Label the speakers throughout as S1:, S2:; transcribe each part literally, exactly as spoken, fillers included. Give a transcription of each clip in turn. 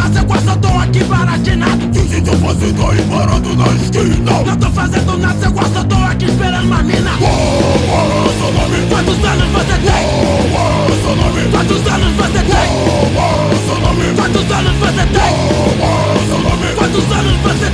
S1: na sequência, eu tô aqui baratinado. Dizem que eu faço aí parado na esquina. Não tô fazendo na sequência, eu tô aqui esperando uma mina. Quantos anos você tem? Quantos anos você tem? Quantos anos você tem? Quantos anos você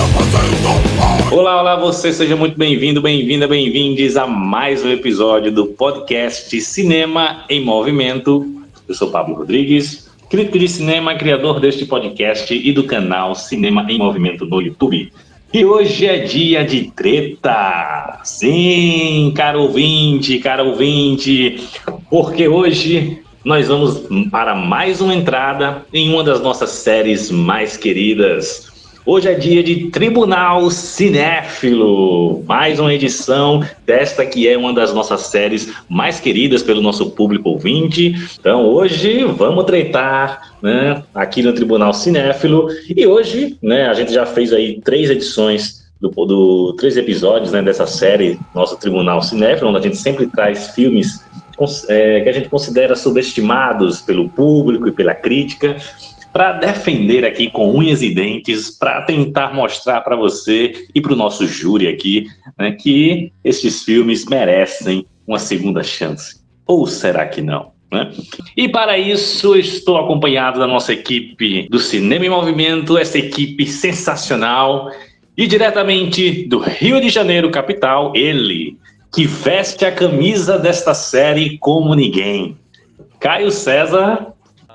S1: tem?
S2: Olá, olá, você, seja muito bem-vindo, bem-vinda, bem-vindes a mais um episódio do podcast Cinema em Movimento. Eu sou Pablo Rodrigues, crítico de cinema, criador deste podcast e do canal Cinema em Movimento no YouTube. E hoje é dia de treta! Sim, caro ouvinte, cara ouvinte, porque hoje nós vamos para mais uma entrada em uma das nossas séries mais queridas. Hoje é dia de Tribunal Cinéfilo, mais uma edição desta que é uma das nossas séries mais queridas pelo nosso público ouvinte. Então hoje vamos tretar, né, aqui no Tribunal Cinéfilo. E hoje, né, a gente já fez aí três edições, do, do, três episódios, né, dessa série, nosso Tribunal Cinéfilo, onde a gente sempre traz filmes é, que a gente considera subestimados pelo público e pela crítica, para defender aqui com unhas e dentes, para tentar mostrar para você e para o nosso júri aqui, né, que esses filmes merecem uma segunda chance. Ou será que não? Né? E para isso estou acompanhado da nossa equipe do Cinema em Movimento, essa equipe sensacional, e diretamente do Rio de Janeiro, capital, ele, que veste a camisa desta série como ninguém, Caio César.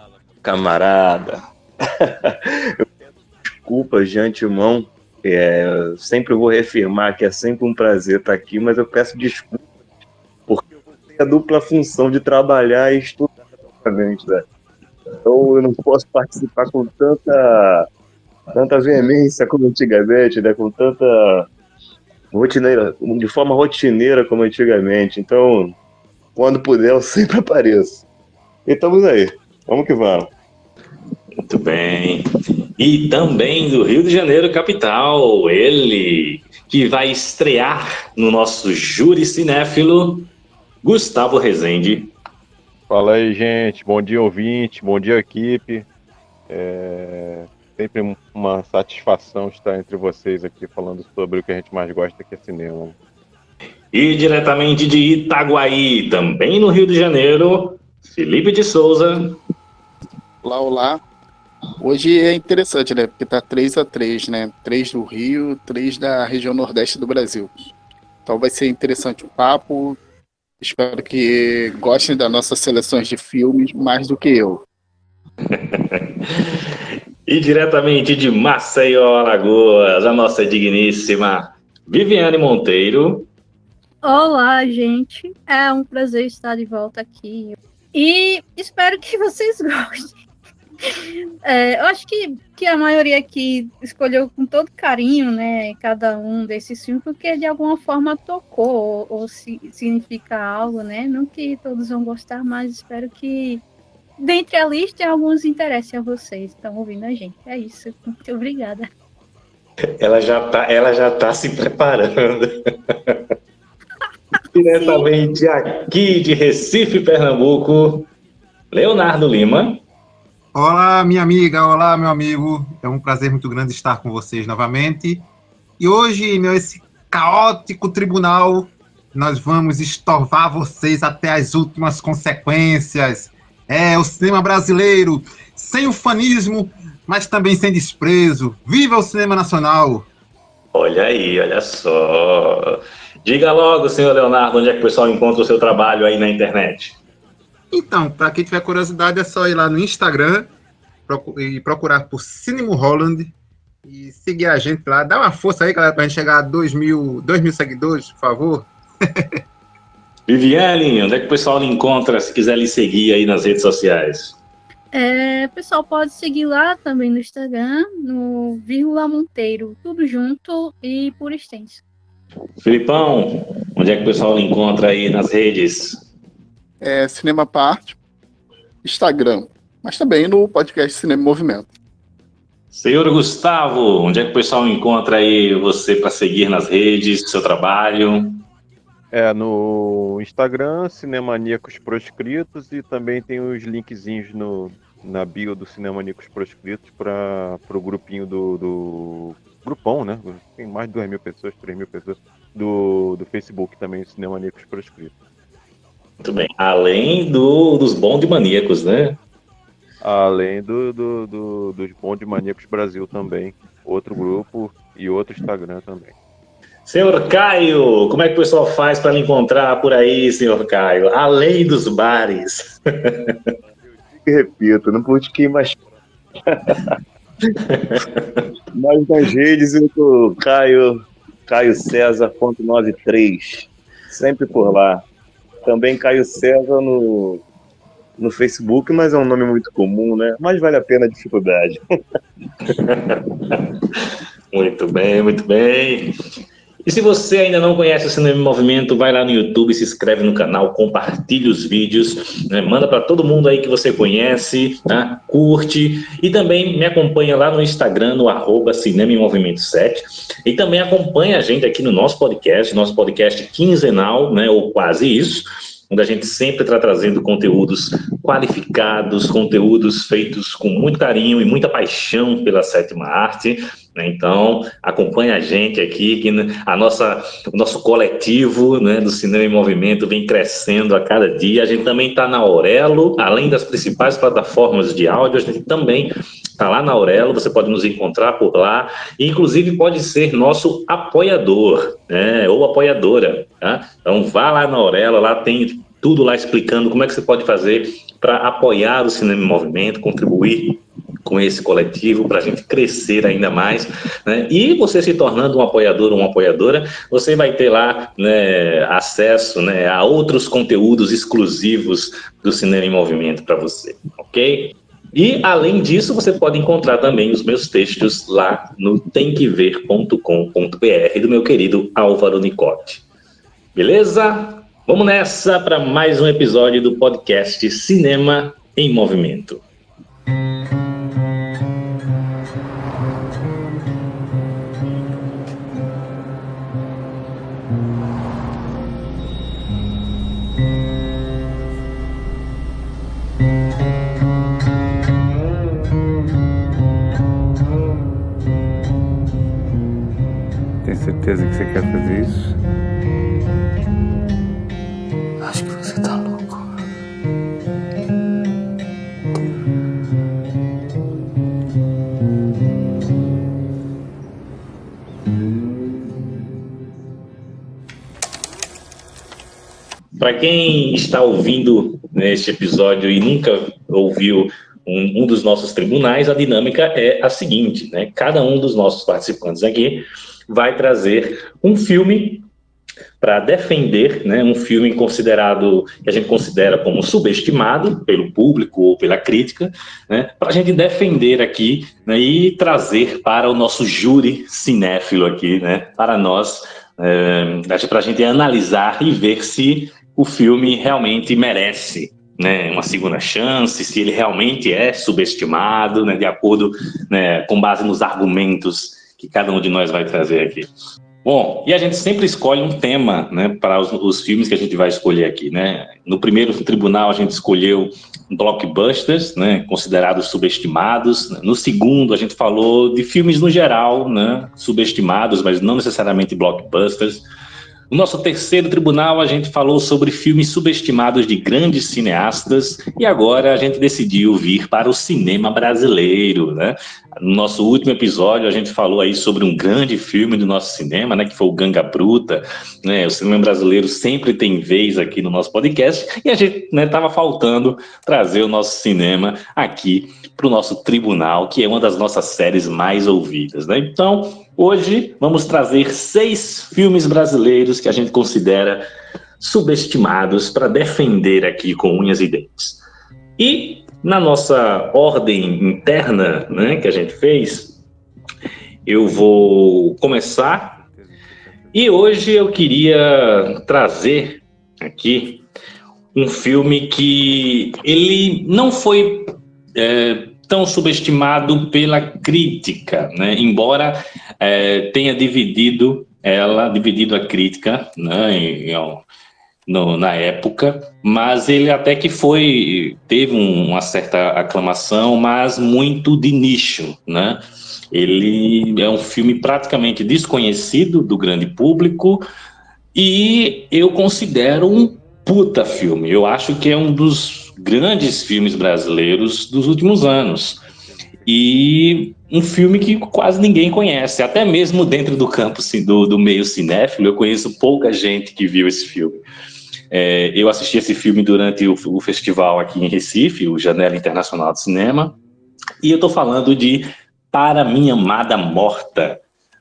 S3: Camarada, eu peço desculpas de antemão, é, sempre vou reafirmar que é sempre um prazer estar aqui, mas eu peço desculpas porque eu vou ter a dupla função de trabalhar e estudar novamente, né? Então eu não posso participar com tanta, tanta veemência como antigamente, né? Com tanta rotineira, de forma rotineira como antigamente. Então, quando puder, eu sempre apareço. E estamos aí. Vamos que vamos.
S2: Muito bem. E também do Rio de Janeiro, capital, ele, que vai estrear no nosso júri cinéfilo, Gustavo Rezende.
S4: Fala aí, gente. Bom dia, ouvinte. Bom dia, equipe. É sempre uma satisfação estar entre vocês aqui falando sobre o que a gente mais gosta, que é cinema.
S2: E diretamente de Itaguaí, também no Rio de Janeiro, Felipe de Souza.
S5: Olá, olá. Hoje é interessante, né? Porque tá três a três, né? três do Rio, três da região nordeste do Brasil. Então vai ser interessante o papo. Espero que gostem das nossas seleções de filmes mais do que eu.
S2: E diretamente de Maceió, Alagoas, a nossa digníssima Viviane Monteiro.
S6: Olá, gente. É um prazer estar de volta aqui. E espero que vocês gostem. É, eu acho que, que a maioria aqui escolheu com todo carinho, né, cada um desses filmes, porque de alguma forma tocou ou, ou se, significa algo, né? Não que todos vão gostar, mas espero que dentre a lista alguns interessem a vocês que estão ouvindo a gente. É isso. Muito obrigada.
S2: Ela já tá, ela já tá se preparando. Diretamente aqui de Recife, Pernambuco, Leonardo Lima.
S7: Olá, minha amiga, olá, meu amigo. É um prazer muito grande estar com vocês novamente. E hoje, nesse caótico tribunal, nós vamos estorvar vocês até as últimas consequências. É o cinema brasileiro, sem ufanismo, mas também sem desprezo. Viva o cinema nacional!
S2: Olha aí, olha só. Diga logo, senhor Leonardo, onde é que o pessoal encontra o seu trabalho aí na internet?
S7: Então, para quem tiver curiosidade, é só ir lá no Instagram e procurar por Cinema Holland e seguir a gente lá. Dá uma força aí, galera, para a gente chegar a dois mil, dois mil seguidores, por favor.
S2: Viviane, onde é que o pessoal lhe encontra se quiser lhe seguir aí nas redes sociais?
S6: É, o pessoal pode seguir lá também no Instagram, no vírgula Monteiro, tudo junto e por extenso.
S2: Filipão, onde é que o pessoal lhe encontra aí nas redes?
S5: É Cinema Parte, Instagram, mas também no podcast Cinema em Movimento.
S2: Senhor Gustavo, onde é que o pessoal encontra aí você para seguir nas redes, seu trabalho?
S4: É, no Instagram, Cinemaníacos Proscritos, e também tem os linkzinhos no, na bio do Cinemaníacos Proscritos para o grupinho do, do grupão, né? Tem mais de duas mil pessoas, três mil pessoas do, do Facebook também, Cinemaníacos Proscritos.
S2: Muito bem. Além do, dos Bonde Maníacos, né?
S4: Além do, do, do, dos Bonde Maníacos Brasil também, outro grupo e outro Instagram também.
S2: Senhor Caio, como é que o pessoal faz para lhe encontrar por aí, senhor Caio? Além dos bares.
S3: Eu repito, não pude mais. Mas nas redes eu tô Caio, Caio César ponto noventa e três, sempre por lá. Também Caio César no, no Facebook, mas é um nome muito comum, né? Mas vale a pena a dificuldade.
S2: Muito bem, muito bem. E se você ainda não conhece o Cinema em Movimento, vai lá no YouTube, se inscreve no canal, compartilha os vídeos, né? Manda para todo mundo aí que você conhece, tá? Curte, e também me acompanha lá no Instagram, no arroba Cinema em Movimento sete, e também acompanha a gente aqui no nosso podcast, nosso podcast quinzenal, né? Ou quase isso, onde a gente sempre está trazendo conteúdos qualificados, conteúdos feitos com muito carinho e muita paixão pela sétima arte. Então, acompanha a gente aqui, que a nossa, o nosso coletivo, né, do Cinema em Movimento vem crescendo a cada dia. A gente também está na Aurelo, além das principais plataformas de áudio, a gente também está lá na Aurelo, você pode nos encontrar por lá, e inclusive pode ser nosso apoiador, né, ou apoiadora, tá? Então, vá lá na Aurelo, lá tem tudo lá explicando como é que você pode fazer para apoiar o Cinema em Movimento, contribuir com esse coletivo, para a gente crescer ainda mais, né? E você se tornando um apoiador ou uma apoiadora, você vai ter lá, né, acesso, né, a outros conteúdos exclusivos do Cinema em Movimento para você, ok? E, além disso, você pode encontrar também os meus textos lá no tem que ver ponto com ponto b r do meu querido Álvaro Nicote. Beleza? Vamos nessa para mais um episódio do podcast Cinema em Movimento.
S8: Tem certeza que você quer fazer isso?
S1: Acho que você tá louco.
S2: Para quem está ouvindo neste episódio e nunca ouviu um, um dos nossos tribunais, a dinâmica é a seguinte, né? Cada um dos nossos participantes aqui vai trazer um filme para defender, né, um filme considerado, que a gente considera como subestimado pelo público ou pela crítica, né, para a gente defender aqui, né, e trazer para o nosso júri cinéfilo aqui, né, para nós, é, para a gente analisar e ver se o filme realmente merece, né, uma segunda chance, se ele realmente é subestimado, né, de acordo, né, com base nos argumentos que cada um de nós vai trazer aqui. Bom, e a gente sempre escolhe um tema, né, para os, os filmes que a gente vai escolher aqui, né? No primeiro tribunal a gente escolheu blockbusters, né, considerados subestimados. No segundo a gente falou de filmes no geral, né, subestimados, mas não necessariamente blockbusters. No nosso terceiro tribunal, a gente falou sobre filmes subestimados de grandes cineastas, e agora a gente decidiu vir para o cinema brasileiro, né? No nosso último episódio, a gente falou aí sobre um grande filme do nosso cinema, né, que foi o Ganga Bruta, né? O cinema brasileiro sempre tem vez aqui no nosso podcast, e a gente estava, né, faltando trazer o nosso cinema aqui para o nosso tribunal, que é uma das nossas séries mais ouvidas, né? Então, hoje vamos trazer seis filmes brasileiros que a gente considera subestimados para defender aqui com unhas e dentes. E na nossa ordem interna, né, que a gente fez, eu vou começar. E hoje eu queria trazer aqui um filme que ele não foi é, tão subestimado pela crítica, né? Embora é, tenha dividido ela, dividido a crítica, né, em, em, no, na época, mas ele até que foi, teve um, uma certa aclamação, mas muito de nicho, né? Ele é um filme praticamente desconhecido do grande público e eu considero um puta filme. Eu acho que é um dos grandes filmes brasileiros dos últimos anos. E um filme que quase ninguém conhece, até mesmo dentro do campo do, do meio cinéfilo, eu conheço pouca gente que viu esse filme. É, eu assisti esse filme durante o, o festival aqui em Recife, o Janela Internacional de Cinema, e eu estou falando de Para Minha Amada Morta,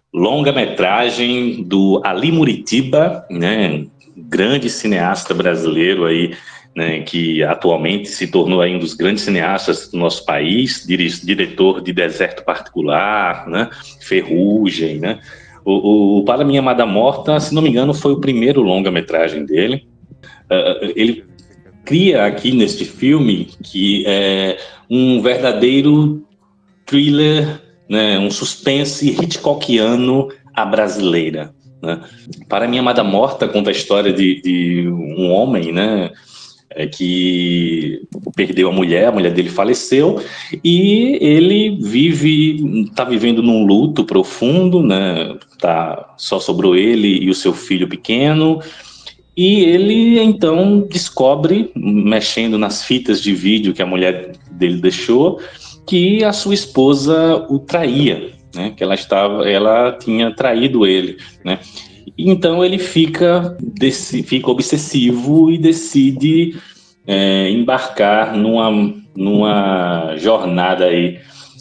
S2: longa-metragem do Ali Muritiba, né, grande cineasta brasileiro aí, né, que atualmente se tornou aí um dos grandes cineastas do nosso país, diretor de Deserto Particular, né, Ferrugem, né. O, o Para Minha Amada Morta, se não me engano, foi o primeiro longa-metragem dele. Uh, ele cria aqui neste filme que é um verdadeiro thriller, né, um suspense hitchcockiano à brasileira, né. Para Minha Amada Morta conta a história de, de um homem, né, é, que perdeu a mulher, a mulher dele faleceu e ele vive, está vivendo num luto profundo, né, tá, só sobrou ele e o seu filho pequeno. E ele, então, descobre, mexendo nas fitas de vídeo que a mulher dele deixou, que a sua esposa o traía, né? Que ela estava, ela tinha traído ele, né? Então ele fica, desse, fica obsessivo e decide é, embarcar numa, numa jornada aí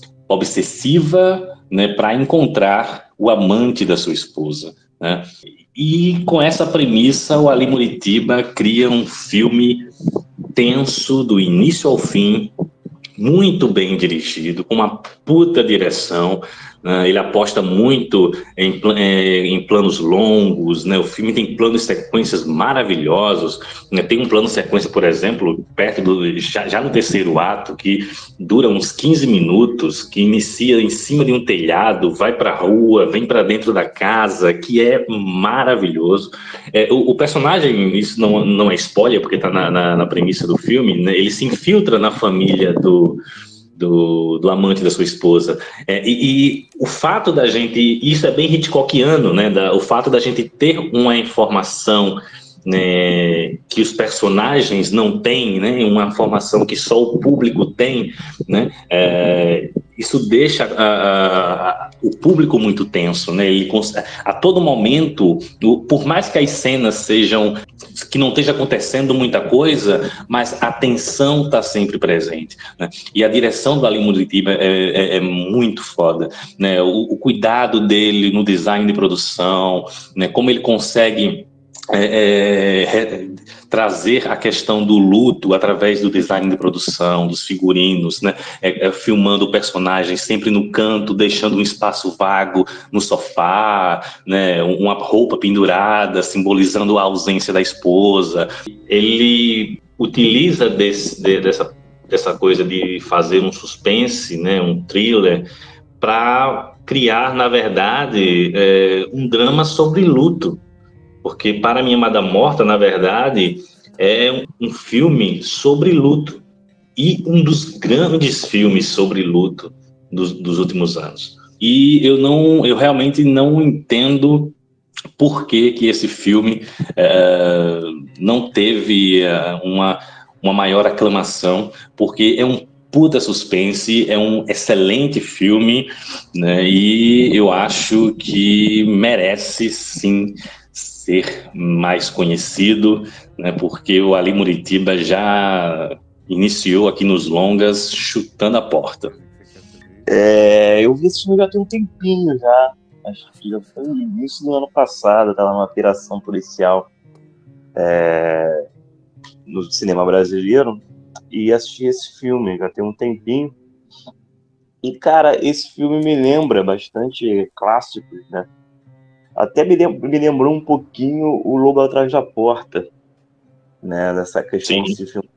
S2: obsessiva, né, para encontrar o amante da sua esposa, né? E com essa premissa, o Ali Muritiba cria um filme tenso do início ao fim, muito bem dirigido, com uma puta direção, né? Ele aposta muito em, em planos longos, né? O filme tem planos e sequências maravilhosos, né? Tem um plano sequência, por exemplo, perto do, já, já no terceiro ato, que dura uns quinze minutos, que inicia em cima de um telhado, vai para a rua, vem para dentro da casa, que é maravilhoso. É, o, o personagem, isso não, não é spoiler, porque está na, na, na premissa do filme, né? Ele se infiltra na família do Do, do amante da sua esposa. É, e, e o fato da gente, isso é bem hitchcockiano, né, da, o fato da gente ter uma informação, né, que os personagens não têm, né, uma informação que só o público tem, né, é, isso deixa a, a, a, o público muito tenso, né, ele, a todo momento, por mais que as cenas sejam, que não esteja acontecendo muita coisa, mas a tensão está sempre presente, né? E a direção do Ali Muritiba é, é, é muito foda, né? O, o cuidado dele no design de produção, né? Como ele consegue É, é, trazer a questão do luto através do design de produção, dos figurinos, né? É, é, filmando o personagem sempre no canto, deixando um espaço vago no sofá, né? Uma roupa pendurada, simbolizando a ausência da esposa. Ele utiliza desse, de, dessa, dessa coisa de fazer um suspense, né? Um thriller, para criar, na verdade, é, um drama sobre luto. Porque Para Minha Amada Morta, na verdade, é um, um filme sobre luto. E um dos grandes filmes sobre luto dos, dos últimos anos. E eu, não, eu realmente não entendo por que, que esse filme é, não teve é, uma, uma maior aclamação, porque é um puta suspense, é um excelente filme, né, e eu acho que merece, sim, ser mais conhecido, né, porque o Ali Muritiba já iniciou aqui nos longas chutando a porta.
S3: É, eu vi esse filme já tem um tempinho já, acho que já foi no início do ano passado, estava numa operação policial é, no cinema brasileiro e assisti esse filme já tem um tempinho. E cara, esse filme me lembra bastante clássicos, né? Até me, lem- me lembrou um pouquinho o Lobo Atrás da Porta, né? Dessa questão
S2: Sim.
S3: de filme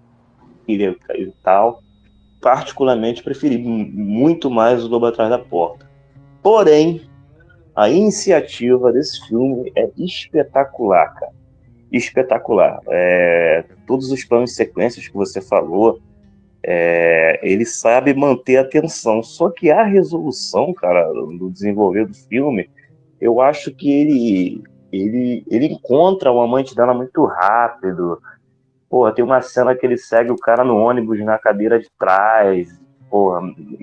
S3: e tal. Particularmente preferi muito mais o Lobo Atrás da Porta. Porém, a iniciativa desse filme é espetacular, cara. espetacular. É, todos os planos de sequências que você falou, é, ele sabe manter a tensão. Só que a resolução, cara, do desenvolver do filme, eu acho que ele, ele, ele encontra o amante dela muito rápido. Porra, tem uma cena que ele segue o cara no ônibus na cadeira de trás. Porra,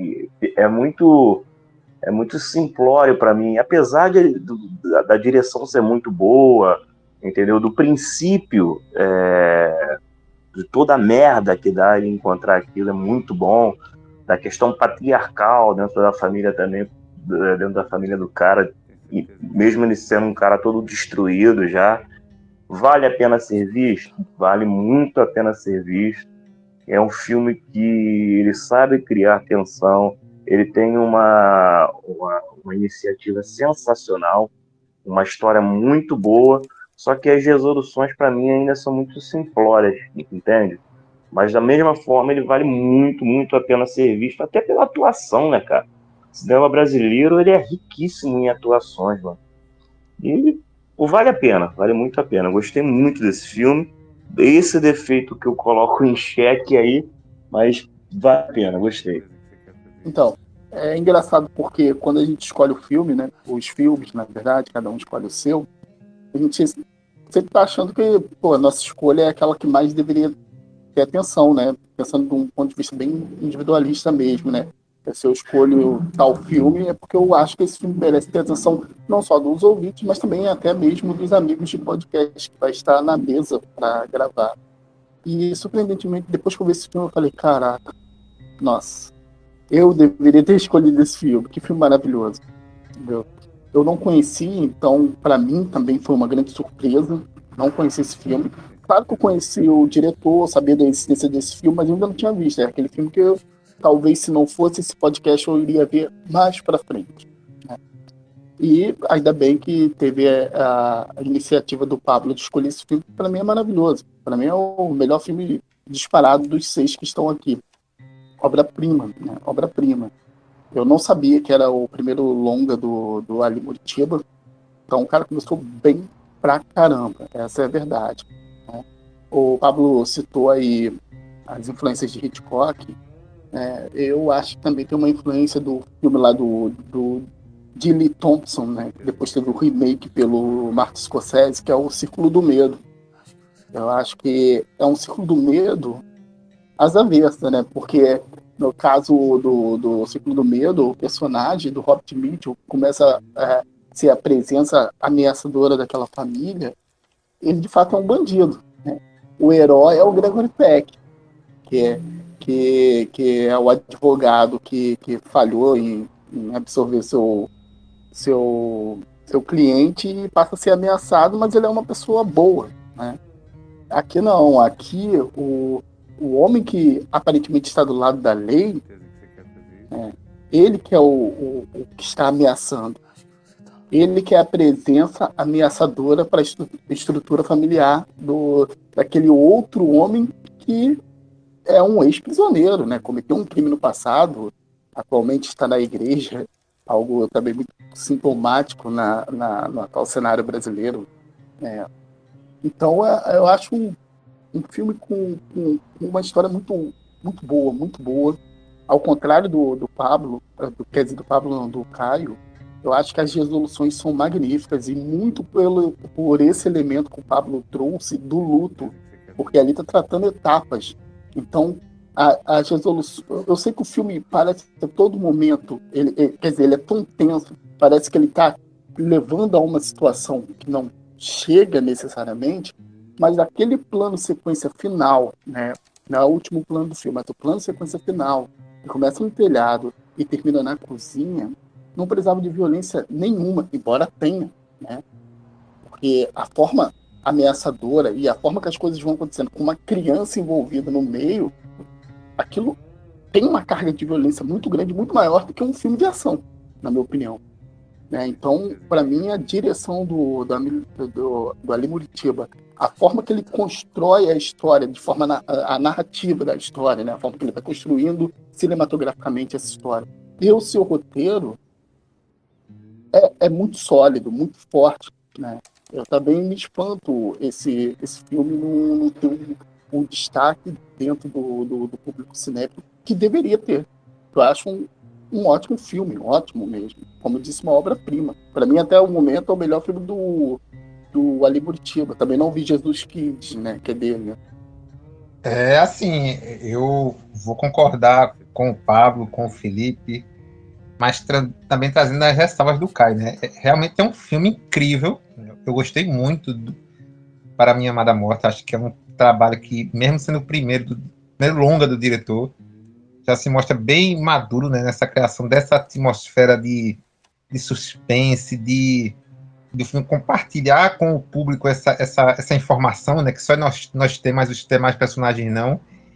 S3: é muito, é muito simplório pra mim. Apesar de, do, da, da direção ser muito boa, entendeu? Do princípio, é, de toda a merda que dá em encontrar aquilo é muito bom. Da questão patriarcal dentro da família também, dentro da família do cara, e mesmo ele sendo um cara todo destruído já, vale a pena ser visto? Vale muito a pena ser visto. É um filme que ele sabe criar tensão, ele tem uma, uma, uma iniciativa sensacional, uma história muito boa, só que as resoluções para mim ainda são muito simplórias, entende? Mas da mesma forma ele vale muito, muito a pena ser visto, até pela atuação, né, cara? O cinema brasileiro, ele é riquíssimo em atuações, mano. E pô, vale a pena, vale muito a pena. Gostei muito desse filme. Esse defeito que eu coloco em xeque aí, mas vale a pena, gostei.
S5: Então, é engraçado porque quando a gente escolhe o filme, né? Os filmes, na verdade, cada um escolhe o seu, a gente sempre tá achando que, pô, a nossa escolha é aquela que mais deveria ter atenção, né? Pensando de um ponto de vista bem individualista mesmo, né? Se eu escolho tal filme, é porque eu acho que esse filme merece ter atenção não só dos ouvintes, mas também até mesmo dos amigos de podcast que vai estar na mesa para gravar. E, surpreendentemente, depois que eu vi esse filme, eu falei, caraca, nossa, eu deveria ter escolhido esse filme, que filme maravilhoso. Entendeu? Eu não conheci, então, para mim, também foi uma grande surpresa não conheci esse filme. Claro que eu conheci o diretor, sabia da existência desse filme, mas eu ainda não tinha visto. É aquele filme que eu, talvez, se não fosse esse podcast, eu iria ver mais para frente. Né? E ainda bem que teve a, a iniciativa do Pablo de escolher esse filme, que para mim é maravilhoso. Para mim é o melhor filme disparado dos seis que estão aqui. Obra-prima, né? Obra-prima. Eu não sabia que era o primeiro longa do, do Ali Muritiba. Então o cara começou bem pra caramba. Essa é a verdade. Né? O Pablo citou aí as influências de Hitchcock. É, eu acho que também tem uma influência do filme lá do, do de Lee Thompson, né? Depois teve o remake pelo Martin Scorsese, que é o Círculo do Medo. Eu acho que é um Círculo do Medo às avessas, né? Porque no caso do, do Círculo do Medo, o personagem do Robert Mitchum começa a ser a presença ameaçadora daquela família. Ele de fato é um bandido, né? O herói é o Gregory Peck, que é, que, que é o advogado que, que falhou em, em absorver seu, seu, seu cliente e passa a ser ameaçado, mas ele é uma pessoa boa, né? Aqui não, aqui o, o homem que aparentemente está do lado da lei, é, ele que é o, o, o que está ameaçando. Ele que é a presença ameaçadora para a estrutura familiar do, daquele outro homem que é um ex-prisioneiro, né? Cometeu um crime no passado, atualmente está na igreja, algo também muito sintomático na, na, no atual cenário brasileiro. É. Então, eu acho um, um filme com, com uma história muito, muito boa, muito boa. Ao contrário do, do Pablo, do, quer dizer, do Pablo não, do Caio, eu acho que as resoluções são magníficas e muito pelo, por esse elemento que o Pablo trouxe do luto, porque ali está tratando etapas. Então, a, as resoluções... Eu sei que o filme parece que a todo momento, ele, ele, quer dizer, ele é tão tenso, parece que ele está levando a uma situação que não chega necessariamente, mas aquele plano sequência final, né, não é o último plano do filme, mas o plano sequência final, que começa no telhado e termina na cozinha, não precisava de violência nenhuma, embora tenha, né? Porque a forma ameaçadora e a forma que as coisas vão acontecendo com uma criança envolvida no meio, aquilo tem uma carga de violência muito grande, muito maior do que um filme de ação, na minha opinião. Né? Então, para mim, a direção do, do, do, do Ali Muritiba, a forma que ele constrói a história, de forma na, a, a narrativa da história, né? A forma que ele vai construindo cinematograficamente essa história, e o seu roteiro é, é muito sólido, muito forte, né? Eu também me espanto esse, esse filme não, não ter um, um destaque dentro do, do, do público cinéfilo que deveria ter. Eu acho um, um ótimo filme, ótimo mesmo. Como eu disse, uma obra-prima. Para mim, até o momento, é o melhor filme do, do Ali Buritiba. Também não vi Jesus Kids, né? Que é dele, né?
S7: É assim, eu vou concordar com o Pablo, com o Felipe, mas tra- também trazendo as ressalvas do Caio, né? É- Realmente é um filme incrível. Eu gostei muito do Para Minha Amada Morta. Acho que é um trabalho que, mesmo sendo o primeiro, do, primeiro longa do diretor, já se mostra bem maduro, né, nessa criação dessa atmosfera de, de suspense, de do filme compartilhar com o público essa, essa, essa informação, né, que só nós, nós temos, mas os demais personagens não.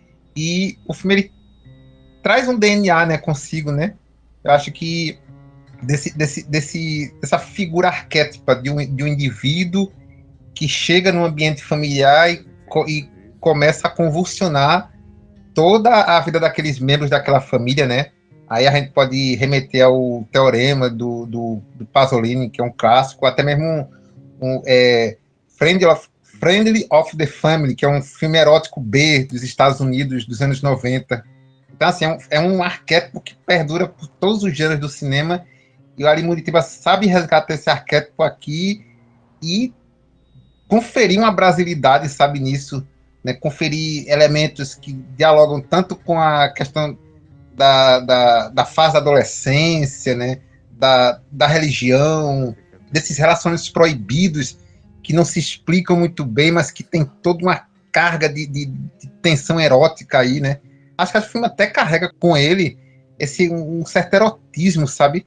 S7: E o filme ele traz um D N A, né, consigo, né? Eu acho que desse, desse, desse, dessa figura arquétipa de um, de um indivíduo que chega num ambiente familiar e, e começa a convulsionar toda a vida daqueles membros daquela família, né? Aí a gente pode remeter ao Teorema do, do, do Pasolini, que é um clássico, até mesmo um, um, é, Friendly, of, Friendly of the Family, que é um filme erótico B dos Estados Unidos dos anos noventa. Então, assim, é um, é um arquétipo que perdura por todos os gêneros do cinema, e o Ali Muritiba sabe resgatar esse arquétipo aqui e conferir uma brasilidade, sabe, nisso, né? Conferir elementos que dialogam tanto com a questão da, da, da fase da adolescência, né? Da, da religião, desses relacionamentos proibidos que não se explicam muito bem, mas que tem toda uma carga de, de, de tensão erótica aí, né? Acho que o filme até carrega com ele esse um, um certo erotismo, sabe?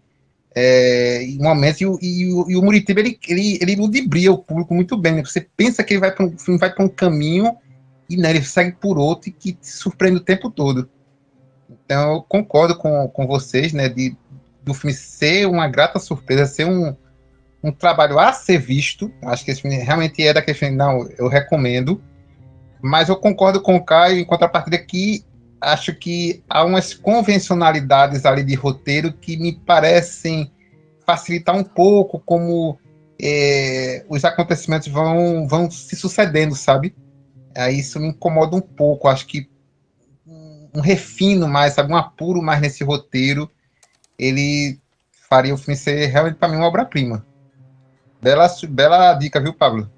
S7: É, em momentos, e, o- e, o- e o Muritiba ele, ele, ele ludibria o público muito bem, né? Você pensa que ele vai para um, o filme vai para um caminho e não, ele segue por outro e que te surpreende o tempo todo. Então eu concordo com, com vocês, né, de, do filme ser uma grata surpresa, ser um, um trabalho a ser visto. Acho que esse filme realmente é daquele filme, não, eu recomendo, mas eu concordo com o Caio em contrapartida que acho que há umas convencionalidades ali de roteiro que me parecem facilitar um pouco como é, os acontecimentos vão, vão se sucedendo, sabe? Aí isso me incomoda um pouco. Acho que um, um refino mais, sabe? Um apuro mais nesse roteiro, ele faria o filme ser realmente para mim uma obra-prima. Bela, bela dica, viu, Pablo?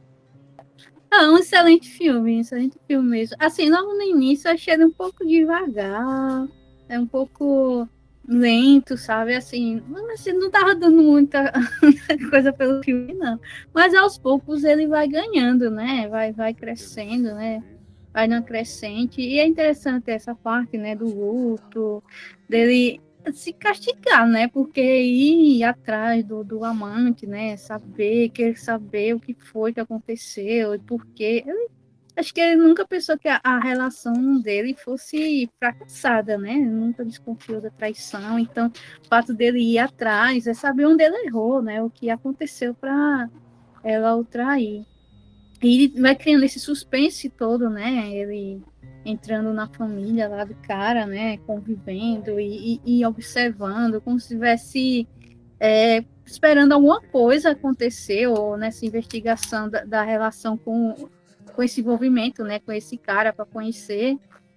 S6: É um excelente filme, um excelente filme mesmo. Assim, logo no início eu achei ele um pouco devagar, é um pouco lento, sabe? Assim, não- assim, não tava dando muita coisa pelo filme, não. Mas aos poucos ele vai ganhando, né? Vai, vai crescendo, né? Vai na crescente. E é interessante essa parte, né, do luto, dele se castigar, né? Porque ir atrás do, do amante, né? Saber, querer saber o que foi que aconteceu e por quê. Ele- acho que ele nunca pensou que a, a relação dele fosse fracassada, né? Ele nunca desconfiou da traição. Então, o fato dele ir atrás é saber onde ele errou, né? O que aconteceu para ela o trair. E ele vai criando esse suspense todo, né? Ele entrando na família lá do cara, né? Convivendo e, e- e observando, como se estivesse é, esperando alguma coisa acontecer, ou nessa investigação da, da relação com, com esse envolvimento, né? Com esse cara para conhecer.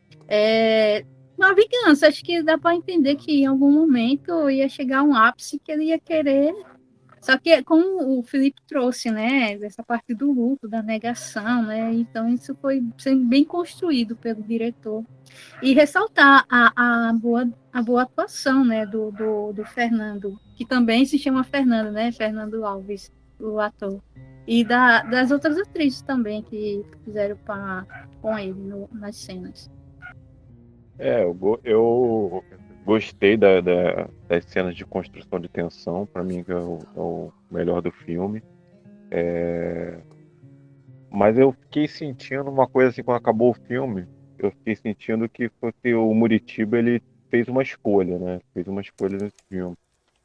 S6: É, uma vingança, acho que dá para entender que em algum momento ia chegar um ápice que ele ia querer. Só que, como o Felipe trouxe, né, essa parte do luto, da negação, né, então isso foi sendo bem construído pelo diretor. E ressaltar a, a, boa, a boa atuação, né, do, do, do Fernando, que também se chama Fernando, né, Fernando Alves, o ator. E da, das outras atrizes também que fizeram pra, com ele no, nas cenas.
S4: É, eu, go- eu gostei da, da- das cenas de construção de tensão, pra mim que é o, é o melhor do filme. É, mas eu fiquei sentindo uma coisa assim, quando acabou o filme, eu fiquei sentindo que fosse o Muritiba, ele fez uma escolha, né? Fez uma escolha nesse filme.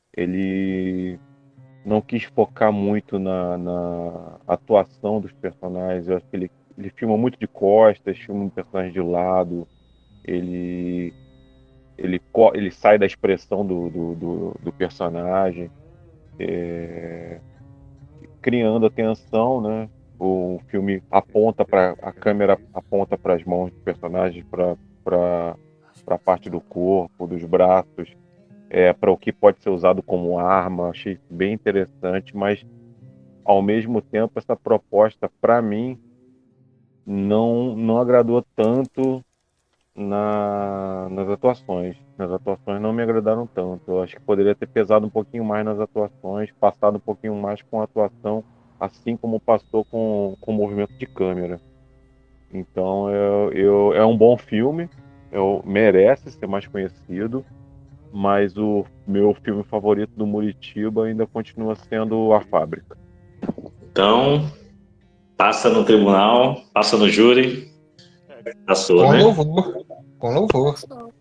S4: Ele não quis focar muito na, na atuação dos personagens. Eu acho que ele, ele filma muito de costas, filma um personagem de lado, ele ele, co- ele sai da expressão do, do, do, do personagem. É, criando a tensão, né? O filme aponta para a câmera aponta para as mãos dos personagens, para para a parte do corpo, dos braços, é, para o que pode ser usado como arma. Achei bem interessante, mas ao mesmo tempo essa proposta para mim não não agradou tanto na, nas atuações. Nas atuações não me agradaram tanto. Eu acho que poderia ter pesado um pouquinho mais nas atuações, passado um pouquinho mais com a atuação, assim como passou com, com o movimento de câmera. Então eu, eu, é um bom filme, eu, merece ser mais conhecido, mas o meu filme favorito do Muritiba ainda continua sendo A Fábrica.
S2: Então, passa no tribunal, passa no júri, passou,
S9: Com
S2: né?
S9: louvor. Com louvor.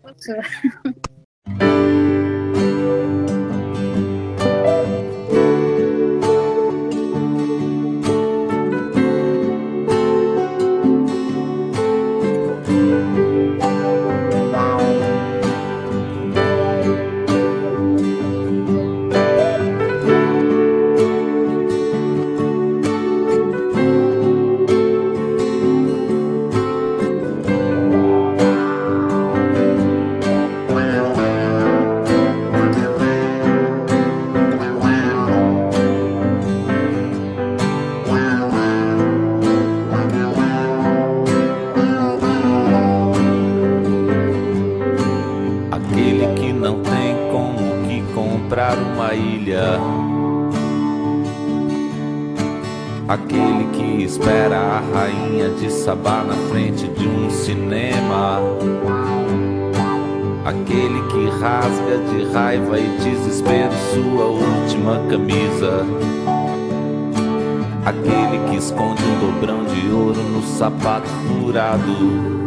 S1: Aquele que não tem como que comprar uma ilha, aquele que espera a rainha de Sabá na frente de um cinema, aquele que rasga de raiva e desespero sua última camisa, aquele que esconde um dobrão de ouro no sapato furado.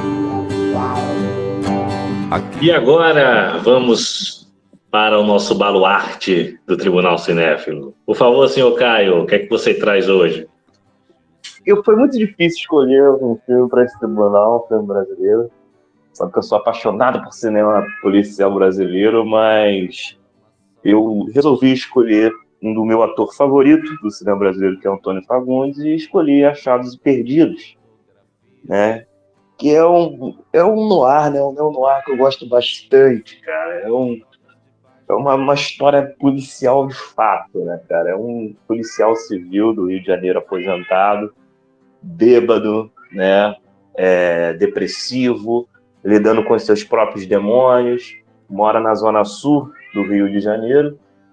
S2: E agora vamos para o nosso baluarte do Tribunal Cinéfilo. Por favor, senhor Caio, o que é que você traz hoje?
S3: Eu, foi muito difícil escolher um filme para esse tribunal, um filme brasileiro. Sabe que eu sou apaixonado por cinema policial brasileiro, mas eu resolvi escolher um do meu ator favorito do cinema brasileiro, que é o Antônio Fagundes, e escolhi Achados e Perdidos, né? Que é um, é um noir, né? Um neo-noir que eu gosto bastante, cara. É, um, é uma, uma história policial de fato, né, cara? É um policial civil do Rio de Janeiro aposentado, bêbado, né? É, depressivo, lidando com os seus próprios demônios, mora na zona sul do Rio de Janeiro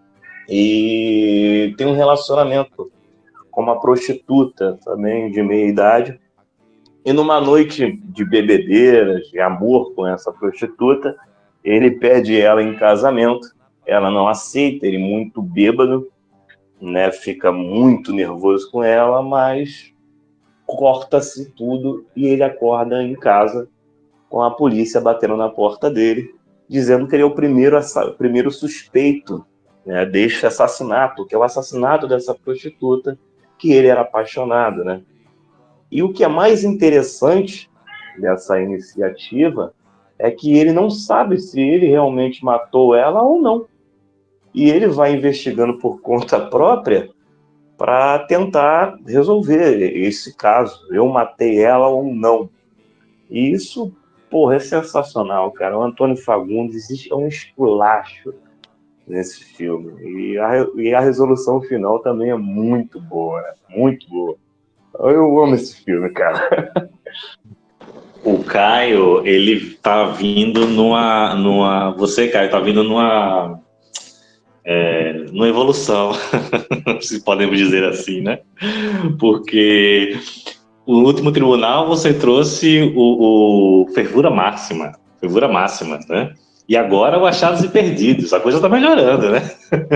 S3: e tem um relacionamento com uma prostituta também de meia idade. E numa noite de bebedeiras, de amor com essa prostituta, ele pede ela em casamento, ela não aceita, ele muito bêbado, né, fica muito nervoso com ela, mas corta-se tudo e ele acorda em casa com a polícia batendo na porta dele, dizendo que ele é o primeiro, o primeiro suspeito, né, deste assassinato, que é o assassinato dessa prostituta, que ele era apaixonado, né? E o que é mais interessante dessa iniciativa é que ele não sabe se ele realmente matou ela ou não. E ele vai investigando por conta própria para tentar resolver esse caso. Eu matei ela ou não. E isso, porra, é sensacional, cara. O Antônio Fagundes é um esculacho nesse filme. E a, e a resolução final também é muito boa, né? Muito boa. Eu amo esse filme, cara.
S2: O Caio, ele tá vindo numa... numa você, Caio, tá vindo numa... É, numa evolução, se podemos dizer assim, né? Porque o último tribunal você trouxe o, o Fervura Máxima, Fervura Máxima, né? E agora o Achados e Perdidos, a coisa tá melhorando, né?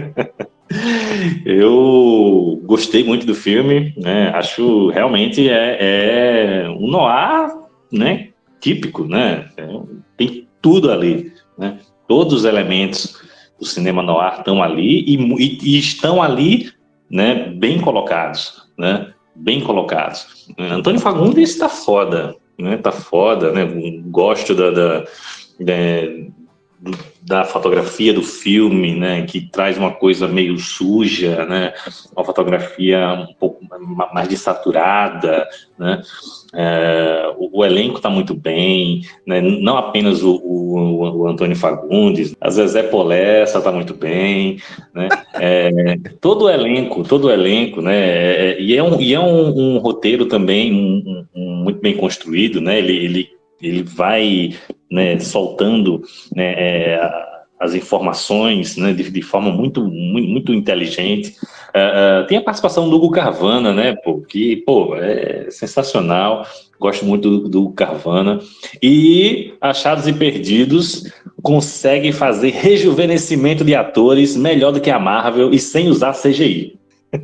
S2: Eu gostei muito do filme, né? Acho realmente é, é um noir, né? Típico, né? É, tem tudo ali, né? Todos os elementos do cinema noir estão ali e, e, e estão ali, né? Bem colocados, né? Bem colocados. Antônio Fagundes está foda, né? Tá foda, né? Gosto da, da, da do, da fotografia do filme, né, que traz uma coisa meio suja, né, uma fotografia um pouco mais desaturada, né, é, o, o elenco está muito bem, né, não apenas o, o, o Antônio Fagundes, a Zezé Polessa está muito bem, né, é, todo o elenco, todo o elenco, né, é, e é um, e é um, um roteiro também um, um, muito bem construído, né, ele, ele, ele vai, né, soltando, né, é, as informações, né, de, de forma muito, muito, muito inteligente. Uh, uh, tem a participação do Hugo Carvana, né, pô, que pô, é sensacional. Gosto muito do, do Carvana. E Achados e Perdidos consegue fazer rejuvenescimento de atores melhor do que a Marvel e sem usar C G I.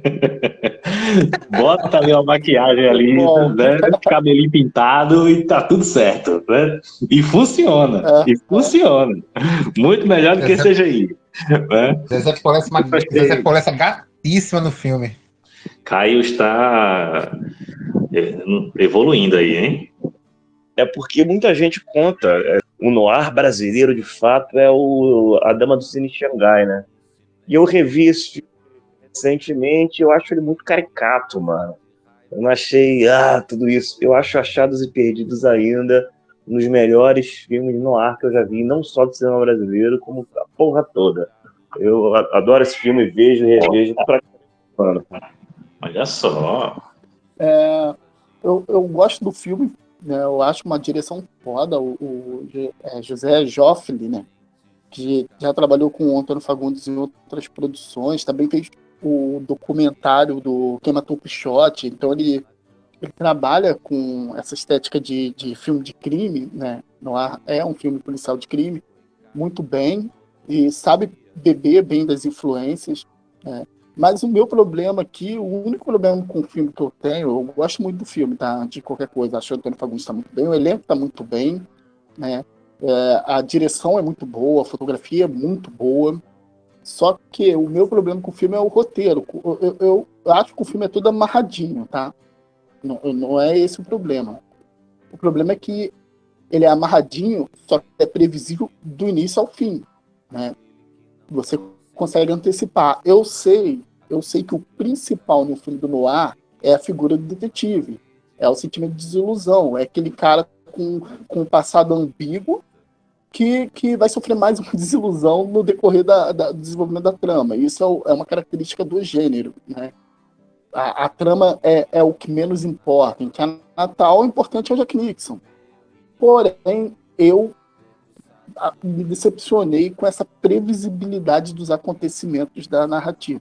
S2: Bota ali uma maquiagem ali, né, cabelinho pintado e tá tudo certo, né? E funciona, é, e funciona. Muito melhor do que C G I. Né?
S7: Zezé Polessa, uma... Zezé Polessa gatíssima no filme.
S2: Caio está evoluindo aí, hein?
S3: É porque muita gente conta, é, o noir brasileiro, de fato, é o A Dama do Cine Xangai, né? E eu revi esse filme recentemente, eu acho ele muito caricato, mano. Eu não achei, ah, tudo isso. Eu acho Achados e Perdidos ainda um dos melhores filmes noir que eu já vi, não só do cinema brasileiro, como a porra toda. Eu adoro esse filme, vejo e revejo pra mano.
S2: Olha só.
S5: É, eu, eu gosto do filme, né? Eu acho uma direção foda. O, o é, José Joffre, né? Que já trabalhou com o Antônio Fagundes em outras produções, também fez o documentário do Quem Matou o Pichote, então ele, ele trabalha com essa estética de, de filme de crime, né? Noir é um filme policial de crime, muito bem, e sabe beber bem das influências, né? Mas o meu problema aqui, o único problema com o filme que eu tenho, eu gosto muito do filme, tá? De qualquer coisa, acho que o Antônio Fagundes está muito bem, o elenco está muito bem, né? É, a direção é muito boa, a fotografia é muito boa. Só que o meu problema com o filme é o roteiro. Eu, eu, eu acho que o filme é todo amarradinho, tá? Não, não é esse o problema. O problema é que ele é amarradinho, só que é previsível do início ao fim, né? Você consegue antecipar. Eu sei, eu sei que o principal no filme do noir é a figura do detetive. É o sentimento de desilusão. É aquele cara com, com um passado ambíguo Que, que vai sofrer mais uma desilusão no decorrer da, da, do desenvolvimento da trama. Isso é, o, é uma característica do gênero, né? A, a trama é, é o que menos importa. Em Natal, o importante é o Jack Nixon. Porém, eu a, me decepcionei com essa previsibilidade dos acontecimentos da narrativa.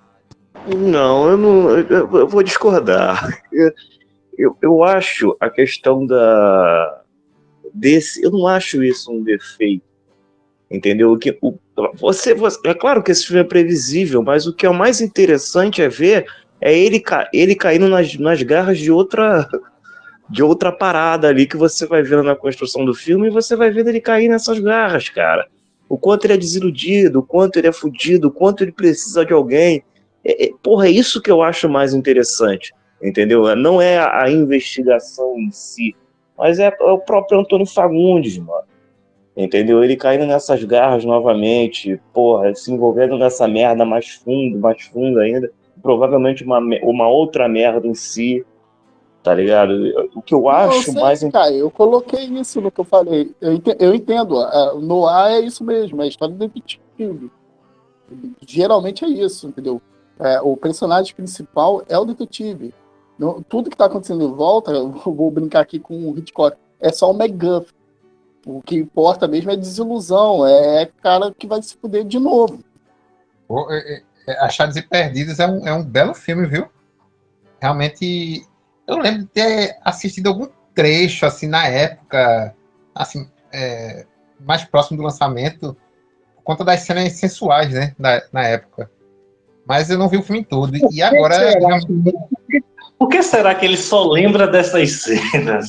S3: Não, eu não. Eu, eu vou discordar. Eu, eu, eu acho a questão da. Desse, eu não acho isso um defeito, entendeu? Que o, você, você, é claro que esse filme é previsível, mas o que é o mais interessante é ver é ele, ele caindo nas, nas garras de outra, de outra parada ali que você vai vendo na construção do filme e você vai vendo ele cair nessas garras, cara. O quanto ele é desiludido, o quanto ele é fudido, o quanto ele precisa de alguém. É, é, porra, é isso que eu acho mais interessante, entendeu? Não é a, a investigação em si, mas é, é o próprio Antônio Fagundes, mano. Entendeu? Ele caindo nessas garras novamente, porra, se envolvendo nessa merda mais fundo, mais fundo ainda. Provavelmente uma, uma outra merda em si, tá ligado? O que eu acho
S5: eu sei,
S3: mais...
S5: Cara, eu coloquei isso no que eu falei. Eu entendo, eu entendo. Uh, no ar é isso mesmo, é a história do detetive. Geralmente é isso, entendeu? É, o personagem principal é o detetive. No, tudo que está acontecendo em volta, eu vou brincar aqui com o Hitchcock, é só o MacGuffin. O que importa mesmo é desilusão, é cara que vai se fuder de novo.
S7: Pô, é, é, Achados e Perdidos é um, é um belo filme, viu? Realmente, eu lembro de ter assistido algum trecho, assim, na época, assim, é, mais próximo do lançamento, por conta das cenas sensuais, né, na, na época. Mas eu não vi o filme todo. E agora... Já...
S2: Por que será que ele só lembra dessas cenas?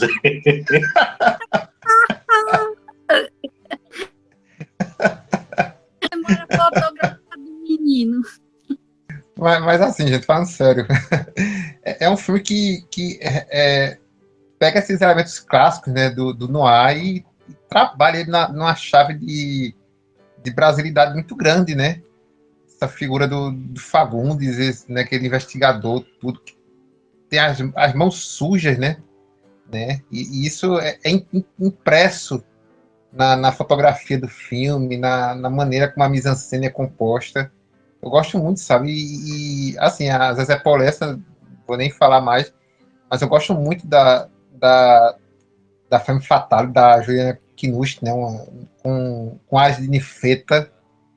S6: Memória fotográfica do menino.
S7: Mas, mas assim, gente, falando sério, é, é um filme que, que é, é, pega esses elementos clássicos, né, do, do noir e, e trabalha ele na, numa chave de, de brasilidade muito grande, né? Essa figura do, do Fagundes, esse, né, aquele investigador, tudo que tem as, as mãos sujas, né? né? E, e isso é, é impresso na, na fotografia do filme, na, na maneira como a mise-en-scène é composta. Eu gosto muito, sabe? E, e assim, a Zezé Polessa, não vou nem falar mais, mas eu gosto muito da, da, da Femme Fatale, da Juliana Knust, né? Uma, com, com a Nifeta,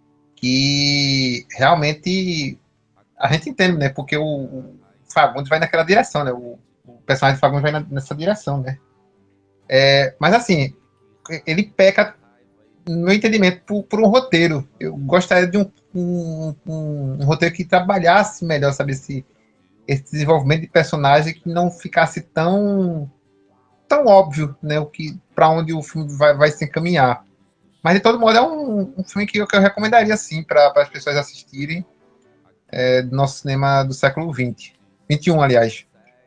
S7: que realmente a gente entende, né? Porque o, o Fagundes vai naquela direção, né? O, o personagem do Fagundes vai na, nessa direção, né? É, mas assim, ele peca, no meu entendimento, por, por um roteiro. Eu gostaria de um, um, um, um roteiro que trabalhasse melhor, sabe, esse, esse desenvolvimento de personagem, que não ficasse tão tão óbvio, né, o que, para onde o filme vai, vai se encaminhar. Mas, de todo modo, é um, um filme que eu, que eu recomendaria, sim, para as pessoas assistirem, é, do nosso cinema do século vinte. vinte e um, aliás.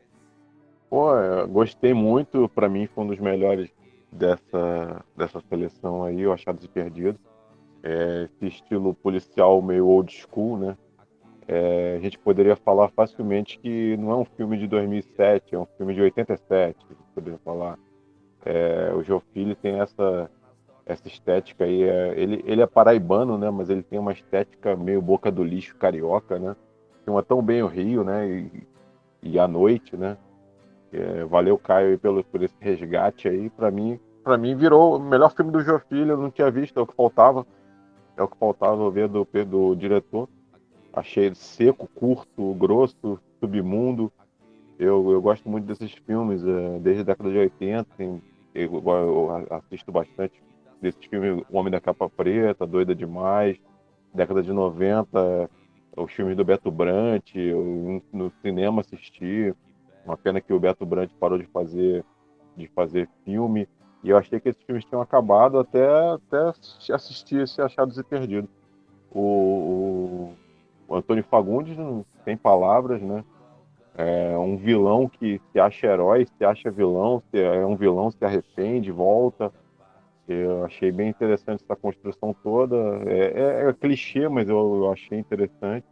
S4: Pô, eu gostei muito, pra mim foi um dos melhores dessa, dessa seleção aí, o Achados e Perdidos. É, esse estilo policial meio old school, né? É, a gente poderia falar facilmente que não é um filme de dois mil e sete, é um filme de oitenta e sete, poderia falar. É, o Geofili tem essa, essa estética aí, é, ele, ele é paraibano, né? Mas ele tem uma estética meio boca do lixo carioca, né? Filma tão bem o Rio, né? E, e a noite, né? É, valeu, Caio, aí pelo, por esse resgate aí. Pra mim, pra mim virou o melhor filme do Geofili, eu não tinha visto, é o que faltava. É o que faltava ver do, do diretor. Achei seco, curto, grosso, submundo. Eu, eu gosto muito desses filmes, é, desde a década de oitenta. Tem, eu, eu assisto bastante desses filmes, O Homem da Capa Preta, Doida Demais, década de noventa, os filmes do Beto Brant, eu, no cinema assisti. Uma pena que o Beto Brant parou de fazer, de fazer filme. E eu achei que esses filmes tinham acabado até, até assistir esse Achados e Perdidos. O, o, o Antônio Fagundes não tem palavras, né? É um vilão que se acha herói, se acha vilão, se é um vilão, se arrepende, volta. Eu achei bem interessante essa construção toda. É, é, é clichê, mas eu, eu achei interessante.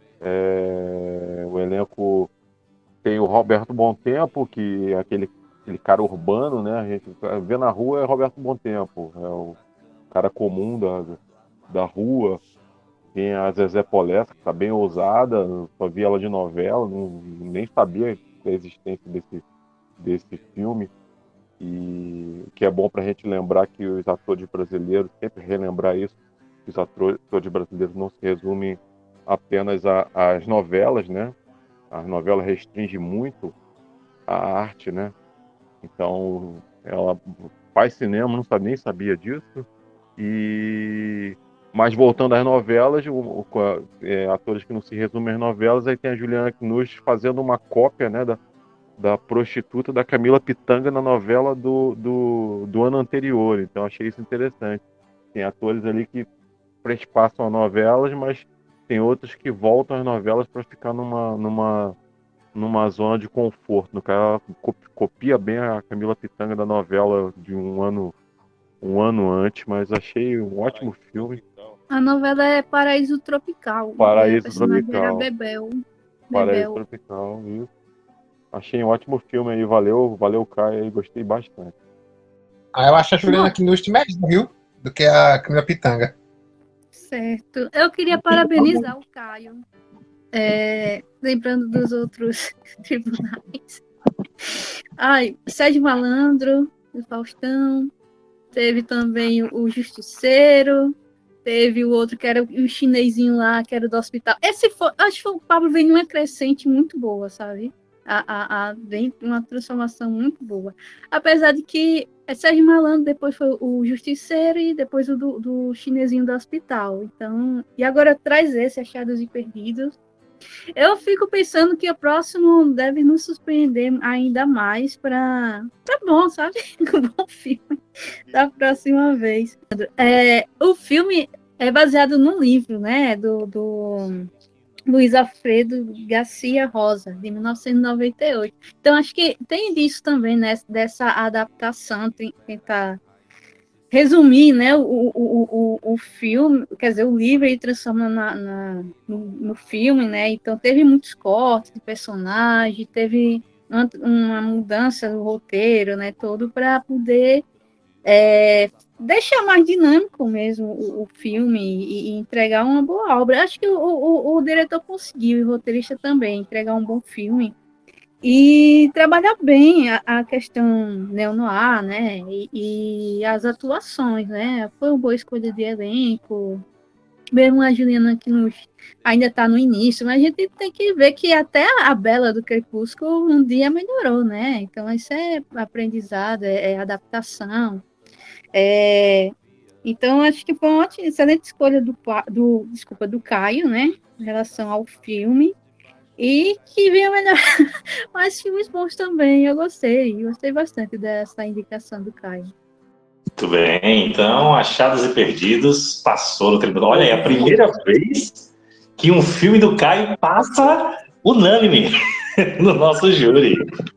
S4: É, o elenco tem o Roberto Bontempo, que é aquele, aquele cara urbano, né? A gente vê na rua é Roberto Bontempo, é o cara comum da, da rua. Tem a Zezé Polessa, que está bem ousada, só vi ela de novela, não, nem sabia da existência desse, desse filme. E o que é bom para a gente lembrar que os atores brasileiros, sempre relembrar isso, que os atores brasileiros não se resumem apenas às novelas, né? A novela restringe muito a arte, né? Então, ela faz cinema, não sabe, nem sabia disso. E... Mas voltando às novelas, o, o, é, atores que não se resumem às novelas, aí tem a Juliana Knust fazendo uma cópia, né, da, da prostituta da Camila Pitanga na novela do, do, do ano anterior. Então achei isso interessante. Tem atores ali que prespassam as novelas, mas tem outros que voltam às novelas para ficar numa, numa, numa zona de conforto. No cara copia bem a Camila Pitanga da novela de um ano, um ano antes, mas achei um ótimo filme.
S6: A novela é Paraíso Tropical.
S4: Paraíso
S6: a personagem
S4: Tropical.
S6: era Bebel.
S4: Paraíso
S6: Bebel.
S4: Tropical, isso. Achei um ótimo filme aí, valeu, valeu, Caio, aí, gostei bastante.
S7: Ah, eu acho a Juliana Knust melhor, viu? Do que a Camila Pitanga.
S6: Certo. Eu queria parabenizar o Caio. É, lembrando dos outros tribunais. Ai, Sérgio Malandro, o Faustão. Teve também o Justiceiro. Teve o outro que era o chinesinho lá, que era do hospital. Esse foi, acho que o Pablo veio numa crescente muito boa, sabe? A, a, a, vem uma transformação muito boa. Apesar de que é Sérgio Malandro, depois foi o Justiceiro e depois o do, do chinesinho do hospital. Então, e agora traz esse, Achados e Perdidos. Eu fico pensando que o próximo deve nos surpreender ainda mais para tá bom, sabe? Um bom filme da próxima vez. É, o filme é baseado num livro, né? Do, do Luiz Alfredo Garcia Rosa, de mil novecentos e noventa e oito. Então, acho que tem disso também, né? Dessa adaptação, tentar resumir, né, o, o, o, o filme, quer dizer, o livro ele transforma na, na, no, no filme, né, então teve muitos cortes de personagem, teve uma, uma mudança do roteiro, né, todo para poder é, deixar mais dinâmico mesmo o, o filme e, e entregar uma boa obra. Acho que o, o, o diretor conseguiu, e o roteirista também, entregar um bom filme e trabalhar bem a, a questão neo-noir, né, e, e as atuações, né, foi uma boa escolha de elenco, mesmo a Juliana que nos, ainda está no início, mas a gente tem que ver que até a Bela do Crepúsculo um dia melhorou, né, então isso é aprendizado, é, é adaptação, é, então acho que foi uma ótima, excelente escolha do, do, desculpa, do Caio, né, em relação ao filme, e que venha melhor mais filmes bons também. Eu gostei, gostei bastante dessa indicação do Caio.
S2: Muito bem, então Achados e Perdidos passou no tribunal. Olha, é a primeira vez que um filme do Caio passa unânime no nosso júri.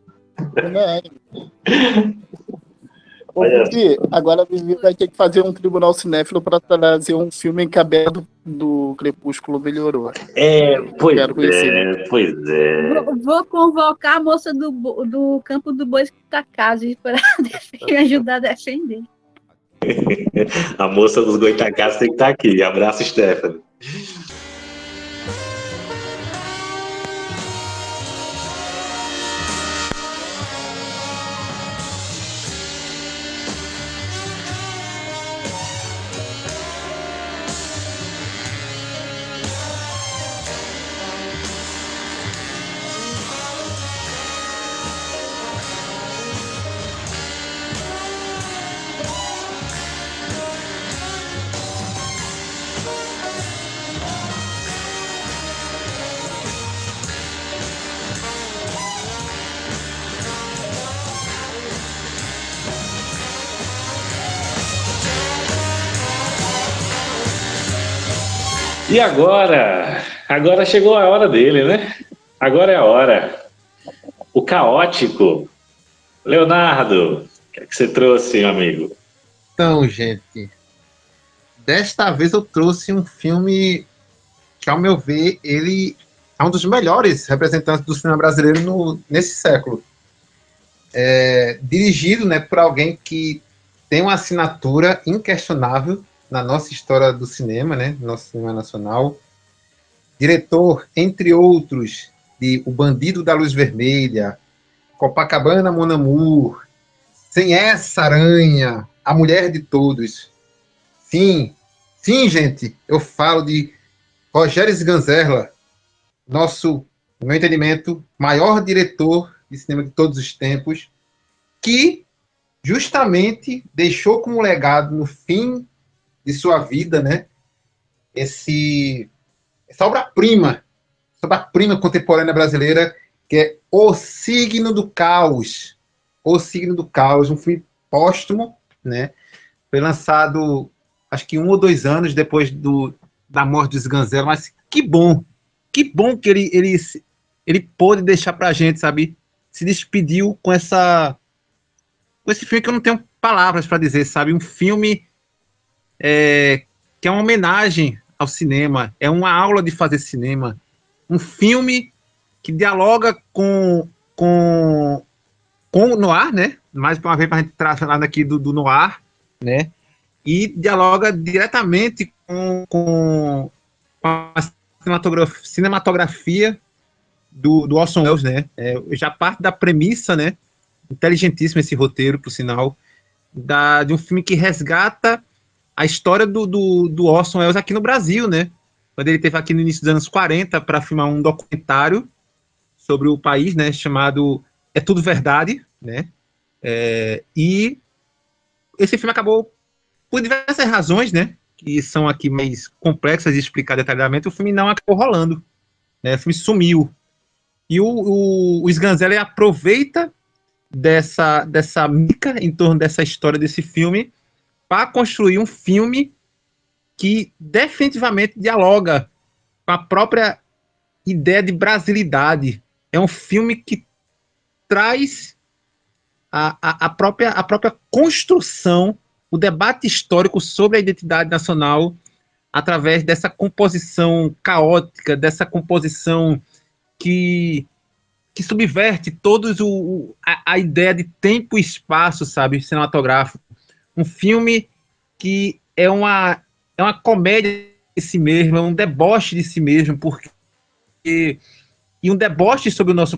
S5: Unânime. Ô, Vivi, agora a Vivi vai ter que fazer um tribunal cinéfilo para trazer um filme em que a Bela do, do Crepúsculo melhorou.
S2: É, pois
S5: Quero conhecer.
S2: é, pois é.
S6: Vou, vou convocar a moça do, do Campo do Bois Goitacazes para me ajudar a defender.
S2: A moça dos Goitacazes tem que estar aqui. Abraço, Stephanie. E agora? Agora chegou a hora dele, né? Agora é a hora. O caótico. Leonardo, o que é que você trouxe, meu amigo?
S7: Então, gente, desta vez eu trouxe um filme que, ao meu ver, ele é um dos melhores representantes do cinema brasileiro no, nesse século. É, dirigido, né, por alguém que tem uma assinatura inquestionável na nossa história do cinema, né, no nosso cinema nacional. Diretor, entre outros, de O Bandido da Luz Vermelha, Copacabana, Mon Amour, Sem Essa Aranha, A Mulher de Todos. Sim, sim, gente, eu falo de Rogério Sganzerla, nosso, no meu entendimento, maior diretor de cinema de todos os tempos, que justamente deixou como legado no fim de sua vida, né, esse, essa obra-prima, essa obra-prima contemporânea brasileira, que é O Signo do Caos. O Signo do Caos, um filme póstumo, né, foi lançado, acho que um ou dois anos depois do, da morte de Sganzerla, mas que bom, que bom que ele, ele, ele pôde deixar pra gente, sabe, se despediu com essa, com esse filme que eu não tenho palavras para dizer, sabe, um filme é, que é uma homenagem ao cinema, é uma aula de fazer cinema, um filme que dialoga com, com, com o noir, né, mais uma vez para a gente tratar aqui do, do noir, né, e dialoga diretamente com, com a cinematografia, cinematografia do, do Orson Welles, né, é, já parte da premissa, né, inteligentíssimo esse roteiro, por sinal, da, de um filme que resgata a história do, do, do Orson Welles aqui no Brasil, né, quando ele esteve aqui no início dos anos quarenta para filmar um documentário sobre o país, né, chamado É Tudo Verdade, né, é, e esse filme acabou, por diversas razões, né, que são aqui mais complexas de explicar detalhadamente, o filme não acabou rolando, né, o filme sumiu. E o, o, o Sganzerla aproveita dessa, dessa mica em torno dessa história desse filme para construir um filme que definitivamente dialoga com a própria ideia de brasilidade. É um filme que traz a, a, a, própria, a própria construção o debate histórico sobre a identidade nacional através dessa composição caótica, dessa composição que, que subverte todos o, a, a ideia de tempo e espaço, sabe, cinematográfico. Um filme que é uma, é uma comédia de si mesmo, é um deboche de si mesmo, porque e um deboche sobre o nosso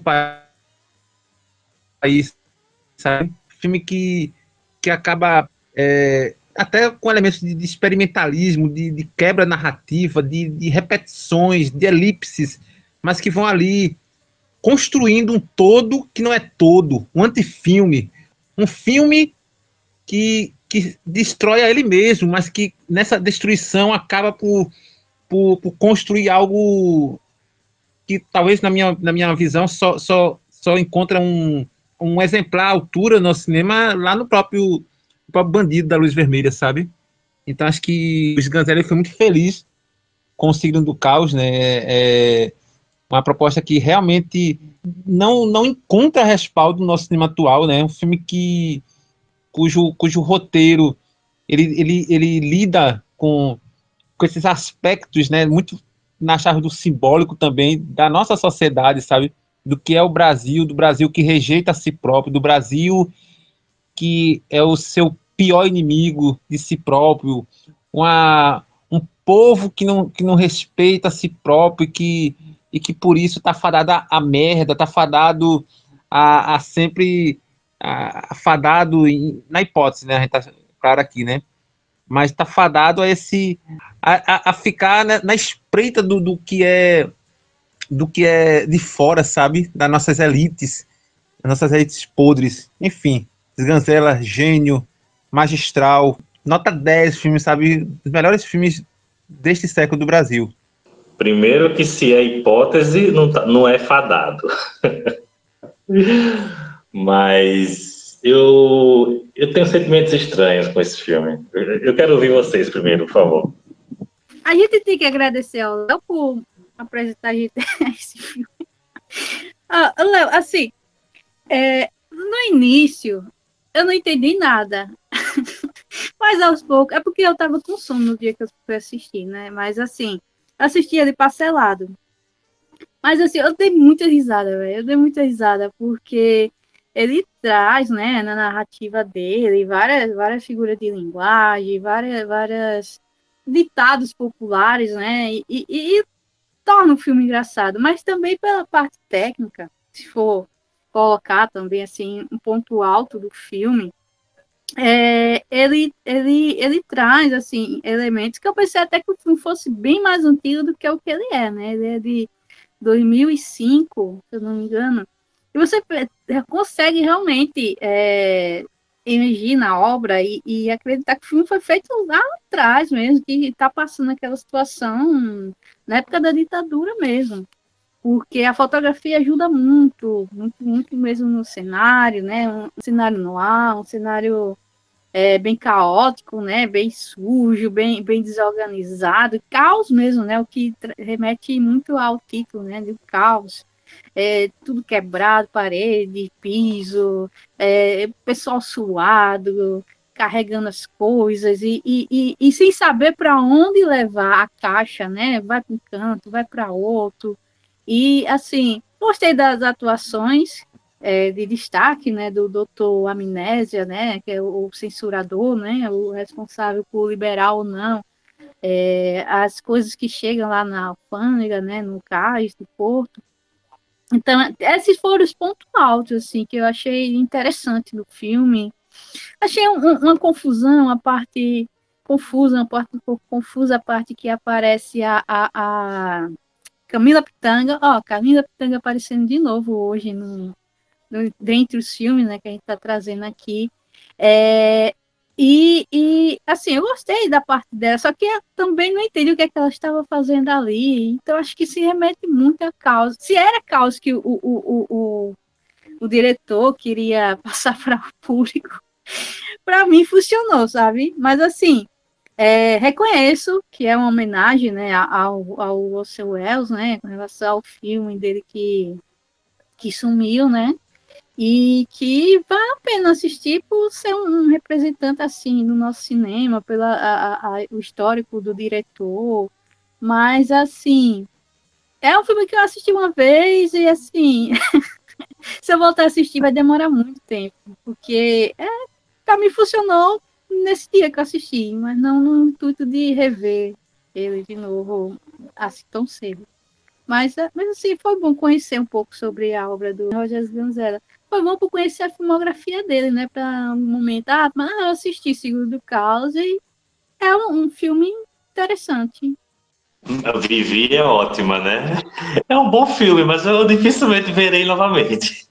S7: país, sabe? Filme que, que acaba é, até com elementos de, de experimentalismo, de, de quebra narrativa, de, de repetições, de elipses, mas que vão ali construindo um todo que não é todo, um antifilme, um filme que, que destrói a ele mesmo, mas que nessa destruição acaba por, por, por construir algo que talvez na minha, na minha visão só, só, só encontra um, um exemplar à altura no cinema lá no próprio, no próprio Bandido da Luz Vermelha, sabe? Então acho que o Sganzelli foi muito feliz com o Signo do Caos, né? É uma proposta que realmente não, não encontra respaldo no nosso cinema atual, né? Um filme que, cujo, cujo roteiro ele, ele, ele lida com, com esses aspectos, né? Muito na chave do simbólico também da nossa sociedade, sabe? Do que é o Brasil, do Brasil que rejeita a si próprio, do Brasil que é o seu pior inimigo de si próprio, uma, um povo que não, que não respeita a si próprio e que, e que por isso está fadado a, a merda, está fadado a, a sempre a, a fadado em, na hipótese, né? A gente está claro aqui, né? Mas está fadado a esse a, a, a ficar na, na espreita do, do que é do que é de fora, sabe, das nossas elites, das nossas elites podres. Enfim, Sganzella, gênio, magistral, nota dez, filme, sabe, dos melhores filmes deste século do Brasil.
S2: Primeiro que se é hipótese, não, tá, não é fadado. Mas Eu, eu tenho sentimentos estranhos com esse filme. Eu, eu quero ouvir vocês primeiro, por favor.
S6: A gente tem que agradecer ao Léo por apresentar a gente esse filme. Ah, Léo, assim, é, no início, eu não entendi nada. Mas aos poucos, é porque eu tava com sono no dia que eu fui assistir, né? Mas assim, assisti ele parcelado. Mas assim, eu dei muita risada, velho. Eu dei muita risada, porque ele traz, né, na narrativa dele, várias, várias figuras de linguagem, várias, várias ditados populares, né, e, e, e torna o filme engraçado, mas também pela parte técnica, se for colocar também, assim, um ponto alto do filme, é, ele, ele, ele traz, assim, elementos que eu pensei até que o filme fosse bem mais antigo do que o que ele é, né, ele é de dois mil e cinco, se eu não me engano, e você consegue realmente é, emergir na obra e, e acreditar que o filme foi feito lá atrás mesmo, que está passando aquela situação na época da ditadura mesmo. Porque a fotografia ajuda muito, muito, muito mesmo no cenário, né? Um cenário no ar, um cenário é, bem caótico, né? Bem sujo, bem, bem desorganizado, caos mesmo, né? O que remete muito ao título, né? Do caos. É, tudo quebrado, parede, piso, é, pessoal suado, carregando as coisas e, e, e, e sem saber para onde levar a caixa, né? Vai para um canto, vai para outro. E, assim, gostei das atuações é, de destaque, né? Do doutor Amnésia, né? Que é o censurador, né? O responsável por liberar ou não é, as coisas que chegam lá na alfândega, né? No cais do porto. Então, esses foram os pontos altos, assim, que eu achei interessante no filme. Achei um, uma confusão, a parte confusa, uma parte um pouco confusa, a parte que aparece a, a, a Camila Pitanga. Ó, oh, Camila Pitanga aparecendo de novo hoje, no, no, dentre os filmes, né, que a gente está trazendo aqui. É, e, e, assim, eu gostei da parte dela, só que eu também não entendi o que, é que ela estava fazendo ali, então acho que se remete muito a caos. Se era caos que o, o, o, o, o diretor queria passar para o público, para mim funcionou, sabe? Mas assim, é, reconheço que é uma homenagem, né, ao, ao Orson Welles, né, com relação ao filme dele que, que sumiu, né? e que vale a pena assistir por ser um representante assim do nosso cinema, pela a, a, a, o histórico do diretor, mas assim é um filme que eu assisti uma vez e assim se eu voltar a assistir vai demorar muito tempo, porque é, para mim funcionou nesse dia que eu assisti, mas não no intuito de rever ele de novo assim tão cedo. Mas, mas assim, foi bom conhecer um pouco sobre a obra do Rogério Ganzella. Foi bom por conhecer a filmografia dele, né? Para um momento, ah, mas eu assisti Signo do Caos e é um, um filme interessante.
S2: A Vivi é ótima, né? É um bom filme, mas eu dificilmente verei novamente.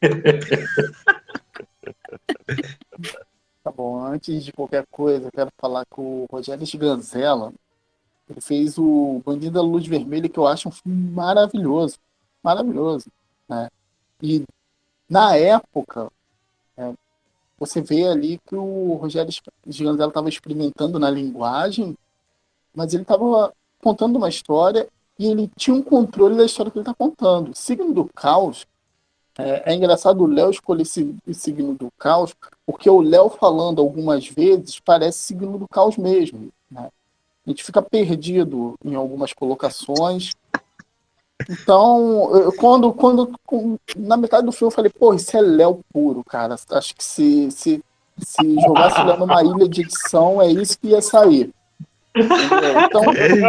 S5: Tá bom, antes de qualquer coisa, eu quero falar que o Rogério Ganzella, ele fez o Bandido da Luz Vermelha, que eu acho um filme maravilhoso. Maravilhoso, né? E na época, é, você vê ali que o Rogério Ganzella estava experimentando na linguagem, mas ele estava contando uma história e ele tinha um controle da história que ele está contando. Signo do Caos, é, é engraçado o Léo escolher esse Signo do Caos, porque o Léo falando algumas vezes parece Signo do Caos mesmo, né? A gente fica perdido em algumas colocações. Então, eu, quando, quando na metade do filme eu falei, pô, isso é Léo puro, cara. Acho que se, se, se jogasse Léo numa ilha de edição, é isso que ia sair. Entendeu? Então.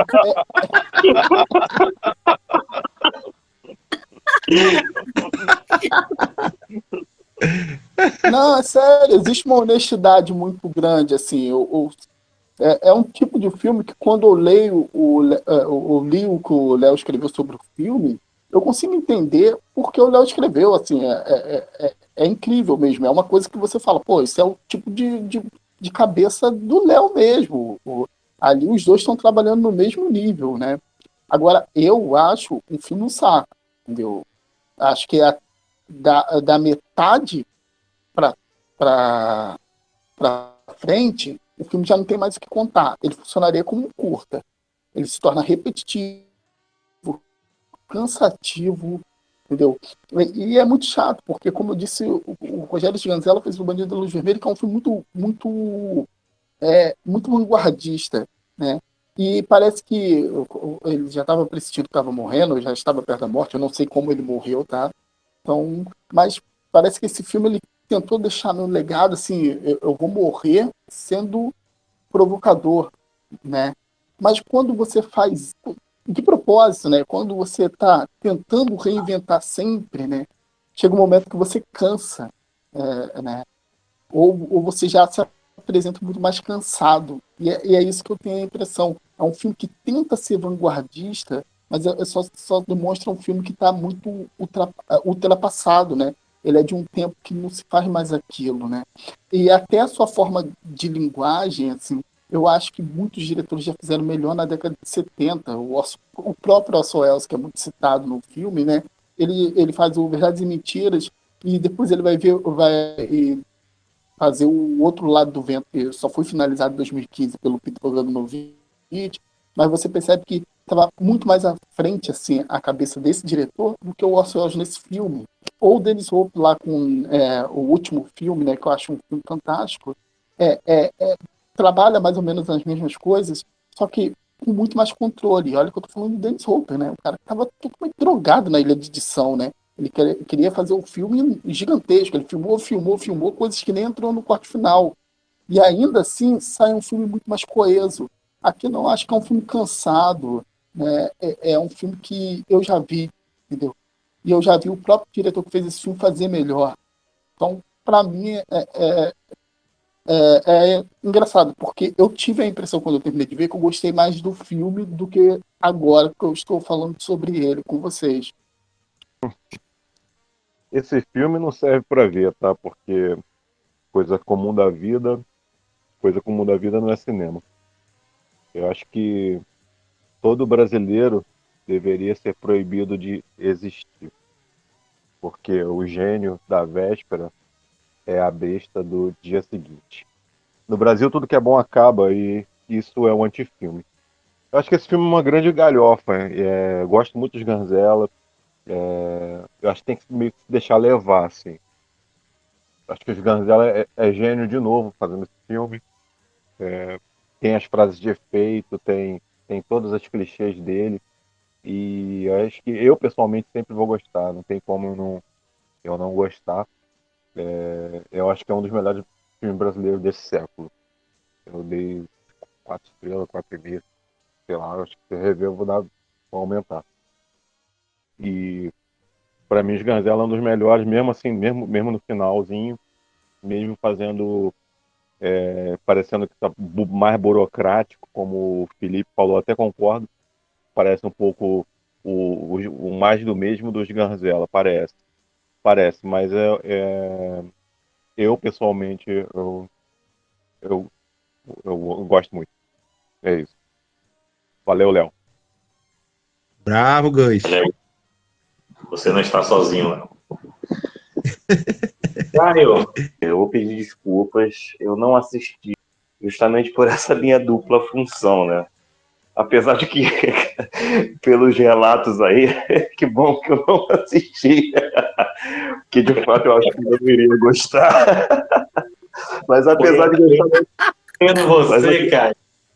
S5: É... Não, é sério, existe uma honestidade muito grande, assim. Eu, eu, é, é um tipo de filme que, quando eu leio o, eu li o que o Léo escreveu sobre o filme, eu consigo entender porque o Léo escreveu, assim, é, é, é, é incrível mesmo. É uma coisa que você fala, pô, isso é o tipo de, de, de cabeça do Léo mesmo. O, ali os dois estão trabalhando no mesmo nível, né? Agora, eu acho um filme um saco, entendeu? Acho que é da, da metade para frente, o filme já não tem mais o que contar. Ele funcionaria como um curta. Ele se torna repetitivo, cansativo, entendeu? E é muito chato, porque, como eu disse, o, o Rogério Ganzella fez o Bandido da Luz Vermelha, que é um filme muito, muito, é, muito vanguardista, né? E parece que ele já estava pressentindo que estava morrendo, já estava perto da morte, eu não sei como ele morreu, tá? Então, mas parece que esse filme ele tentou deixar no legado, assim, eu, eu vou morrer sendo provocador, né? Mas quando você faz de propósito, né? Quando você está tentando reinventar sempre, né? Chega um momento que você cansa, é, né? Ou, ou você já se apresenta muito mais cansado. E é, e é isso que eu tenho a impressão. É um filme que tenta ser vanguardista, mas é, é só, só demonstra um filme que está muito ultra, ultrapassado, né? Ele é de um tempo que não se faz mais aquilo, né? E até a sua forma de linguagem, assim, eu acho que muitos diretores já fizeram melhor na década de setenta. O, o próprio Orson Welles, que é muito citado no filme, né? Ele, ele faz o Verdades e Mentiras e depois ele vai ver, vai fazer o Outro Lado do Vento, que só foi finalizado em dois mil e quinze pelo Peter Bogdanovich, mas você percebe que estava muito mais à frente, assim, a cabeça desse diretor do que o Orson Welles nesse filme. Ou o Dennis Hope lá com é, o último filme, né, que eu acho um filme fantástico, é, é, é, trabalha mais ou menos as mesmas coisas, só que com muito mais controle. Olha que eu tô falando do Dennis Hopper, né? O cara estava totalmente drogado na ilha de edição, né? Ele queria fazer um filme gigantesco. Ele filmou, filmou, filmou coisas que nem entrou no corte final. E ainda assim sai um filme muito mais coeso. Aqui não, acho que é um filme cansado, né? É, é um filme que eu já vi, entendeu? E eu já vi o próprio diretor que fez esse filme fazer melhor. Então, para mim, é, é, é, é engraçado, porque eu tive a impressão, quando eu terminei de ver, que eu gostei mais do filme do que agora que eu estou falando sobre ele com vocês.
S4: Esse filme não serve para ver, tá? Porque coisa comum da vida, coisa comum da vida não é cinema. Eu acho que todo brasileiro deveria ser proibido de existir. Porque o gênio da véspera é a besta do dia seguinte. No Brasil, tudo que é bom acaba e isso é um antifilme. Eu acho que esse filme é uma grande galhofa. É, gosto muito dos Ganzella. É, eu acho que tem que meio que se deixar levar, assim. acho que os Ganzella é, é gênio de novo fazendo esse filme. É, tem as frases de efeito, tem, tem todas as clichês dele. E eu acho que eu, pessoalmente, sempre vou gostar. Não tem como eu não, eu não gostar. É, eu acho que é um dos melhores filmes brasileiros desse século. Eu dei quatro estrelas, quatro e meia. Sei lá, eu acho que se rever eu vou dar, vou aumentar. E pra mim os Ganzella é um dos melhores, mesmo assim, mesmo, mesmo no finalzinho, mesmo fazendo, é, parecendo que tá bu- mais burocrático, como o Felipe falou, até concordo, parece um pouco o, o, o mais do mesmo dos Ganzella, parece, parece, mas é, é- eu pessoalmente, eu, eu, eu gosto muito, é isso. Valeu, Léo.
S7: Bravo, Gus.
S2: Você não está sozinho, Léo. Caio,
S3: Eu vou pedir desculpas, eu não assisti justamente por essa minha dupla função, né? Apesar de que, pelos relatos aí, que bom que eu não assisti, que de fato eu acho que eu não iria gostar. Mas apesar de gostar,
S2: vendo você,
S3: Mas-
S2: Caio,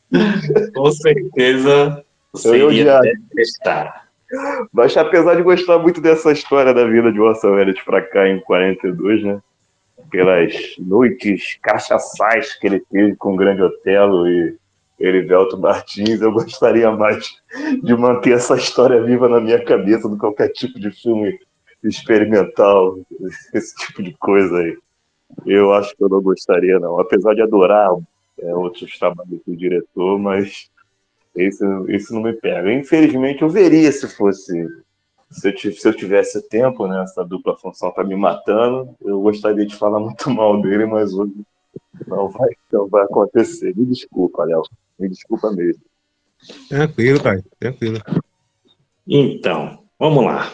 S2: com certeza você
S3: Eu ia
S2: iria
S3: odiar.
S2: detestar.
S3: mas apesar de gostar muito dessa história da vida de Orson Welles pra cá em quarenta e dois, né? Pelas noites cachaçais que ele teve com o Grande Otelo e Erivelto Martins, eu gostaria mais de manter essa história viva na minha cabeça do que qualquer tipo de filme experimental, esse tipo de coisa aí. Eu acho que eu não gostaria, não. Apesar de adorar é, outros trabalhos do diretor, mas esse, esse não me pega. Infelizmente, eu veria se fosse. Se eu, tiv- se eu tivesse tempo, né? Essa dupla função tá me matando. Eu gostaria de falar muito mal dele, mas hoje não vai, não vai acontecer. Me desculpa, Léo. Me desculpa mesmo.
S7: Tranquilo, pai. Tranquilo.
S2: Então, vamos lá.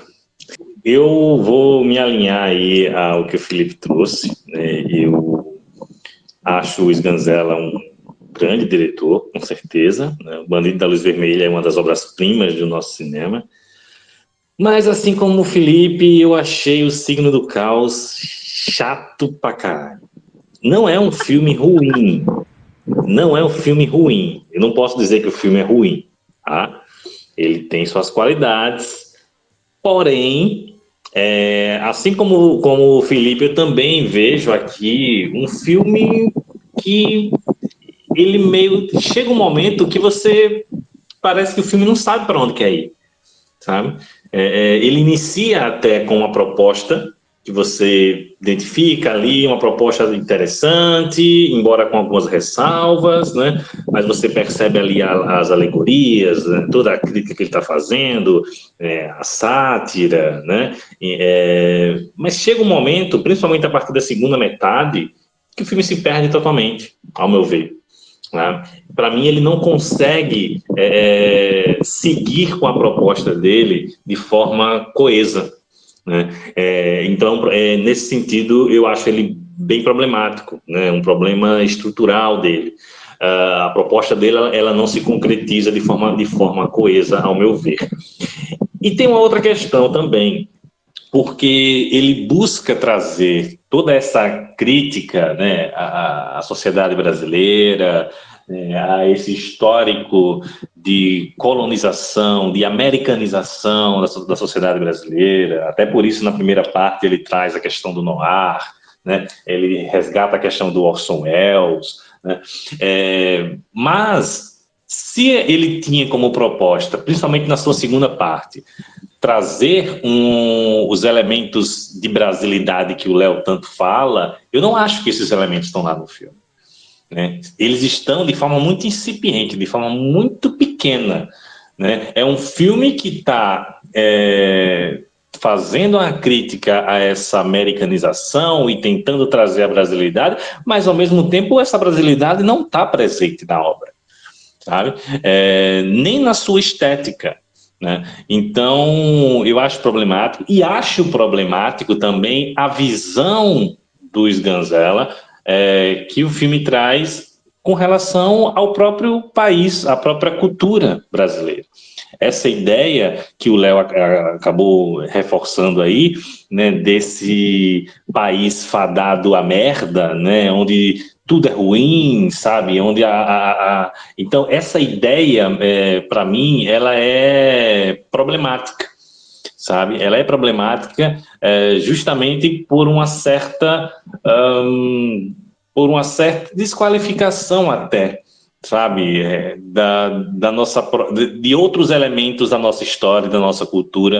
S2: Eu vou me alinhar aí ao que o Felipe trouxe, né? Eu acho o Sganzella um grande diretor, com certeza, né? O Bandido da Luz Vermelha é uma das obras-primas do nosso cinema. Mas, assim como o Felipe, eu achei o Signo do Caos chato pra caralho. Não é um filme ruim. Não é um filme ruim. Eu não posso dizer que o filme é ruim, tá? Ele tem suas qualidades, porém, é, assim como, como o Felipe, eu também vejo aqui um filme que ele meio... Chega um momento que você... Parece que o filme não sabe para onde quer ir, sabe? É, é, ele inicia até com uma proposta que você identifica ali, uma proposta interessante, embora com algumas ressalvas, né? Mas você percebe ali a, as alegorias, né? Toda a crítica que ele está fazendo, é, a sátira, né? E, é, mas chega um momento, principalmente a partir da segunda metade, que o filme se perde totalmente, ao meu ver. Né? Para mim, ele não consegue é, seguir com a proposta dele de forma coesa. Né? É, então, é, nesse sentido, eu acho ele bem problemático, né? Um problema estrutural dele. Uh, a proposta dele ela não se concretiza de forma, de forma coesa, ao meu ver. E tem uma outra questão também, porque ele busca trazer toda essa crítica, né, à, à sociedade brasileira, né, a esse histórico de colonização, de americanização da, da sociedade brasileira. Até por isso, na primeira parte, ele traz a questão do noir, né, ele resgata a questão do Orson Welles, né, é, mas se ele tinha como proposta, principalmente na sua segunda parte, trazer um, os elementos de brasilidade que o Léo tanto fala, eu não acho que esses elementos estão lá no filme. Né? Eles estão de forma muito incipiente, de forma muito pequena. Né? É um filme que está é, fazendo uma crítica a essa americanização e tentando trazer a brasilidade, mas ao mesmo tempo essa brasilidade não está presente na obra, sabe? É, nem na sua estética. Né? Então, eu acho problemático, e acho problemático também a visão do Sganzella é, que o filme traz com relação ao próprio país, à própria cultura brasileira. Essa ideia que o Léo acabou reforçando aí, né, desse país fadado à merda, né, onde tudo é ruim, sabe, onde a... a, a... Então, essa ideia, é, para mim, ela é problemática, sabe, ela é problemática é, justamente por uma certa... Um, por uma certa desqualificação até, sabe, é, da, da nossa, de, de outros elementos da nossa história, da nossa cultura,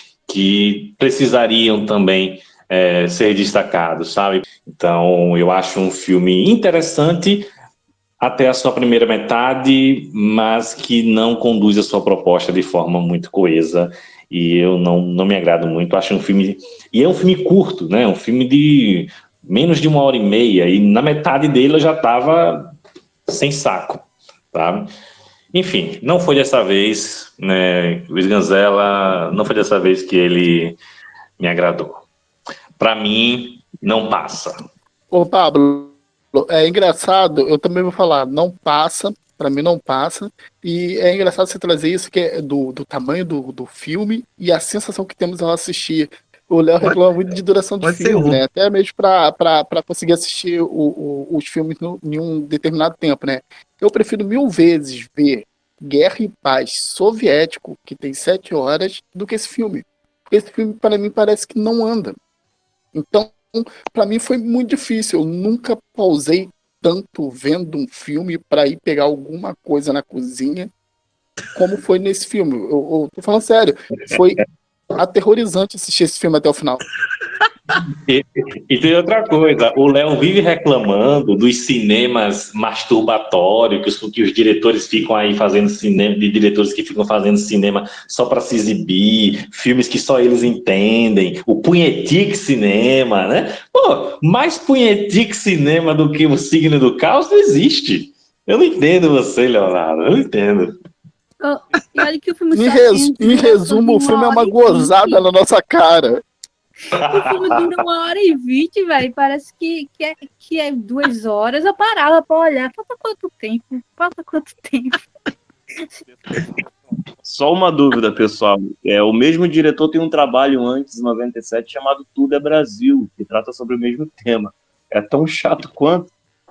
S2: que precisariam também é, ser destacados, sabe? Então, eu acho um filme interessante até a sua primeira metade, mas que não conduz a sua proposta de forma muito coesa, e eu não, não me agrado muito. Acho um filme... E é um filme curto, né? Um filme de menos de uma hora e meia, e na metade dele eu já estava sem saco, tá? Enfim, não foi dessa vez, né? Luiz Ganzella, não foi dessa vez que ele me agradou. Para mim, não passa.
S5: Ô, Pablo, é engraçado, eu também vou falar, não passa, para mim não passa, e é engraçado você trazer isso, que é do, do tamanho do, do filme e a sensação que temos ao assistir. O Léo reclama muito de duração de filme, né? Até mesmo para conseguir assistir o, o, os filmes no, em um determinado tempo, né? Eu prefiro mil vezes ver Guerra e Paz soviético, que tem sete horas, do que esse filme. Porque esse filme, para mim, parece que não anda. Então, para mim foi muito difícil. Eu nunca pausei tanto vendo um filme para ir pegar alguma coisa na cozinha como foi nesse filme. Eu, eu tô falando sério. Foi aterrorizante assistir esse filme até o final.
S2: E, e tem outra coisa, o Léo vive reclamando dos cinemas masturbatórios, que os, que os diretores ficam aí fazendo cinema, de diretores que ficam fazendo cinema só para se exibir, filmes que só eles entendem, o punhetique cinema, né? Pô, mais punhetique cinema do que o Signo do Caos não existe. Eu não entendo você, Leonardo, eu não entendo.
S6: Oh, e olha que o filme
S5: em, res, em resumo, o filme é uma gozada na nossa cara.
S6: O filme dura uma hora e vinte, velho. Parece que, que, é, que é duas horas. Eu parava pra olhar. Falta quanto tempo? Falta quanto tempo?
S3: Só uma dúvida, pessoal. É, o mesmo diretor tem um trabalho antes, em noventa e sete, chamado Tudo é Brasil, que trata sobre o mesmo tema. É tão chato quanto.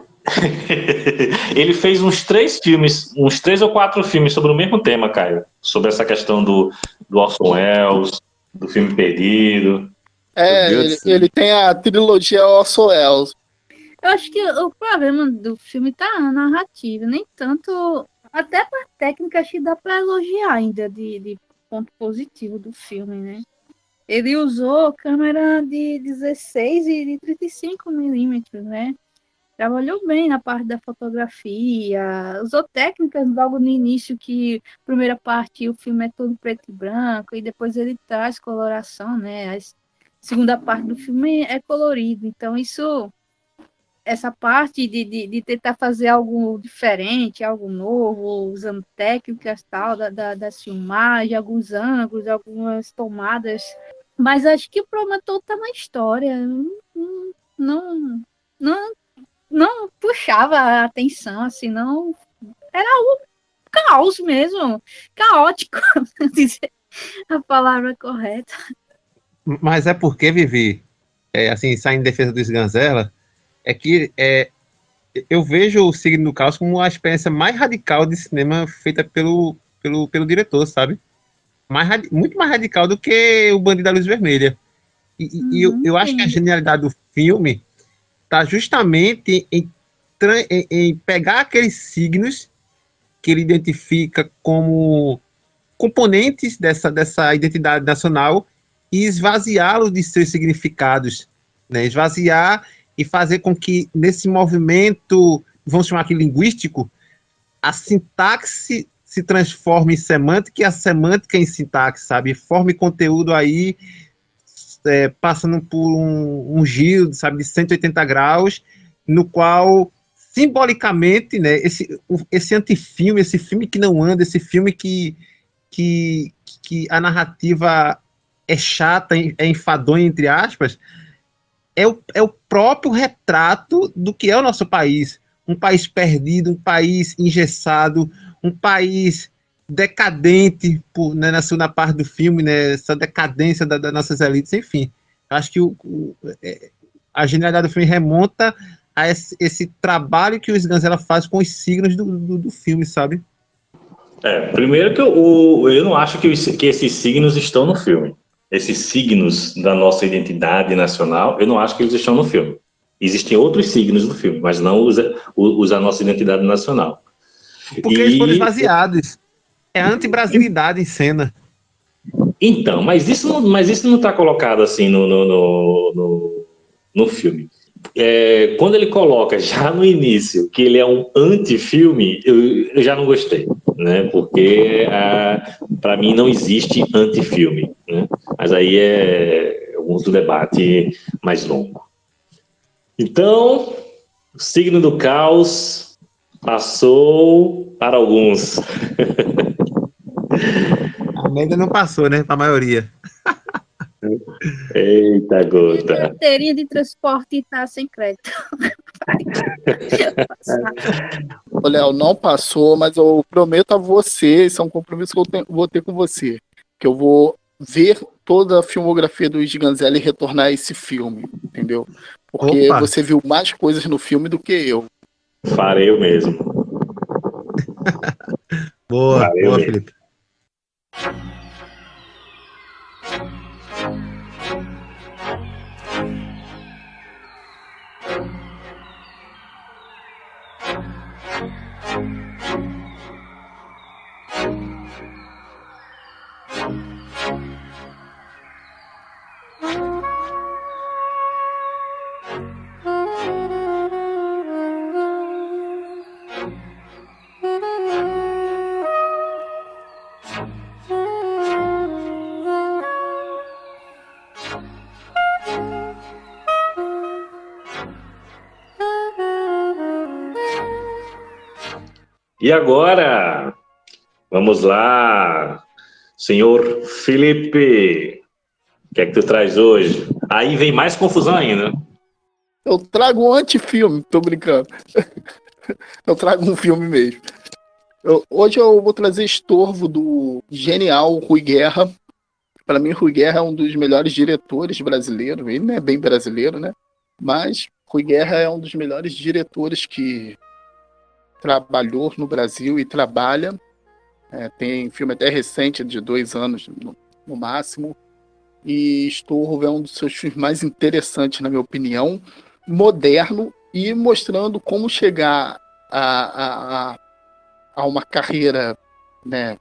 S2: Ele fez uns três filmes, uns três ou quatro filmes sobre o mesmo tema, Caio. Sobre essa questão do, do Orson Welles, do filme Perdido.
S5: É, ele, ele tem a trilogia Orson Welles.
S6: Eu acho que o problema do filme tá na narrativa, nem tanto. Até pra técnica, acho que dá pra elogiar ainda de, de ponto positivo do filme, né? Ele usou câmera de dezesseis e de trinta e cinco milímetros, né? Trabalhou bem na parte da fotografia, usou técnicas logo no início, que a primeira parte o filme é todo preto e branco, e depois ele traz coloração, né? A segunda parte do filme é colorido, então isso, essa parte de, de, de tentar fazer algo diferente, algo novo, usando técnicas tal, da, da, das filmagens, alguns ângulos, algumas tomadas, mas acho que o problema todo tá na história, não, não, não não puxava a atenção, assim, não... Era o caos mesmo, caótico, dizer a palavra correta.
S7: Mas é porque, Vivi, é, assim, saindo em defesa do Sganzella, é que é, eu vejo o Signo do Caos como a experiência mais radical de cinema feita pelo, pelo, pelo diretor, sabe? Mais, muito mais radical do que o Bandido da Luz Vermelha. E, hum, e eu, eu acho que a genialidade do filme está justamente em, em, em pegar aqueles signos que ele identifica como componentes dessa, dessa identidade nacional e esvaziá-los de seus significados, né? Esvaziar e fazer com que nesse movimento, vamos chamar aqui linguístico, a sintaxe se transforme em semântica e a semântica em sintaxe, sabe? Forme conteúdo aí É, passando por um, um giro, sabe, de cento e oitenta graus, no qual, simbolicamente, né, esse, esse antifilme, esse filme que não anda, esse filme que, que, que a narrativa é chata, é enfadonha, entre aspas, é o, é o próprio retrato do que é o nosso país. um país perdido, um país engessado, um país decadente por, né, na segunda parte do filme, né, essa decadência da, das nossas elites, enfim. Acho que o, o, a genialidade do filme remonta a esse, esse trabalho que o Sganzella faz com os signos do, do, do filme, sabe?
S2: É, primeiro que eu, o, eu não acho que, os, que esses signos estão no filme. Esses signos da nossa identidade nacional, eu não acho que eles estão no filme. Existem outros signos do filme, mas não os, os da nossa identidade nacional.
S7: Porque e... eles foram esvaziados. É a anti-brasilidade em cena.
S2: Então, mas isso não, mas isso não está colocado assim no, no, no, no, no filme. É, quando ele coloca já no início que ele é um anti-filme, eu, eu já não gostei, né? Porque para mim não existe anti-filme, né? Mas aí é um outro debate mais longo. Então, o signo do caos passou para alguns.
S7: Ainda não passou, né? Para a maioria.
S2: Eita, gota.
S6: Carteirinha de transporte e tá sem crédito.
S5: Ô, Léo, não passou, mas eu prometo a você, isso é um compromisso que eu tenho, vou ter com você, que eu vou ver toda a filmografia do Sganzella e retornar a esse filme, entendeu? Porque Opa. Você viu mais coisas no filme do que eu.
S2: Farei eu mesmo.
S7: Boa, Farei boa, Felipe.
S2: E agora, vamos lá, senhor Felipe, o que é que tu traz hoje? Aí vem mais confusão ainda.
S5: Eu trago um anti-filme, tô brincando. Eu trago um filme mesmo. Eu, hoje eu vou trazer Estorvo, do genial Rui Guerra. Para mim, Rui Guerra é um dos melhores diretores brasileiros. Ele não é bem brasileiro, né? Mas Rui Guerra é um dos melhores diretores que trabalhou no Brasil e trabalha. É, tem filme até recente, de dois anos no, no máximo. E Estorvo é um dos seus filmes mais interessantes, na minha opinião, moderno e mostrando como chegar a, a, a, a uma carreira, né,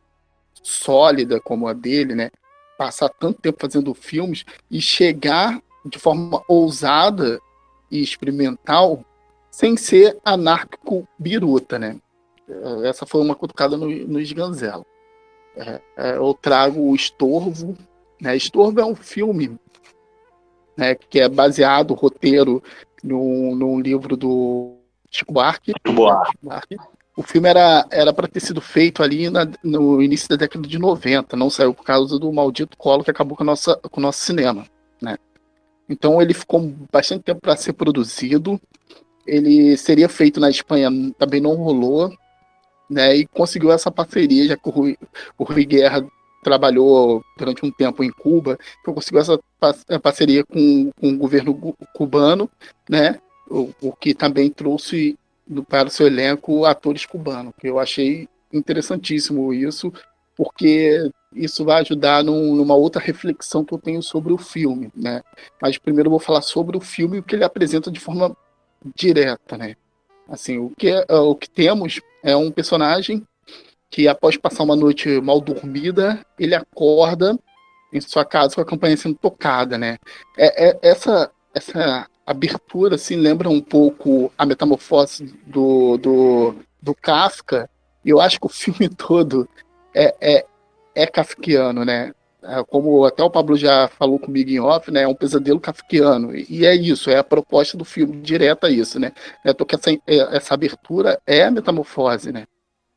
S5: sólida como a dele, né, passar tanto tempo fazendo filmes e chegar de forma ousada e experimental sem ser anárquico-biruta, né? Essa foi uma cutucada no, no Sganzella. É, é, eu trago o Estorvo. Né? Estorvo é um filme, né, que é baseado, o roteiro, num, num livro do Chico Buarque. Buarque. O filme era era para ter sido feito ali na, no início da década de noventa, não saiu por causa do maldito colo que acabou com, a nossa, com o nosso cinema. Né? Então ele ficou bastante tempo para ser produzido. Ele seria feito na Espanha, também não rolou, né? E conseguiu essa parceria, já que o Rui, o Rui Guerra trabalhou durante um tempo em Cuba, então conseguiu essa parceria com, com o governo cubano, né? O, o que também trouxe para o seu elenco atores cubanos, que eu achei interessantíssimo isso, porque isso vai ajudar num, numa outra reflexão que eu tenho sobre o filme, né? Mas primeiro eu vou falar sobre o filme e o que ele apresenta de forma direta, né? Assim, o que, o que temos é um personagem que, após passar uma noite mal dormida, ele acorda em sua casa com a campanha sendo tocada, né? É, é, essa, essa abertura, assim, lembra um pouco a metamorfose do, do, do Kafka, e eu acho que o filme todo é, é, é kafkiano, né? Como até o Pablo já falou comigo em off, né? É um pesadelo kafkiano. E é isso, é a proposta do filme, direta a isso, né? É porque essa, essa abertura é a metamorfose, né?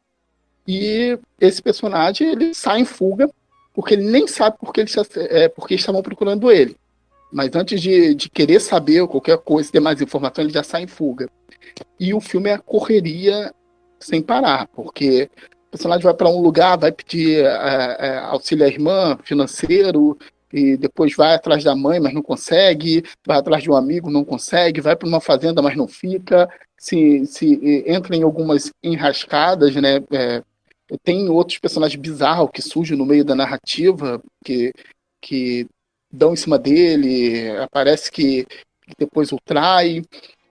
S5: E esse personagem, ele sai em fuga, porque ele nem sabe por que, ele, é, porque estavam procurando ele. Mas antes de, de querer saber qualquer coisa, ter mais informação, ele já sai em fuga. E o filme é a correria sem parar, porque o personagem vai para um lugar, vai pedir é, é, auxílio à irmã, financeiro, e depois vai atrás da mãe, mas não consegue, vai atrás de um amigo, não consegue, vai para uma fazenda, mas não fica, se, se entra em algumas enrascadas, né? É, tem outros personagens bizarros que surgem no meio da narrativa, que, que dão em cima dele, aparece que, que depois o trai.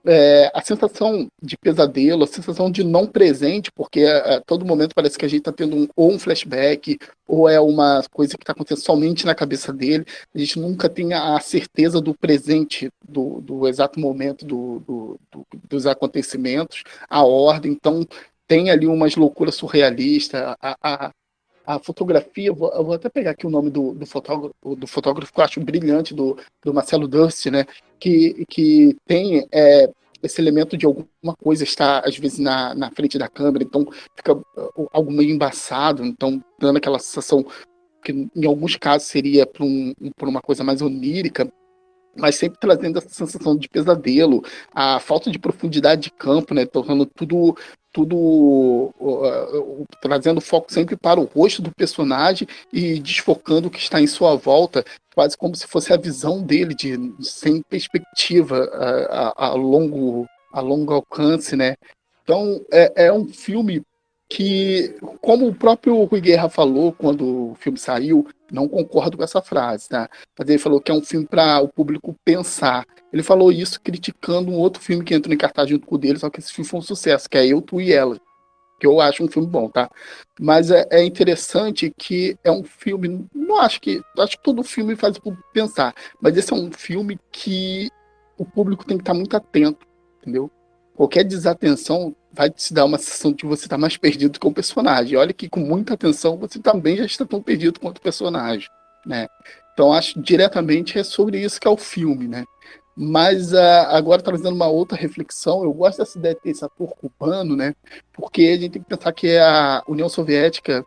S5: É, a sensação de pesadelo, a sensação de não presente, porque a, a todo momento parece que a gente está tendo um, ou um flashback, ou é uma coisa que está acontecendo somente na cabeça dele. A gente nunca tem a certeza do presente, do, do exato momento do, do, do, dos acontecimentos, a ordem. Então, tem ali umas loucuras surrealistas. A, a, a fotografia, eu vou, eu vou até pegar aqui o nome do, do, fotógrafo, do fotógrafo que eu acho brilhante, do, do Marcelo Durst, né? Que, que tem é, esse elemento de alguma coisa estar, às vezes, na, na frente da câmera, então fica uh, algo meio embaçado, então dando aquela sensação que em alguns casos seria por, um, por uma coisa mais onírica, mas sempre trazendo essa sensação de pesadelo, a falta de profundidade de campo, né, tornando tudo, tudo uh, uh, trazendo foco sempre para o rosto do personagem e desfocando o que está em sua volta, quase como se fosse a visão dele, de sem perspectiva a, a, a longo, a longo alcance, né? Então, é, é um filme que, como o próprio Rui Guerra falou quando o filme saiu, não concordo com essa frase, tá? Mas ele falou que é um filme para o público pensar. Ele falou isso criticando um outro filme que entrou em cartaz junto com o dele, só que esse filme foi um sucesso, que é Eu, Tu e Ela, que eu acho um filme bom, tá? Mas é, é interessante que é um filme, não acho que, acho que todo filme faz o público pensar, mas esse é um filme que o público tem que estar muito atento, entendeu? Qualquer desatenção vai te dar uma sensação de que você está mais perdido que o personagem. Olha que com muita atenção você também já está tão perdido quanto o personagem, né? Então acho diretamente é sobre isso que é o filme, né? Mas uh, agora trazendo uma outra reflexão, eu gosto dessa ideia de ter esse ator cubano, né? Porque a gente tem que pensar que a União Soviética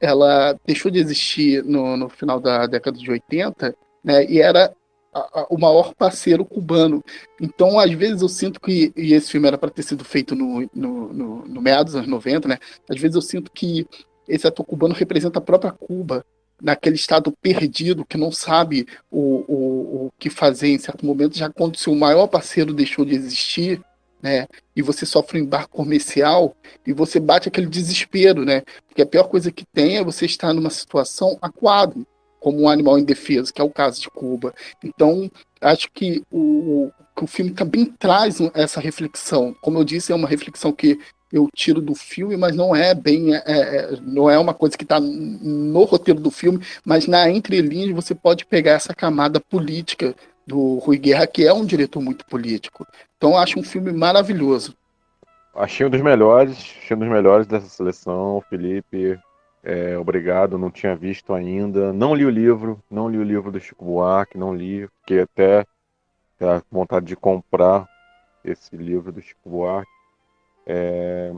S5: ela deixou de existir no, no final da década de oitenta, né? E era a, a, o maior parceiro cubano. Então, às vezes, eu sinto que, e esse filme era para ter sido feito no, no, no, no meados dos anos noventa, né? Às vezes eu sinto que esse ator cubano representa a própria Cuba, naquele estado perdido, que não sabe o, o, o que fazer em certo momento, já quando seu maior parceiro deixou de existir, né? E você sofre um embarque comercial e você bate aquele desespero, né? Porque a pior coisa que tem é você estar numa situação acuado, como um animal indefeso, que é o caso de Cuba. Então, acho que o, que o filme também traz essa reflexão. Como eu disse, é uma reflexão que eu tiro do filme, mas não é bem, é, é, não é uma coisa que está no roteiro do filme, mas na entrelinha você pode pegar essa camada política do Rui Guerra, que é um diretor muito político. Então, eu acho um filme maravilhoso.
S4: Achei um dos melhores, achei um dos melhores dessa seleção, Felipe. É, obrigado, não tinha visto ainda. Não li o livro, não li o livro do Chico Buarque, não li, fiquei até com vontade de comprar esse livro do Chico Buarque. É,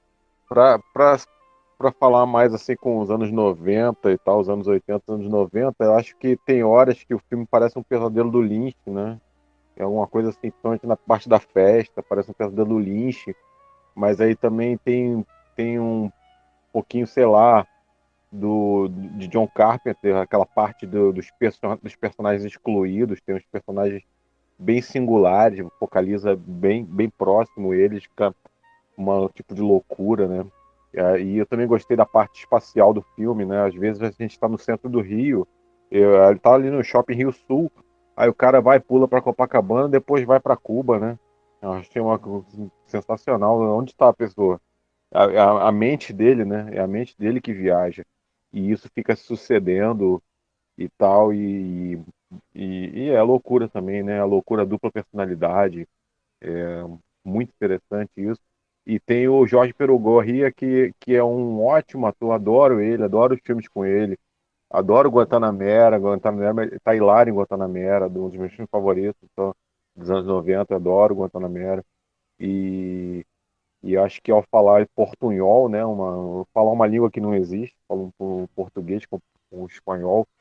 S4: para falar mais assim com os anos noventa e tal, os anos oitenta, anos noventa, eu acho que tem horas que o filme parece um pesadelo do Lynch, né? É alguma coisa assim, principalmente na parte da festa, parece um pesadelo do Lynch, mas aí também tem, tem um pouquinho, sei lá, do, de John Carpenter, aquela parte do, dos, perso dos personagens excluídos, tem uns personagens bem singulares, focaliza bem, bem próximo eles, fica um tipo de loucura, né? E eu também gostei da parte espacial do filme, né? Às vezes a gente está no centro do Rio, eu, ele tá ali no Shopping Rio Sul, aí o cara vai, pula para Copacabana, depois vai para Cuba, né? Eu achei uma sensacional. Onde está a pessoa? A, a, a mente dele, né? É a mente dele que viaja. E isso fica sucedendo e tal, e, e, e é loucura também, né? A loucura dupla personalidade, é muito interessante isso. E tem o Jorge Perugorria, que, que é um ótimo ator, adoro ele, adoro os filmes com ele, adoro Guantanamera, Guantanamera tá hilário em Guantanamera, um dos meus filmes favoritos, então, dos anos noventa, adoro Guantanamera. E E acho que ao falar portunhol, né, uma, falar uma língua que não existe, falar um português com o espanhol,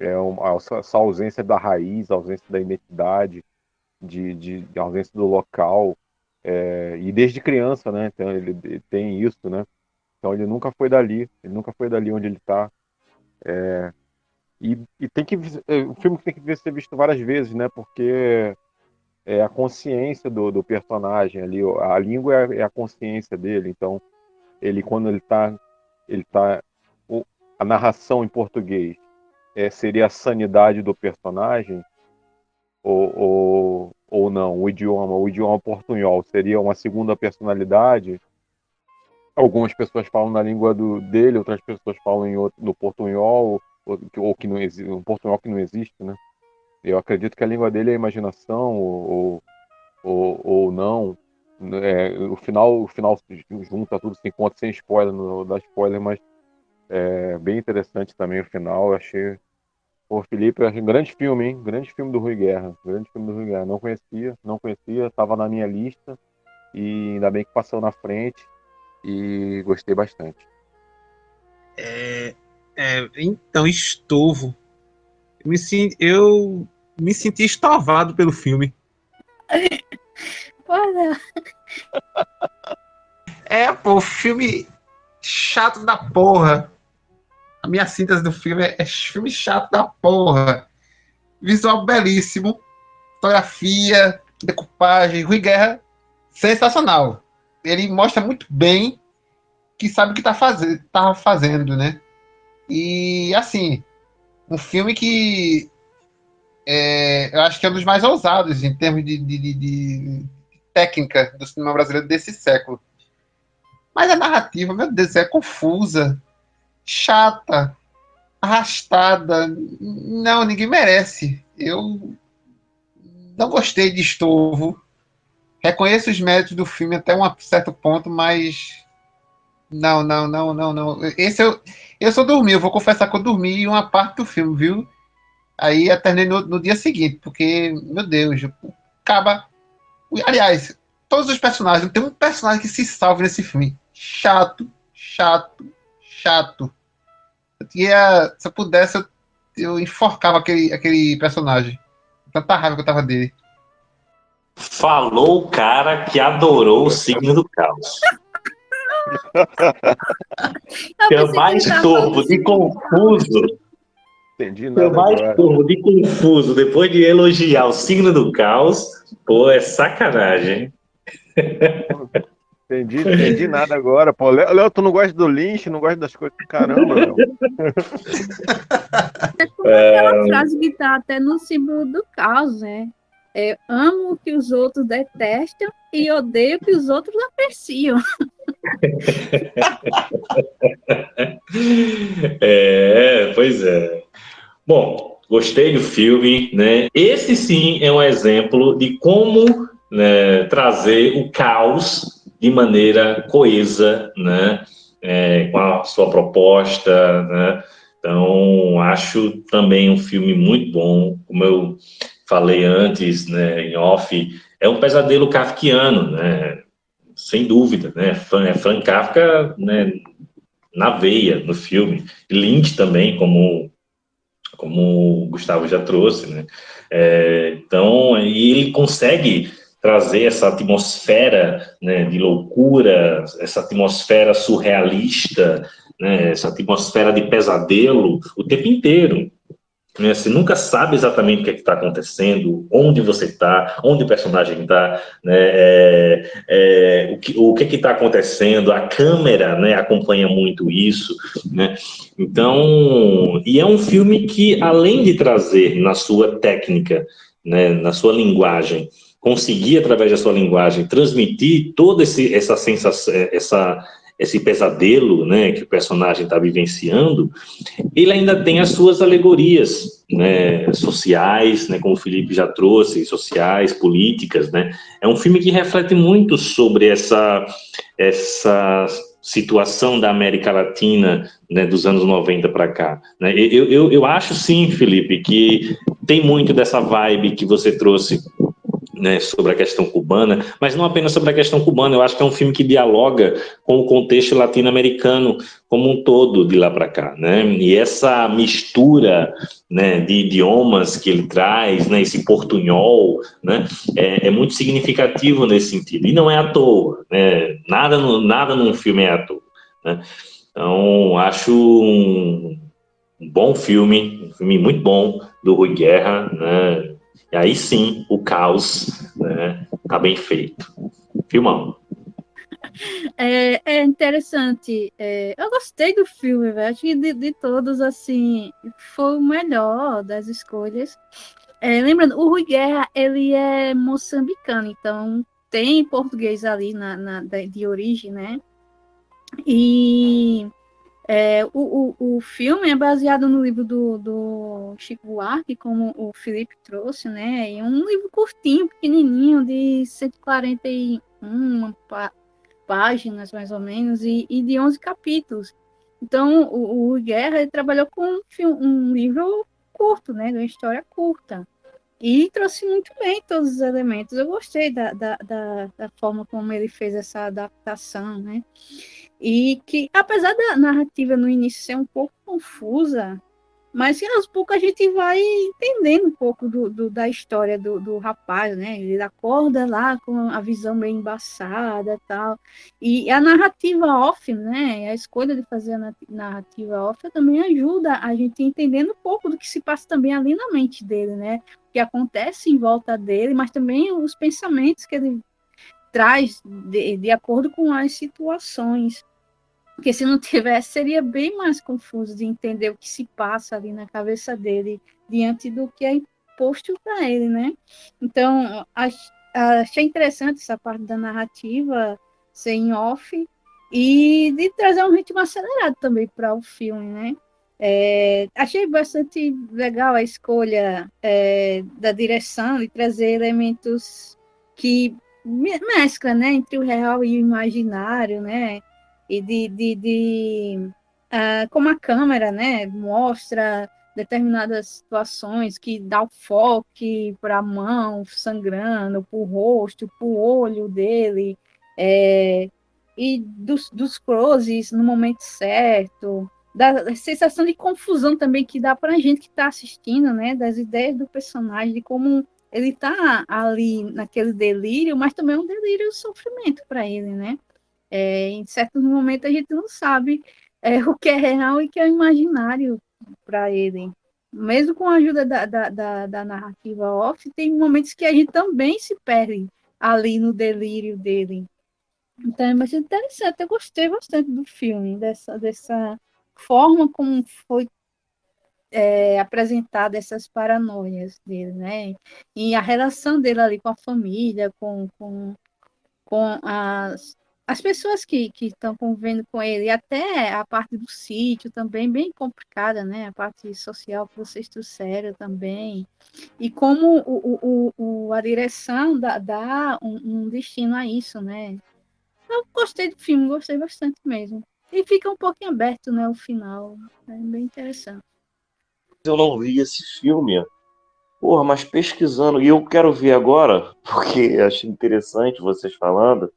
S4: é uma, essa ausência da raiz, a ausência da identidade, de, de, de ausência do local, é, e desde criança, né? Então ele, ele tem isso, né? Então ele nunca foi dali, ele nunca foi dali onde ele está. É, e, e tem que é um filme que tem que ser visto várias vezes, né? Porque é a consciência do, do personagem ali, a língua é a, é a consciência dele. Então ele, quando ele está ele tá, o, a narração em português é, seria a sanidade do personagem, ou, ou, ou não, o idioma, o idioma portunhol seria uma segunda personalidade. Algumas pessoas falam na língua do, dele, outras pessoas falam em outro, no portunhol, ou, ou que não existe, um portunhol que não existe, né? Eu acredito que a língua dele é a imaginação, ou, ou, ou não. É, o final, o final junta tudo, se encontra sem spoiler, não dá spoiler, mas é bem interessante também o final. Eu achei. Pô, Felipe, um grande filme, hein? Grande filme do Rui Guerra. Grande filme do Rui Guerra. Não conhecia, não conhecia, estava na minha lista, e ainda bem que passou na frente, e gostei bastante.
S7: É, é, então, Estovo. Eu me, eu me senti estovado pelo filme.
S6: Olha.
S7: É, pô, filme chato da porra. A minha síntese do filme é, é filme chato da porra. Visual belíssimo. Fotografia, decupagem. Rui Guerra, sensacional. Ele mostra muito bem que sabe o que tá, faz... tá fazendo, né? E, assim, um filme que é, eu acho que é um dos mais ousados em termos de, de, de, de técnica do cinema brasileiro desse século. Mas a narrativa, meu Deus, é confusa, chata, arrastada. Não, ninguém merece. Eu não gostei de Estovo. Reconheço os méritos do filme até um certo ponto, mas não, não, não, não, não. Esse eu, eu só dormi, eu vou confessar que eu dormi em uma parte do filme, viu? Aí eu terminei no, no dia seguinte, porque, meu Deus, acaba. Aliás, todos os personagens, não tem um personagem que se salve nesse filme. Chato, chato, chato. Eu tinha, se eu pudesse, eu, eu enforcava aquele, aquele personagem. Tanta raiva que eu tava dele.
S2: Falou o cara que adorou o signo do caos. Pelo mais turbo de confuso.
S4: Entendi nada.
S2: Pelo mais
S4: agora.
S2: turbo de confuso, depois de elogiar o signo do caos, pô, é sacanagem.
S4: Entendi, entendi nada agora. Pô, Léo, Léo, tu não gosta do Lynch, não gosta das coisas. Caramba, Léo.
S6: É aquela frase que tá até no símbolo do caos, né? É, amo o que os outros detestam e odeio o que os outros apreciam.
S2: É, pois é. Bom, gostei do filme, né? Esse sim é um exemplo de como, né, trazer o caos de maneira coesa, né? É, com a sua proposta, né? Então, acho também um filme muito bom, como eu falei antes, né, em off, é um pesadelo kafkiano, né, sem dúvida, né, é Frank Kafka, né, na veia, no filme, Lynch também, como, como o Gustavo já trouxe, né, é, então, e ele consegue trazer essa atmosfera, né, de loucura, essa atmosfera surrealista, né, essa atmosfera de pesadelo o tempo inteiro. Né? Você nunca sabe exatamente o que é está acontecendo, onde você está, onde o personagem está, né? é, é, o que o que está acontecendo, a câmera, né, acompanha muito isso, né? Então, e é um filme que, além de trazer na sua técnica, né, na sua linguagem, conseguir, através da sua linguagem, transmitir toda esse, essa sensação, essa esse pesadelo, né, que o personagem está vivenciando, ele ainda tem as suas alegorias, né, sociais, né, como o Felipe já trouxe, sociais, políticas, né. É um filme que reflete muito sobre essa, essa situação da América Latina, né, dos anos noventa para cá. Né. Eu, eu, eu acho sim, Felipe, que tem muito dessa vibe que você trouxe né, sobre a questão cubana, mas não apenas sobre a questão cubana. Eu acho que é um filme que dialoga com o contexto latino-americano como um todo, de lá para cá, né? E essa mistura, né, de idiomas que ele traz, né, esse portunhol, né, é, é muito significativo nesse sentido. E não é à toa, né? Nada, no, nada num filme é à toa, né? Então, acho um, um bom filme, um filme muito bom do Rui Guerra, né? E aí sim, o caos, né, tá bem feito. Filmão.
S6: É, é interessante. É, eu gostei do filme, velho. Acho que de, de todos, assim, foi o melhor das escolhas. É, lembrando, o Rui Guerra, ele é moçambicano, então tem português ali na, na, de origem, né? E é, o, o, o filme é baseado no livro do, do Chico Buarque, como o Felipe trouxe, né? E um livro curtinho, pequenininho, de cento e quarenta e uma pá, páginas, mais ou menos, e, e de onze capítulos. Então, o, o Guerra ele trabalhou com um, filme, um livro curto, né? De uma história curta. E trouxe muito bem todos os elementos. Eu gostei da, da, da, da forma como ele fez essa adaptação, né? E que, apesar da narrativa no início ser um pouco confusa, mas que aos poucos a gente vai entendendo um pouco do, do, da história do, do rapaz, né? Ele acorda lá com a visão bem embaçada e tal. E a narrativa off, né? A escolha de fazer a narrativa off também ajuda a gente entendendo um pouco do que se passa também ali na mente dele, né? O que acontece em volta dele, mas também os pensamentos que ele traz de, de acordo com as situações. Porque se não tivesse, seria bem mais confuso de entender o que se passa ali na cabeça dele diante do que é imposto para ele, né? Então, achei interessante essa parte da narrativa ser em off e de trazer um ritmo acelerado também para o filme, né? É, achei bastante legal a escolha é, da direção de trazer elementos que mesclam, né, entre o real e o imaginário, né? E de, de, de uh, como a câmera, né, mostra determinadas situações que dá o foco para a mão sangrando, para o rosto, para o olho dele, é, e dos, dos closes no momento certo, da sensação de confusão também que dá para a gente que está assistindo, né, das ideias do personagem, de como ele está ali naquele delírio, mas também é um delírio de sofrimento para ele, né? É, em certos momentos a gente não sabe é, o que é real e o que é imaginário para ele. Mesmo com a ajuda da, da, da, da narrativa off, tem momentos que a gente também se perde ali no delírio dele. Então é bastante interessante. Eu gostei bastante do filme, dessa, dessa forma como foi é, apresentada essas paranoias dele, né? E a relação dele ali com a família, com, com, com as As pessoas que que estão convivendo com ele, e até a parte do sítio também, bem complicada, né? A parte social que vocês trouxeram também. E como o, o, o, a direção dá, dá um, um destino a isso, né? Eu gostei do filme, gostei bastante mesmo. E fica um pouquinho aberto, né? O final. É bem interessante.
S3: Eu não vi esse filme. Porra, mas pesquisando, e eu quero ver agora, porque achei interessante vocês falando.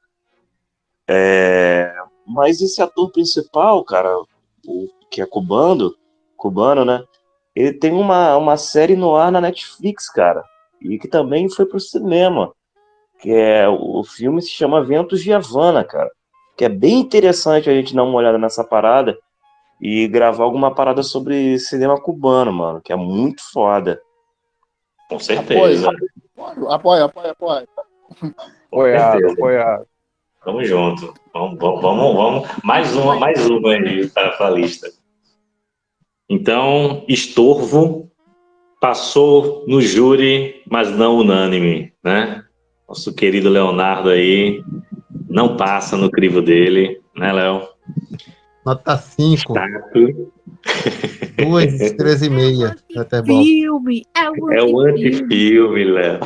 S3: É, mas esse ator principal, cara, o que é cubano, cubano, né? Ele tem uma, uma série no ar na Netflix, cara, e que também foi pro cinema, que é o filme se chama Ventos de Havana, cara, que é bem interessante a gente dar uma olhada nessa parada e gravar alguma parada sobre cinema cubano, mano, que é muito foda.
S2: Com certeza.
S5: Apoia, apoia, apoia.
S4: Apoiado, apoiado.
S2: Tamo junto. Vamos, vamos, vamos, vamos. Mais uma, mais uma aí para a lista. Então, Estorvo passou no júri, mas não unânime, né? Nosso querido Leonardo aí não passa no crivo dele, né, Léo?
S7: Nota cinco.
S2: Chato.
S7: Duas estrelas e meia. Até bom.
S6: Filme, é o
S2: É o antifilme, Léo.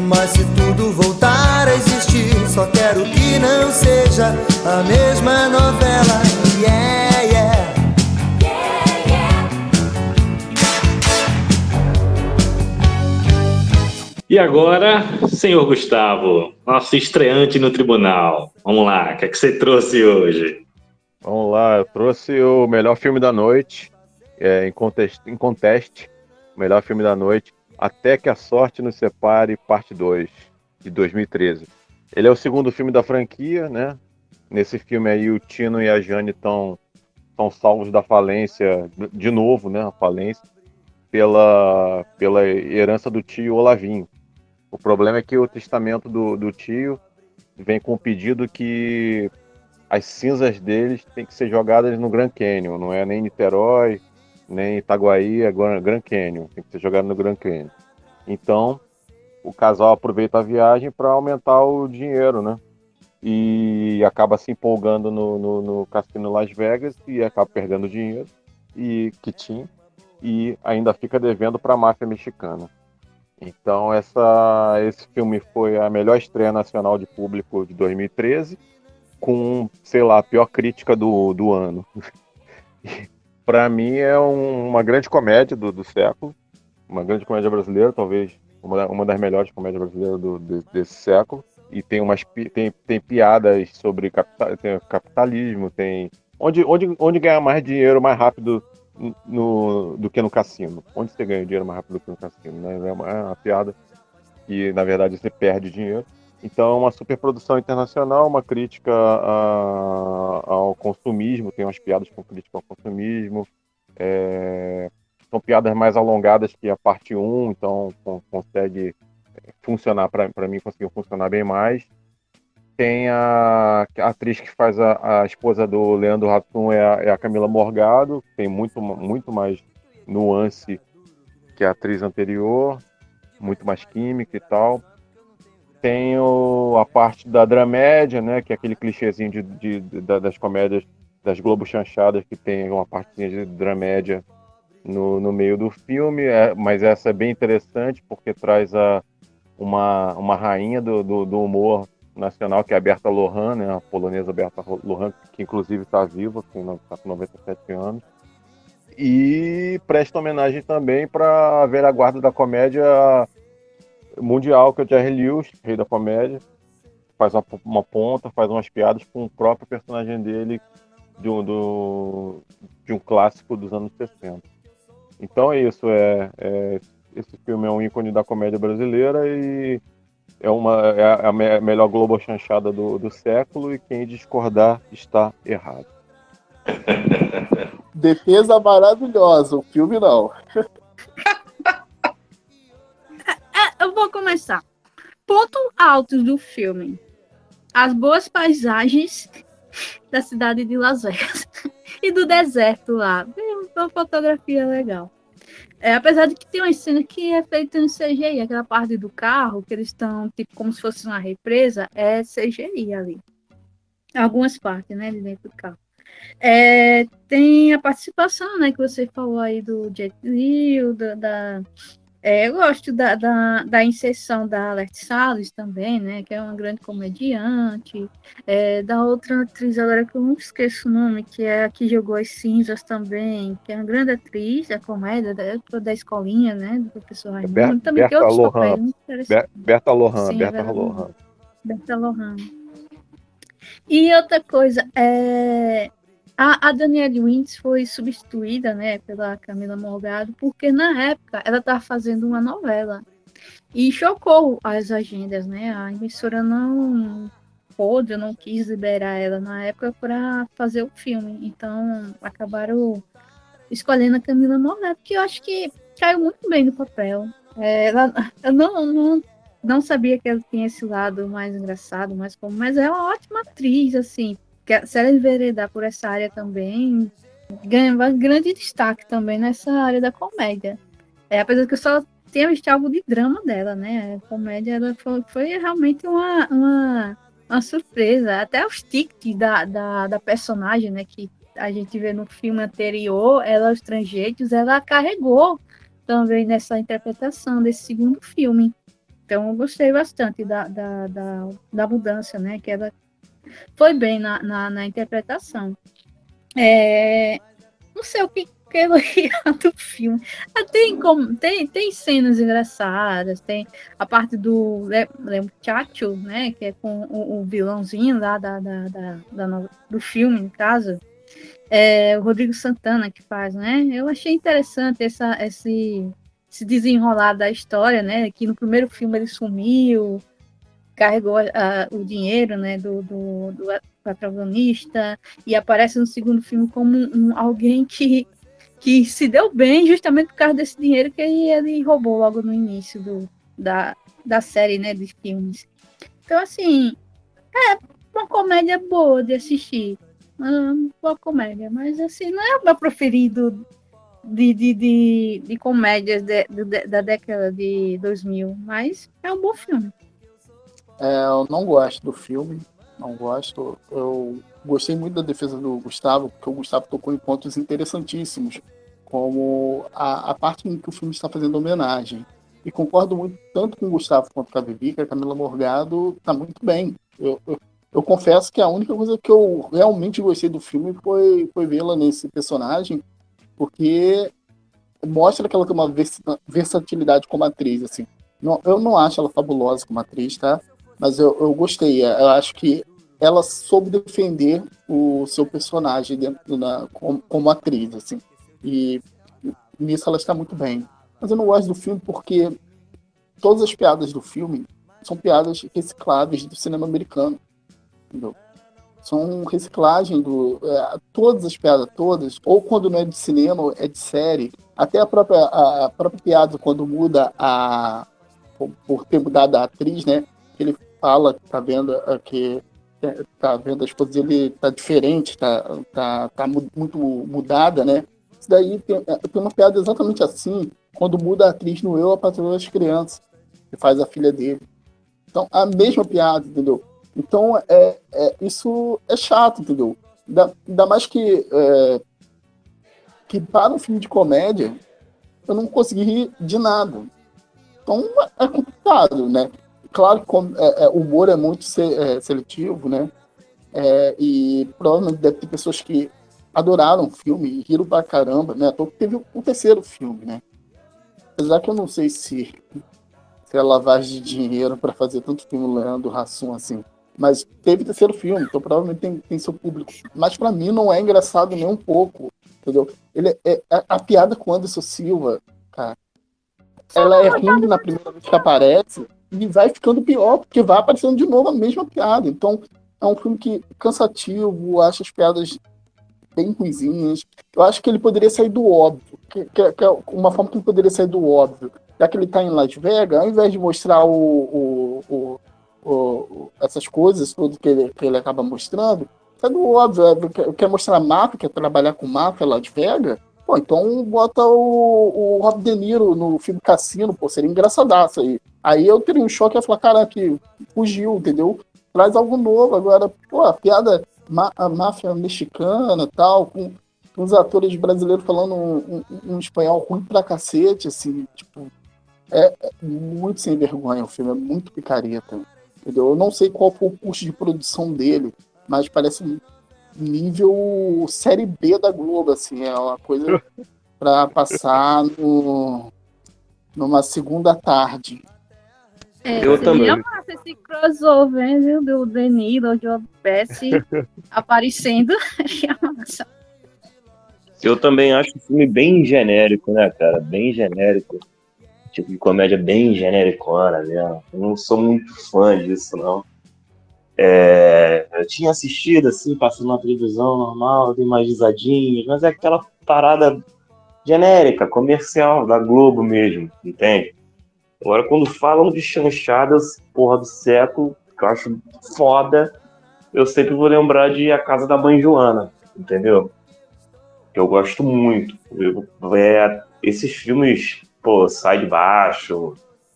S10: Mas se tudo voltar a existir, só quero que não seja a mesma novela. Yeah, yeah.
S1: Yeah, yeah.
S2: E agora, senhor Gustavo, nosso estreante no tribunal. Vamos lá, o que é que você trouxe hoje?
S4: Vamos lá, eu trouxe o melhor filme da noite, é, em, contest, em conteste, o melhor filme da noite, Até que a Sorte Nos Separe, parte dois, de dois mil e treze. Ele é o segundo filme da franquia, né? Nesse filme aí o Tino e a Jane estão salvos da falência, de novo, né? A falência, pela, pela herança do tio Olavinho. O problema é que o testamento do, do tio vem com o pedido que as cinzas deles têm que ser jogadas no Grand Canyon, não é nem Niterói, nem Itaguaí, é Grand Canyon, tem que ser jogado no Grand Canyon. Então, o casal aproveita a viagem para aumentar o dinheiro, né? E acaba se empolgando no, no, no cassino Las Vegas e acaba perdendo dinheiro e, que tinha, e ainda fica devendo para a máfia mexicana. Então, essa, esse filme foi a melhor estreia nacional de público de dois mil e treze, com, sei lá, a pior crítica do, do ano. Para mim é um, uma grande comédia do, do século, uma grande comédia brasileira, talvez uma, uma das melhores comédias brasileiras do, de, desse século, e tem, umas, tem, tem piadas sobre capital, tem capitalismo, tem onde, onde, onde ganhar mais dinheiro mais rápido no, do que no cassino, onde você ganha dinheiro mais rápido do que no cassino, né? É uma, é uma piada que na verdade você perde dinheiro. Então é uma superprodução internacional, uma crítica a, ao consumismo, tem umas piadas com crítica ao consumismo, é, são piadas mais alongadas que a parte um, então com, consegue funcionar, para mim conseguiu funcionar bem mais. Tem a, a atriz que faz a, a esposa do Leandro Hassum, é a, é a Camila Morgado, tem muito, muito mais nuance que a atriz anterior, muito mais química e tal. Tem o, a parte da dramédia, né, que é aquele clichêzinho de, de, de, das comédias das Globo chanchadas, que tem uma partezinha de dramédia no, no meio do filme, é, mas essa é bem interessante porque traz a, uma, uma rainha do, do, do humor nacional, que é a Berta Lohan, né, a polonesa Berta Lohan, que inclusive está viva, está com noventa e sete anos, e presta homenagem também para a velha guarda da comédia mundial, que é o Jerry Lewis, rei da comédia, faz uma, uma ponta, faz umas piadas com o próprio personagem dele de um, do, de um clássico dos anos sessenta. Então é isso, é, é, esse filme é um ícone da comédia brasileira e é, uma, é a me, melhor Globo chanchada do, do século, e quem discordar está errado.
S5: Defesa maravilhosa, o filme não.
S6: Eu vou começar. Ponto alto do filme: as boas paisagens da cidade de Las Vegas e do deserto lá. Uma fotografia legal. É, apesar de que tem uma cena que é feita em C G I, aquela parte do carro, que eles estão tipo como se fosse uma represa, é C G I ali. Algumas partes, né, de dentro do carro. É, tem a participação, né, que você falou aí do Jet Li, da... da É, eu gosto da, da, da inserção da Alerte Salles também, né? Que é uma grande comediante. É, da outra atriz, agora que eu não esqueço o nome, que é a que jogou As Cinzas também, que é uma grande atriz da comédia, da, da escolinha, né? Do professor Raimundo.
S4: Ber-
S6: Também
S4: Berta
S6: tem outros
S4: Lohan.
S6: papéis muito interessantes.
S4: Ber- Berta Lohan,
S6: Sim,
S4: Berta
S6: Berta
S4: Lohan.
S6: Berta Lohan. E outra coisa, é... A, a Danielle Wintz foi substituída, né, pela Camila Morgado, porque na época ela estava fazendo uma novela e chocou as agendas, né? A emissora não pôde, não quis liberar ela na época para fazer o filme, então acabaram escolhendo a Camila Morgado, que eu acho que caiu muito bem no papel. É, ela, eu não, não, não sabia que ela tinha esse lado mais engraçado, mais como, mas é uma ótima atriz, assim. Que se ela enveredar por essa área também, ganha um grande destaque também nessa área da comédia. É, apesar que eu só tenha visto algo de drama dela, né? A comédia ela foi, foi realmente uma, uma, uma surpresa. Até os tics da, da, da personagem, né? Que a gente vê no filme anterior, ela, os trejeitos, ela carregou também nessa interpretação desse segundo filme. Então, eu gostei bastante da, da, da, da mudança, né? Que ela foi bem na, na, na interpretação. É, não sei o que, que elogiar do filme. Ah, Tem, como, tem, tem cenas engraçadas, tem a parte do Le, Le Muchacho, né? Que é com o, o vilãozinho lá da, da, da, da no- do filme, no caso. É o Rodrigo Santana que faz, né? Eu achei interessante essa, esse, esse desenrolar da história, né? Que no primeiro filme ele sumiu, carregou ah, o dinheiro, né, do, do, do protagonista e aparece no segundo filme como um, um- alguém que, que se deu bem justamente por causa desse dinheiro que ele, ele roubou logo no início do, da, da série, né, de filmes. Então, assim, é uma comédia boa de assistir. Uma boa comédia, mas assim, não é o meu preferido de, de, de, de comédias de, de- da década de dois mil, mas é um bom filme.
S5: É, eu não gosto do filme, não gosto. Eu gostei muito da defesa do Gustavo, porque o Gustavo tocou em pontos interessantíssimos, como a, a parte em que o filme está fazendo homenagem. E concordo muito tanto com o Gustavo quanto com a Vivi, que a Camila Morgado está muito bem. Eu, eu, eu confesso que a única coisa que eu realmente gostei do filme foi, foi vê-la nesse personagem, porque mostra que ela tem uma vers- versatilidade como atriz, assim. Não, eu não acho ela fabulosa como atriz, tá? Mas eu, eu gostei. Eu acho que ela soube defender o seu personagem dentro da, como, como atriz, assim. E nisso ela está muito bem. Mas eu não gosto do filme porque todas as piadas do filme são piadas recicláveis do cinema americano, entendeu? São reciclagem do. É, todas as piadas, todas, ou quando não é de cinema, é de série. Até a própria, a própria piada, quando muda a. Por, por ter mudado a atriz, né? Ele fala que tá vendo é, que é, tá vendo a esposa dele tá diferente, tá, tá, tá mu- muito mudada, né? Isso daí tem, é, tem uma piada exatamente assim, quando muda a atriz no Eu, a Patroa das Crianças, que faz a filha dele. Então, a mesma piada, entendeu? Então, é, é, isso é chato, entendeu? Ainda, ainda mais que, é, que para um filme de comédia, eu não consegui rir de nada. Então, é complicado, né? Claro que com- é, é, o humor é muito se- é, seletivo, né? É, e provavelmente deve ter pessoas que adoraram o filme e riram pra caramba, né? Então, teve o terceiro filme, né? Apesar que eu não sei se se é lavagem de dinheiro para fazer tanto filme Leandro Hassum assim. Mas teve terceiro filme, então provavelmente tem, tem seu público. Mas para mim não é engraçado nem um pouco, entendeu? Ele é, é- a, a piada com o Anderson Silva, cara, ela é ruim na primeira vez que aparece e vai ficando pior, porque vai aparecendo de novo a mesma piada. Então é um filme que cansativo, acho as piadas bem ruinzinhas. Eu acho que ele poderia sair do óbvio, que, que- que é uma forma que ele poderia sair do óbvio. Já que ele está em Las Vegas, ao invés de mostrar o, o- o- o- o- essas coisas, tudo que ele, que ele acaba mostrando, sai do óbvio. É, quer, quer mostrar máfia, quer trabalhar com máfia em Las Vegas? Pô, então bota o, o Robert De Niro no filme Cassino, pô, seria engraçadaço aí. Aí eu teria um choque e ia falar, caraca, que fugiu, entendeu? Traz algo novo. Agora, pô, a piada ma- a máfia mexicana tal, com, com os atores brasileiros falando um, um- um espanhol ruim pra cacete, assim, tipo, é, é muito sem vergonha o filme, é muito picareta, entendeu? Eu não sei qual foi o custo de produção dele, mas parece um nível série B da Globo, assim, é uma coisa pra passar no, numa segunda tarde.
S6: É,
S3: Eu
S6: seria
S3: também.
S6: massa esse crossover, hein, viu? Do Danilo, o Joe Pesci aparecendo. Seria massa.
S3: Eu também acho o filme bem genérico, né, cara? Bem genérico. Tipo de comédia bem genericona, né? Eu não sou muito fã disso, não. É, eu tinha assistido, assim, passando na televisão normal, dei umas risadinhas, mas é aquela parada genérica, comercial, da Globo mesmo, entende? Agora, quando falam de chanchadas, porra do século, que eu acho foda, eu sempre vou lembrar de A Casa da Mãe Joana, entendeu? Que eu gosto muito. Eu- é, esses filmes, pô, Sai de Baixo,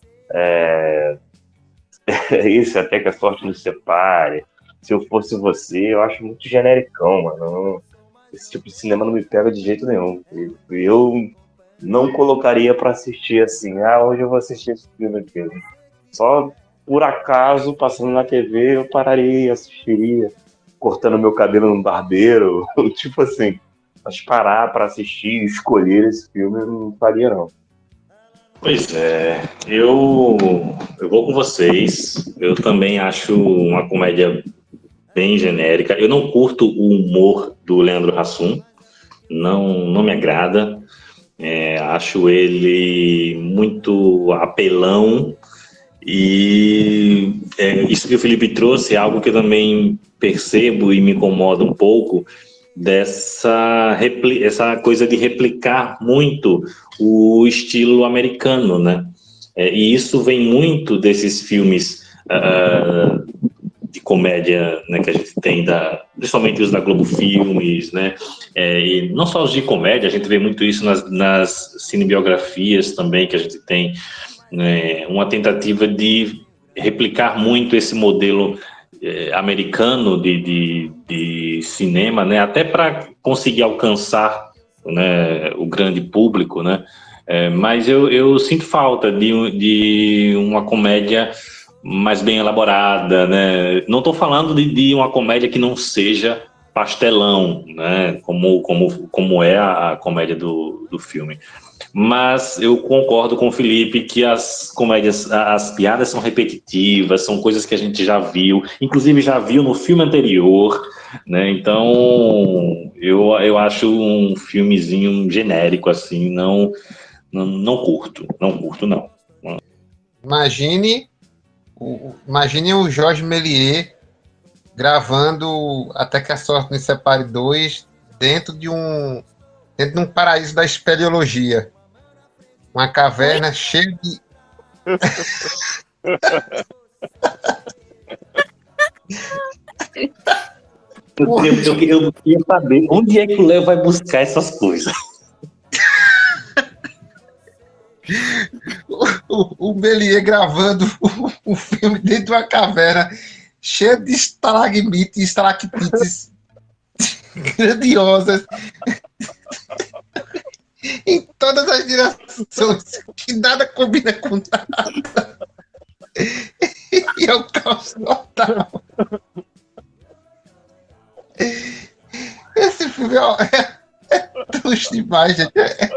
S3: é, esse Até que a Sorte nos Separe, Se Eu Fosse Você, eu acho muito genericão, mano. Não- esse tipo de cinema não me pega de jeito nenhum. Eu, eu não colocaria pra assistir assim, ah, hoje eu vou assistir esse filme aqui. Só por acaso, passando na T V, eu pararia, assistiria, cortando meu cabelo no barbeiro, tipo assim. Mas parar para assistir e escolher esse filme eu não faria, não.
S2: Pois é, eu, eu vou com vocês. Eu também acho uma comédia bem genérica. Eu não curto o humor do Leandro Hassum, não, não me agrada. É, acho ele muito apelão e é, isso que o Felipe trouxe é algo que eu também percebo e me incomoda um pouco, dessa repli- essa coisa de replicar muito o estilo americano, né? É, e isso vem muito desses filmes uh, de comédia, né, que a gente tem, da, principalmente os da Globo Filmes, né? É, e não só os de comédia, a gente vê muito isso nas, nas cinebiografias também, que a gente tem, né, uma tentativa de replicar muito esse modelo eh, americano de, de, de cinema, né, até para conseguir alcançar, né, o grande público, né, é, mas eu, eu sinto falta de, de uma comédia mais bem elaborada, né, não estou falando de, de uma comédia que não seja pastelão, né, como, como, como é a, a comédia do, do filme. Mas eu concordo com o Felipe que as comédias, as piadas são repetitivas, são coisas que a gente já viu, inclusive já viu no filme anterior, né? Então eu, eu acho um filmezinho genérico, assim, não, não, não curto, não curto, não.
S7: Imagine o, imagine o Jorge Méliès gravando Até que a Sorte nos Separe dois dentro de um dentro de um paraíso da espeleologia. Uma caverna cheia de...
S2: eu, eu, eu queria saber onde é que o Léo vai buscar essas coisas.
S7: o, o, o Méliès gravando o, o filme dentro de uma caverna cheia de estalagmites e estalactites grandiosas em todas as direções, que nada combina com nada. E é o caos total. Esse filme é, é, é triste demais, gente. É,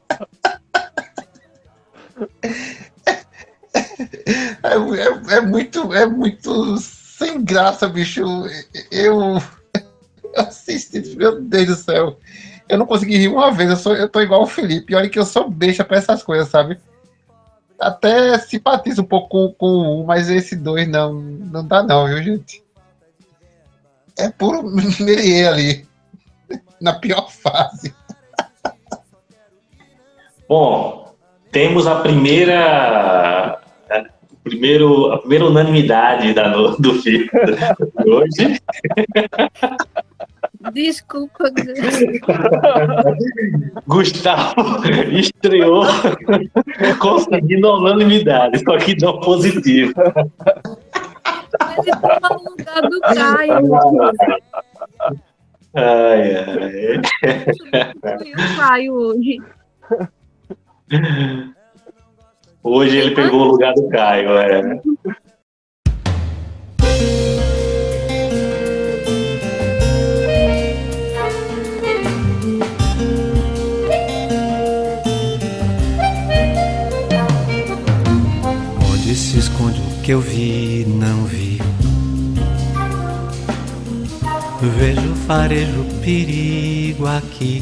S7: é, é, é muito, é muito sem graça, bicho. Eu, eu assisti, meu Deus do céu. Eu não consegui rir uma vez, eu, sou, eu tô igual o Felipe. Olha que eu sou besta pra essas coisas, sabe? Até simpatizo um pouco com, com um, mas esse dois não, não dá não, viu, gente? É puro Méliès ali, na pior fase.
S2: Bom, temos a primeira... A, primeiro, a primeira unanimidade da, do filme hoje.
S6: Desculpa.
S2: Gustavo estreou conseguindo a unanimidade, só que não positivo.
S6: Ele tava no lugar do Caio.
S2: Ai, ai.
S6: O Caio hoje.
S2: Hoje ele pegou o lugar do Caio, é.
S11: Se esconde o que eu vi, não vi. Vejo farejo, perigo aqui.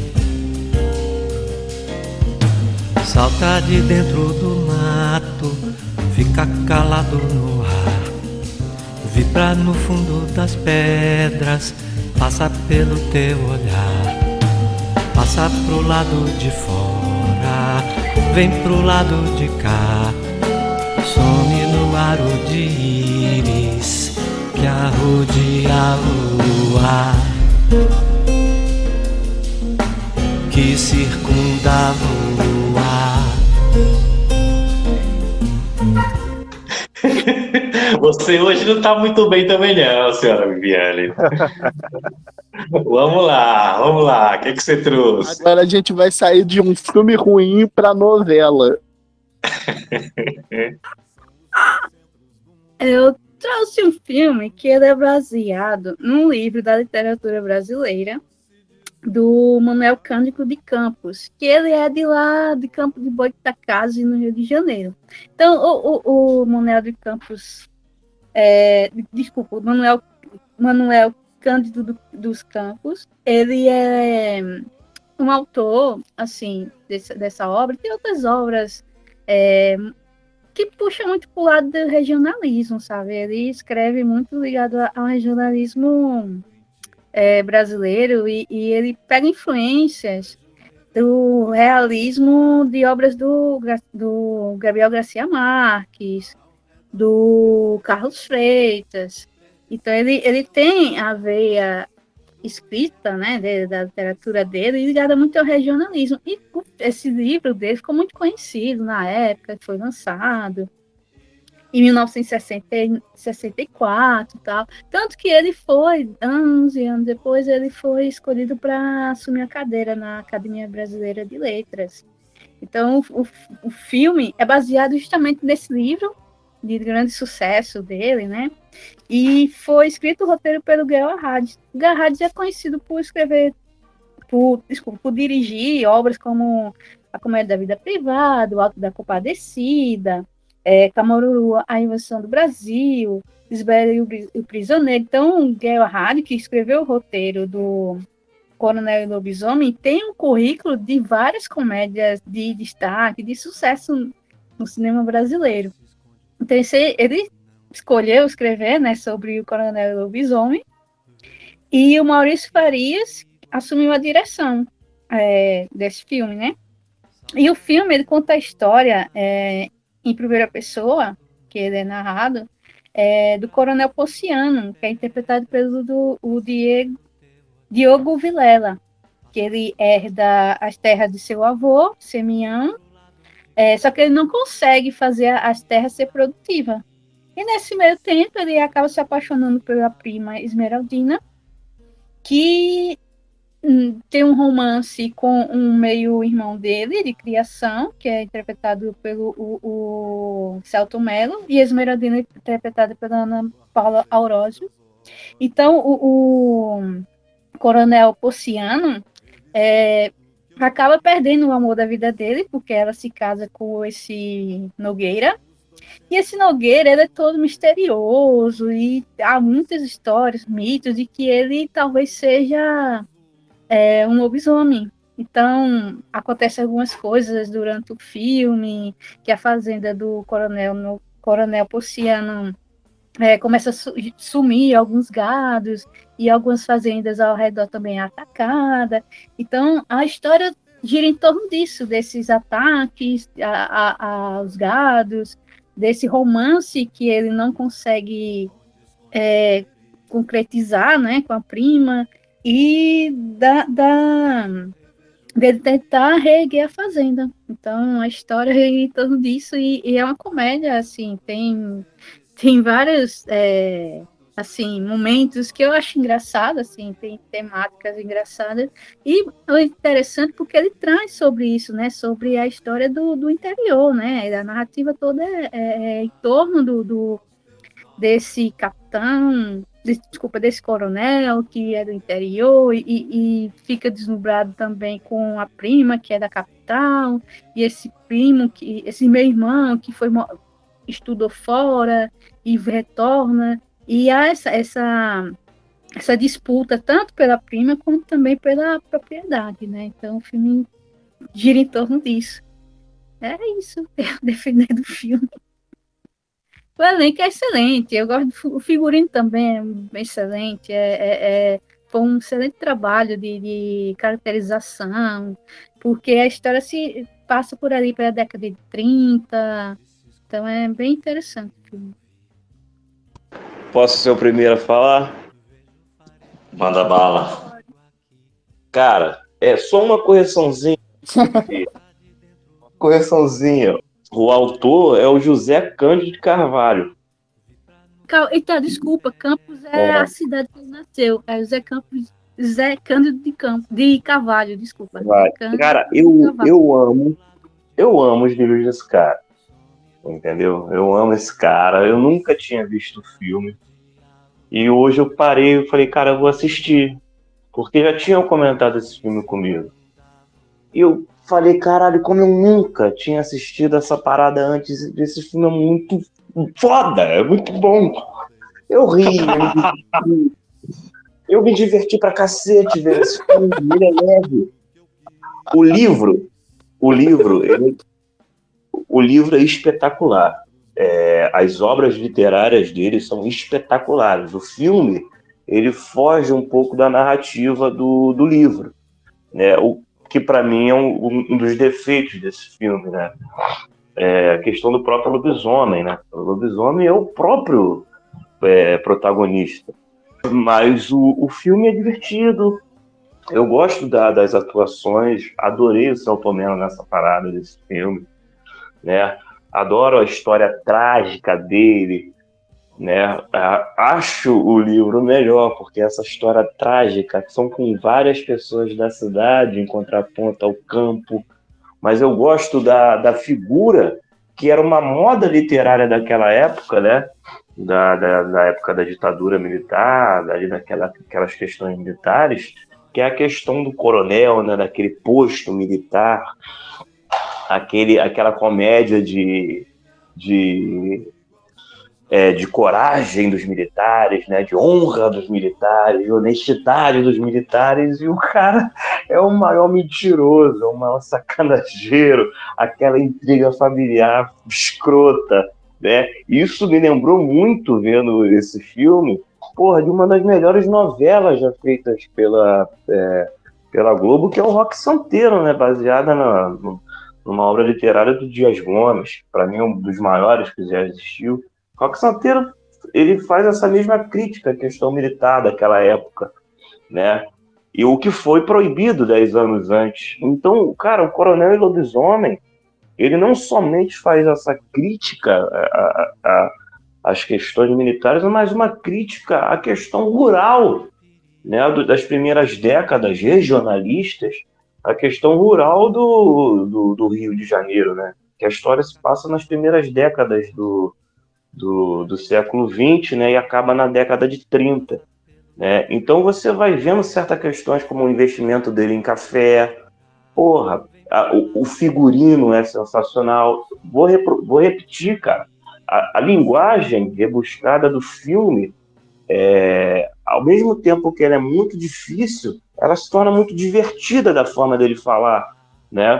S11: Salta de dentro do mato, fica calado no ar. Vibra no fundo das pedras, passa pelo teu olhar. Passa pro lado de fora, vem pro lado de cá. Some no aro de íris que arrodeia a lua, que circunda a lua.
S2: Você hoje não tá muito bem também não, senhora Viviane. Vamos lá, vamos lá. O que, que você trouxe?
S5: Agora a gente vai sair de um filme ruim pra novela.
S6: Eu trouxe um filme que ele é baseado num livro da literatura brasileira, do Manuel Cândido de Campos, que ele é de lá, de Campo de Goytacazes, no Rio de Janeiro. Então, o, o, o Manuel de Campos, é, desculpa, o Manuel, Manuel Cândido do, dos Campos, ele é um autor, assim, desse, dessa obra. Tem outras obras é, que puxam muito para o lado do regionalismo, sabe? Ele escreve muito ligado ao regionalismo É, brasileiro e, e ele pega influências do realismo de obras do, do Gabriel Garcia Marques, do Carlos Freitas. Então ele, ele tem a veia escrita, né, de, da literatura dele ligada muito ao regionalismo. E esse livro dele ficou muito conhecido na época que foi lançado, em mil novecentos e sessenta e quatro, tal. Tanto que ele foi, anos e anos depois, ele foi escolhido para assumir a cadeira na Academia Brasileira de Letras. Então, o, o filme é baseado justamente nesse livro, de grande sucesso dele, né? E foi escrito o roteiro pelo Gael Arraes. O Gael Arraes é conhecido por escrever, por, desculpa, por dirigir obras como A Comédia da Vida Privada, O Alto da Compadecida, É, Camaruru, A Invenção do Brasil, Isabela e o, o Prisioneiro. Então, o Gael Arraes, que escreveu o roteiro do Coronel e Lobisomem, tem um currículo de várias comédias de destaque, de sucesso no cinema brasileiro. Então, esse, ele escolheu escrever, né, sobre o Coronel e Lobisomem, e o Maurício Farias assumiu a direção é, desse filme, né? E o filme, ele conta a história é, em primeira pessoa, que ele é narrado, é, do Coronel Pociano, que é interpretado pelo do, o Diego, Diogo Vilela, que ele herda as terras de seu avô, Semião, é, só que ele não consegue fazer as terras ser produtivas. E nesse meio tempo, ele acaba se apaixonando pela prima Esmeraldina, que tem um romance com um meio-irmão dele, de criação, que é interpretado pelo o, o Celto Mello, e Esmeraldina é interpretada pela Ana Paula Arósio. Então, o, o Coronel Pociano é, acaba perdendo o amor da vida dele, porque ela se casa com esse Nogueira, e esse Nogueira, ele é todo misterioso, e há muitas histórias, mitos, de que ele talvez seja é, um lobisomem. Então, acontecem algumas coisas durante o filme, que a fazenda do coronel, no, coronel Pociano é, começa a su- sumir alguns gados, e algumas fazendas ao redor também é atacada. Então, a história gira em torno disso, desses ataques a, a, aos gados, desse romance que ele não consegue é, concretizar, né, com a prima, e da, da, dele tentar reerguer a fazenda. Então, a história gira em torno disso, e, e é uma comédia, assim, tem, tem vários é, assim, momentos que eu acho engraçado, assim, tem temáticas engraçadas, e é interessante porque ele traz sobre isso, né, sobre a história do, do interior, né, a narrativa toda é, é em torno do, do, desse capitão, de, desculpa, desse coronel que é do interior, e, e fica deslumbrado também com a prima, que é da capital, e esse primo, que, esse meu irmão, que foi estudou fora e retorna, e há essa, essa, essa disputa tanto pela prima quanto também pela propriedade, né? Então o filme gira em torno disso. É isso, defendendo o filme. O elenco é excelente, eu gosto do o figurino também é excelente, é, é, é, foi um excelente trabalho de, de caracterização, porque a história se passa por ali pela década de trinta, então é bem interessante o filme.
S3: Posso ser o primeiro a falar?
S2: Manda bala.
S3: Cara, é só uma correçãozinha. correçãozinha. O autor é o José Cândido de Carvalho.
S6: Então, desculpa, Campos é, é. a cidade que ele nasceu. É José Campos, José Cândido de Campos, de Carvalho, desculpa.
S3: Cara, eu, eu amo, eu amo os livros desse cara. entendeu? Eu amo esse cara, eu nunca tinha visto o filme. E hoje eu parei e falei, cara, eu vou assistir. Porque já tinham comentado esse filme comigo. E eu falei, caralho, como eu nunca tinha assistido essa parada antes. Esse filme é muito foda, é muito bom. Eu ri, eu me diverti, eu me diverti pra cacete ver esse filme, ele é leve. O livro, o livro, ele, o livro é espetacular. É, as obras literárias dele são espetaculares. O filme, ele foge um pouco da narrativa do, do livro, né? O que para mim é um, um dos defeitos desse filme, né? É a questão do próprio lobisomem, né? O lobisomem é o próprio é, protagonista. Mas o, o filme é divertido. Eu gosto da, das atuações, adorei o Selton Mello nessa parada desse filme, né? Adoro a história trágica dele, né? Acho o livro melhor, porque essa história trágica são com várias pessoas da cidade, em contraponto ao campo, mas eu gosto da, da figura, que era uma moda literária daquela época, né? Da, da, da época da ditadura militar, ali daquela, aquelas questões militares, que é a questão do coronel, né? Daquele posto militar, aquele, aquela comédia de, de, é, de coragem dos militares, né, de honra dos militares, de honestidade dos militares, e o cara é o maior mentiroso, é o maior sacanageiro, aquela intriga familiar escrota, né? Isso me lembrou muito, vendo esse filme, porra, de uma das melhores novelas já feitas pela, é, pela Globo, que é o Roque Santeiro, né, baseada na... no, numa obra literária do Dias Gomes, para mim um dos maiores que já existiu. Roque Santeiro, ele faz essa mesma crítica à questão militar daquela época, né? E o que foi proibido dez anos antes. Então, cara, o Coronel e Lobisomem, ele não somente faz essa crítica às questões militares, mas uma crítica à questão rural, né? Das primeiras décadas regionalistas, a questão rural do, do, do Rio de Janeiro, né? Que a história se passa nas primeiras décadas do, do, do século vinte, né? E acaba na década de trinta, né? Então você vai vendo certas questões como o investimento dele em café, porra, a, o, o figurino é sensacional. Vou, repro, vou repetir, cara, a, a linguagem rebuscada do filme, é, ao mesmo tempo que ela é muito difícil, ela se torna muito divertida da forma dele falar, né?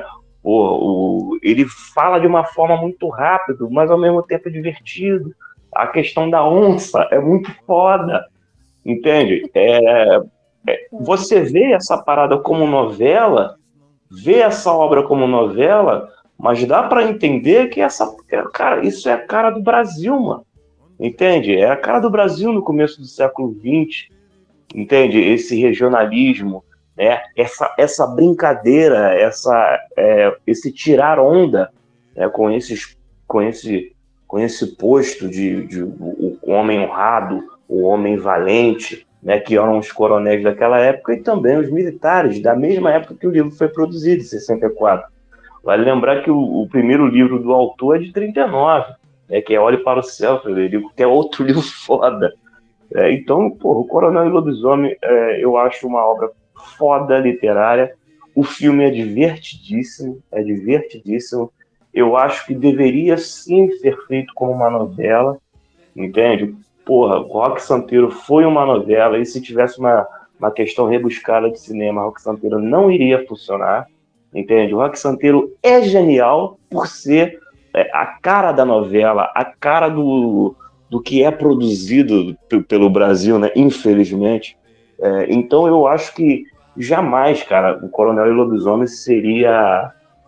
S3: O, o, ele fala de uma forma muito rápida, mas ao mesmo tempo é divertido. A questão da onça é muito foda, entende? É, é, você vê essa parada como novela, vê essa obra como novela, mas dá para entender que essa, cara, isso é a cara do Brasil, mano. Entende? É a cara do Brasil no começo do século vinte, entende? Esse regionalismo, né? Essa, essa brincadeira, essa, é, esse tirar onda, né? com, esses, com, esse, com esse posto de, de o, o homem honrado, o homem valente, né? Que eram os coronéis daquela época, e também os militares, da mesma época que o livro foi produzido, em sessenta e quatro. Vale lembrar que o, o primeiro livro do autor é de trinta e nove, é, que é Olhe para o Céu, Frederico, que é outro livro foda. É, então, porra, o Coronel e Lobisomem, é, eu acho uma obra foda literária. O filme é divertidíssimo, é divertidíssimo. Eu acho que deveria sim ser feito como uma novela, entende? Porra, o Roque Santeiro foi uma novela, e se tivesse uma, uma questão rebuscada de cinema, o Roque Santeiro não iria funcionar, entende? O Roque Santeiro é genial por ser é, a cara da novela, a cara do, do que é produzido p- pelo Brasil, né? Infelizmente. É, então eu acho que jamais, cara, o Coronel e Lobisomem seria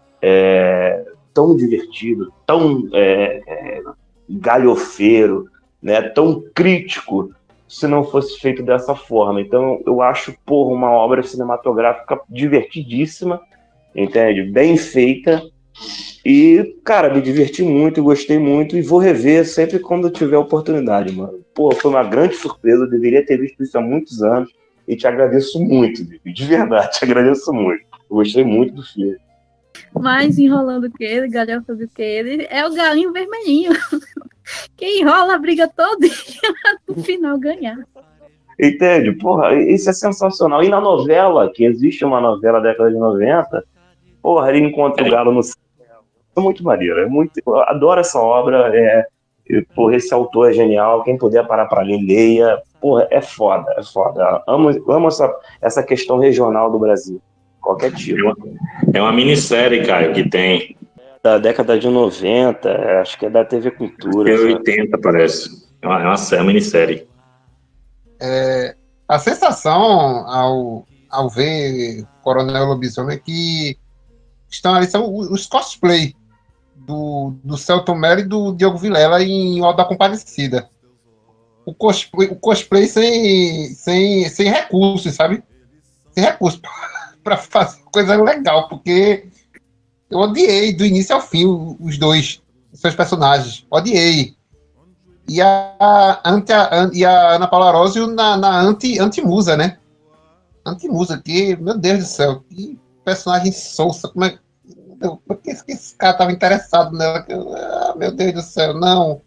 S3: é, tão divertido, tão é, é, galhofeiro, né, tão crítico, se não fosse feito dessa forma. Então eu acho, porra, uma obra cinematográfica divertidíssima, entende? Bem feita. E, cara, me diverti muito, gostei muito, e vou rever sempre quando eu tiver oportunidade, mano. Pô, foi uma grande surpresa, eu deveria ter visto isso há muitos anos, e te agradeço muito, de verdade, te agradeço muito. Eu gostei muito do filme.
S6: mais enrolando que ele, galhofa do que ele, é o galinho vermelhinho. Que enrola a briga toda no final ganhar.
S3: Entende? Porra, isso é sensacional. E na novela, que existe uma novela da década de noventa, porra, ele encontra o galo no céu. É muito maneiro, é muito, eu adoro essa obra, é, porra, esse autor é genial, quem puder parar pra ler, leia, porra, é foda, é foda. Amo, amo essa, essa questão regional do Brasil, qualquer tipo.
S2: É uma minissérie, Caio, que tem.
S3: Da década de noventa, acho que é da T V Cultura.
S2: É oitenta, parece. É uma, é uma, é uma minissérie.
S7: É, a sensação ao, ao ver Coronel Lobisomem é que estão ali, são os cosplay do, do Celton Mello e do Diogo Vilela em O Auto da Compadecida. O cosplay, o cosplay sem, sem, sem recursos, sabe? Sem recursos para fazer coisa legal, porque eu odiei do início ao fim os dois, os seus personagens. Odiei. E a, anti, a, e a Ana Paula Arósio na, na anti, anti-musa, né? Anti-musa, que, meu Deus do céu, que personagem sonsa. Como é, por que esse cara estava interessado nela? Ah, meu Deus do céu, não.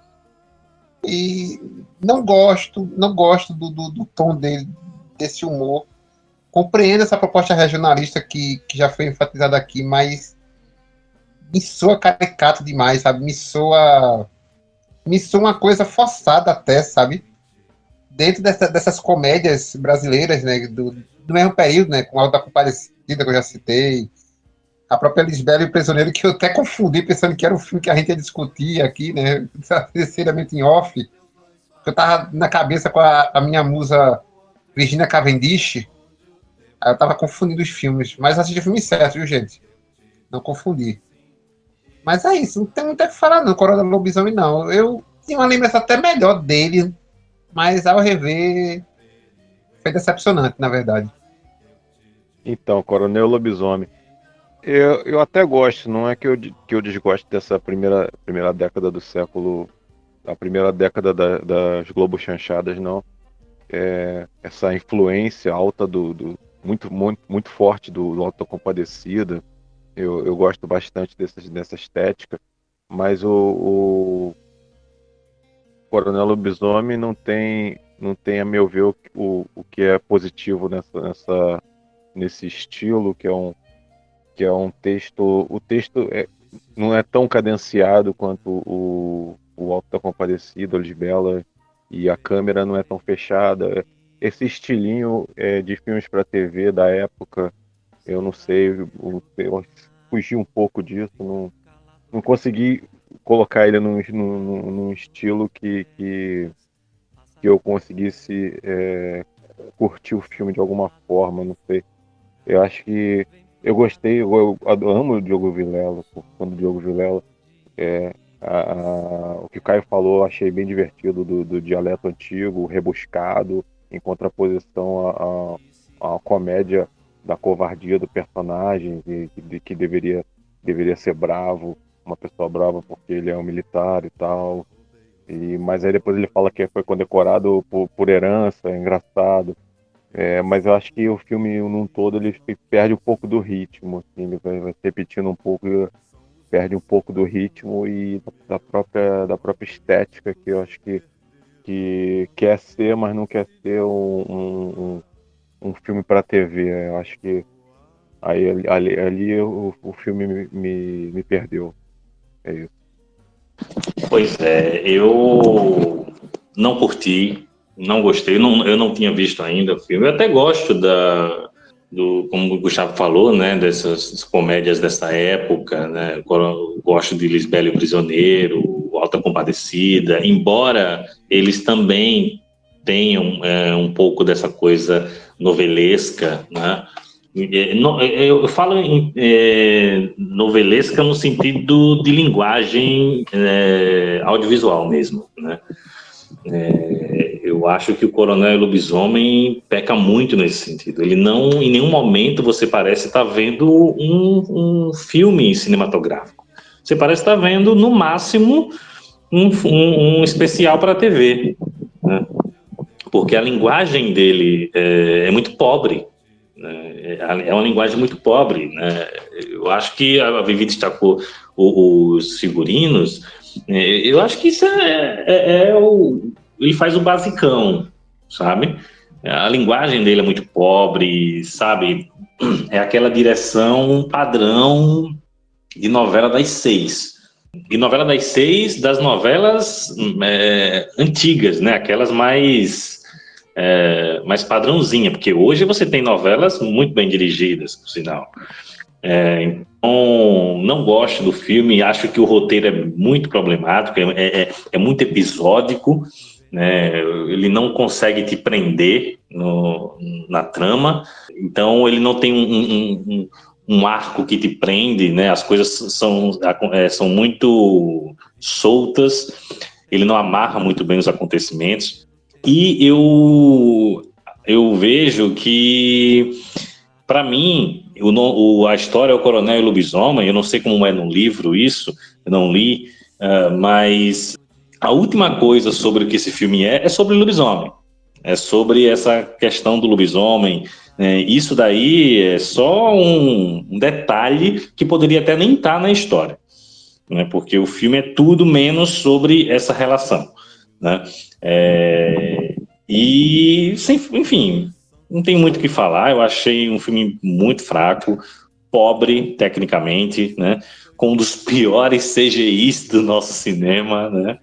S7: E não gosto, não gosto do, do, do tom dele, desse humor. Compreendo essa proposta regionalista que, que já foi enfatizada aqui, mas me soa caricato demais, sabe? Me soa, me soa uma coisa forçada até, sabe? Dentro dessa, dessas comédias brasileiras, né? Do, do mesmo período, né? Com a Auto da Compadecida, que eu já citei. A própria Lisbela e o Prisioneiro, que eu até confundi, pensando que era um filme que a gente ia discutir aqui, né? Terceiramente em off. Eu tava na cabeça com a, a minha musa Virginia Cavendish. Eu tava confundindo os filmes, mas assisti o filme certo, viu, gente? Não confundi. Mas é isso, não tem muito o que falar não, Coronel Lobisomem não. Eu tinha uma lembrança até melhor dele, mas ao rever foi decepcionante, na verdade.
S4: Então, Coronel Lobisomem. Eu, eu até gosto, não é que eu, que eu desgosto dessa primeira, primeira década do século, a primeira década da, das Globo Chanchadas, não. É, essa influência alta do, do muito, muito, muito forte do, do Auto da Compadecida. Eu, eu gosto bastante dessas, dessa estética, mas o, o Coronel Lobisomem não tem, não tem, a meu ver, o, o, o que é positivo nessa, nessa, nesse estilo, que é um, que é um texto, o texto é, não é tão cadenciado quanto o, o Auto da Compadecida, Lisbela, e a câmera não é tão fechada. Esse estilinho é, de filmes para T V da época, eu não sei, eu, eu fugi um pouco disso, não, não consegui colocar ele num, num, num estilo que, que, que eu conseguisse é, curtir o filme de alguma forma, não sei. Eu acho que eu gostei, eu, eu amo o Diogo Vilela, o fã do Diogo Vilela. É, a, a, o que o Caio falou, eu achei bem divertido, do, do dialeto antigo, rebuscado, em contraposição à, à, à comédia da covardia do personagem, de, de que deveria, deveria ser bravo, uma pessoa brava porque ele é um militar e tal. E, mas aí depois ele fala que foi condecorado por, por herança, é engraçado. É, mas eu acho que o filme num todo ele perde um pouco do ritmo, assim, ele vai, vai se repetindo um pouco, perde um pouco do ritmo e da própria, da própria estética, que eu acho que que quer ser, mas não quer ser um, um, um filme para T V. Eu acho que aí, ali, ali o, o filme me, me, me perdeu. É isso.
S2: Pois é, eu não curti, não gostei, não, eu não tinha visto ainda o filme. Eu até gosto da, do, como o Gustavo falou, né, dessas comédias dessa época, né? Eu gosto de Lisbela e o Prisioneiro, Auto da Compadecida, embora eles também tenham é, um pouco dessa coisa novelesca, né? Eu falo em é, novelesca no sentido de linguagem é, audiovisual mesmo, né? É, eu acho que o Coronel Lobisomem peca muito nesse sentido. Ele não, em nenhum momento você parece estar vendo um, um filme cinematográfico. Você parece estar vendo, no máximo, um, um, um especial para a T V, né? Porque a linguagem dele é, é muito pobre, né? é, é uma linguagem muito pobre, né? Eu acho que a Vivi destacou os figurinos, eu acho que isso é, é, é o... ele faz o basicão, sabe? A linguagem dele é muito pobre, sabe? É aquela direção padrão de novela das seis. E novela das seis, das novelas é, antigas, né? Aquelas mais, é, mais padrãozinha, porque hoje você tem novelas muito bem dirigidas, por sinal. É, então, não gosto do filme, acho que o roteiro é muito problemático, é, é, é muito episódico, né? Ele não consegue te prender no, na trama, então ele não tem um, um, um, um arco que te prende, né? As coisas são, é, são muito soltas, ele não amarra muito bem os acontecimentos, e eu, eu vejo que, para mim, o, o, a história é o Coronel e o Lobisomem, eu não sei como é no livro isso, eu não li, uh, mas a última coisa sobre o que esse filme é, é sobre o lobisomem, é sobre essa questão do lobisomem, né? Isso daí é só um, um detalhe que poderia até nem estar na história, né? Porque o filme é tudo menos sobre essa relação, né? É, e, sem, enfim... Não tem muito o que falar, eu achei um filme muito fraco, pobre tecnicamente, né? Com um dos piores C G Is do nosso cinema, né?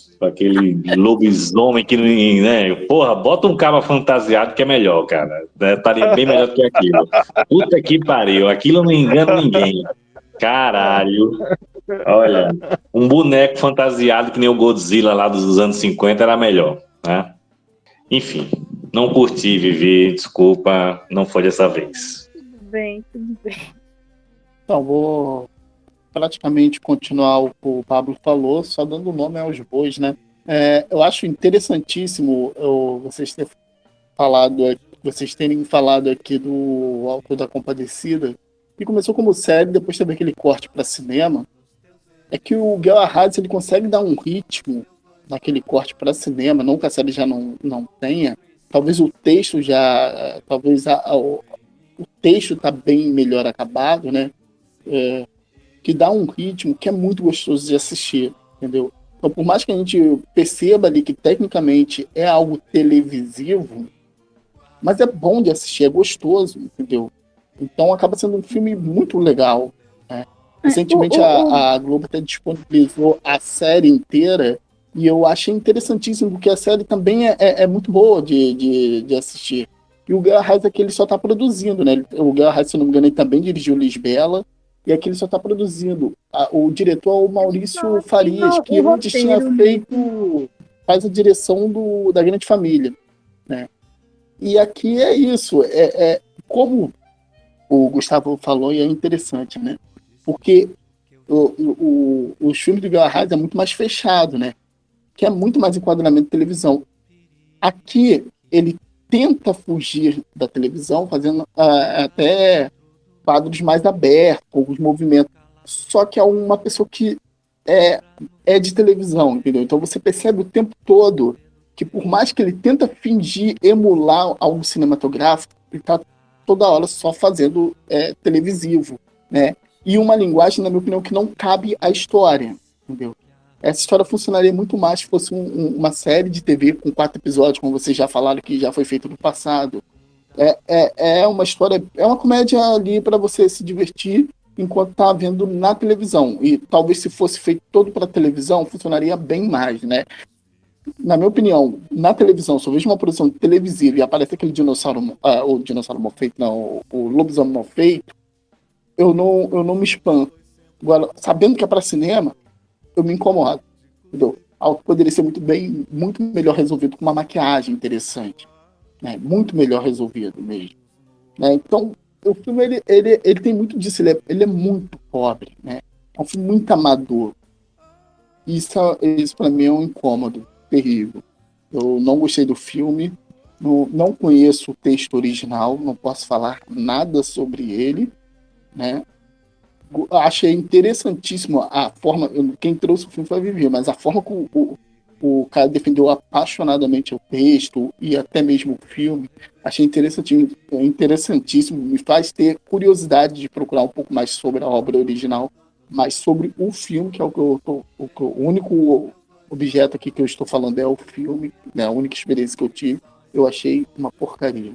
S2: Aquele lobisomem que não... Né? Porra, bota um cara fantasiado que é melhor, cara. Né? Estaria bem melhor do que aquilo. Puta que pariu, aquilo não engana ninguém. Caralho. Olha, um boneco fantasiado que nem o Godzilla lá dos anos cinquenta era melhor, né? Enfim... Não curti, Vivi, desculpa, não foi dessa vez.
S6: Tudo bem, tudo bem.
S5: Então, vou praticamente continuar o que o Pablo falou, só dando nome aos bois, né? É, eu acho interessantíssimo eu, vocês, ter falado, vocês terem falado aqui do Alto da Compadecida, que começou como série, depois teve aquele corte para cinema. É que o Guel Arraes, ele consegue dar um ritmo naquele corte para cinema, não que a série já não, não tenha. Talvez o texto já, talvez a, a, o, o texto está bem melhor acabado, né? É, que dá um ritmo que é muito gostoso de assistir, entendeu? Então, por mais que a gente perceba ali que tecnicamente é algo televisivo, mas é bom de assistir, é gostoso, entendeu? Então acaba sendo um filme muito legal, né? Recentemente a, a Globo até disponibilizou a série inteira. E eu achei interessantíssimo, porque a série também é, é, é muito boa de, de, de assistir. E o Guel Arraes aqui ele só está produzindo, né? O Guel Arraes, se não me engano, ele também dirigiu Lisbela, e aqui ele só está produzindo. A, o diretor é o Maurício não, Farias, não, que antes tinha feito, faz a direção do, da Grande Família, né? E aqui é isso, é, é como o Gustavo falou, e é interessante, né? Porque o, o, os filmes do Guel Arraes é muito mais fechado, né? Que é muito mais enquadramento de televisão. Aqui, ele tenta fugir da televisão, fazendo uh, até quadros mais abertos, alguns movimentos. Só que é uma pessoa que é, é de televisão, entendeu? Então você percebe o tempo todo que, por mais que ele tenta fingir, emular algo cinematográfico, ele está toda hora só fazendo é, televisivo, né? E uma linguagem, na minha opinião, que não cabe à história, entendeu? Essa história funcionaria muito mais se fosse um, um, uma série de T V com quatro episódios, como vocês já falaram que já foi feito no passado. É, é, é uma história, é uma comédia ali para você se divertir enquanto tá vendo na televisão. E talvez se fosse feito todo para televisão, funcionaria bem mais, né? Na minha opinião, na televisão, se eu vejo uma produção televisiva e aparece aquele dinossauro, uh, o dinossauro mal feito, não, o lobisomem mal feito, eu não, eu não me espanto. Agora, sabendo que é para cinema, eu me incomodo, entendeu? Algo poderia ser muito bem, muito melhor resolvido com uma maquiagem interessante, né? Muito melhor resolvido mesmo, né? Então, o filme, ele, ele, ele tem muito disso, ele é, ele é muito pobre, né? É um filme muito amador. Isso, isso para mim é um incômodo terrível. Eu não gostei do filme, não, não conheço o texto original, não posso falar nada sobre ele, né? Achei interessantíssimo a forma, quem trouxe o filme foi a Vivi, mas a forma como o, o cara defendeu apaixonadamente o texto e até mesmo o filme. Achei interessantíssimo, interessantíssimo, me faz ter curiosidade de procurar um pouco mais sobre a obra original, mas sobre o filme, que é o que eu tô, o, que- o único objeto aqui que eu estou falando é o filme, né, a única experiência que eu tive, eu achei uma porcaria.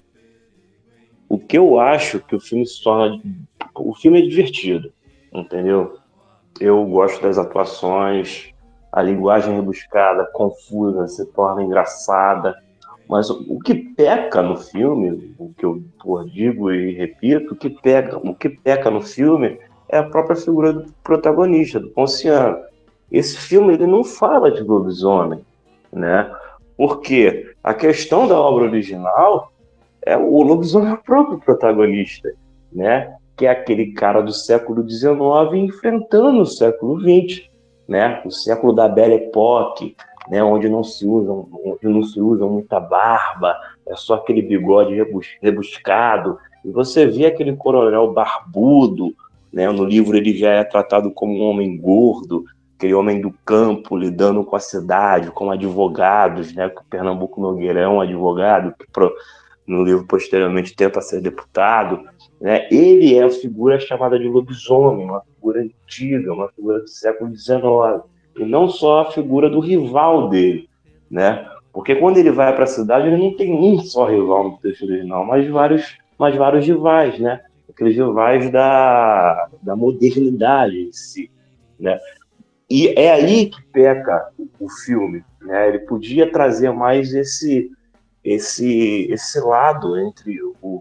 S3: O que eu acho que o filme se torna. O filme é divertido, entendeu? Eu gosto das atuações, a linguagem rebuscada, confusa, se torna engraçada. Mas o o que peca no filme, o que eu pô, digo e repito, o que peca, o que peca no filme é a própria figura do protagonista, do Ponciano. Esse filme ele não fala de lobisomem, né? Porque a questão da obra original é o lobisomem é o próprio protagonista, né? Que é aquele cara do século dezenove enfrentando o século vinte, né? O século da Belle Époque, né? Onde não se usa, onde não se usa muita barba, é só aquele bigode rebus- rebuscado. E você vê aquele coronel barbudo, né? No livro ele já é tratado como um homem gordo, aquele homem do campo lidando com a cidade, com advogados, né? Que o Pernambuco Nogueira é um advogado que pro- no livro posteriormente tenta ser deputado, né? Ele é a figura chamada de lobisomem, uma figura antiga, uma figura do século dezenove, e não só a figura do rival dele, né? Porque quando ele vai para a cidade, ele não tem um só rival no texto original, mas vários, mas vários rivais, né? Aqueles rivais da, da modernidade em si, né? E é aí que peca o filme, né? Ele podia trazer mais esse esse esse lado entre o,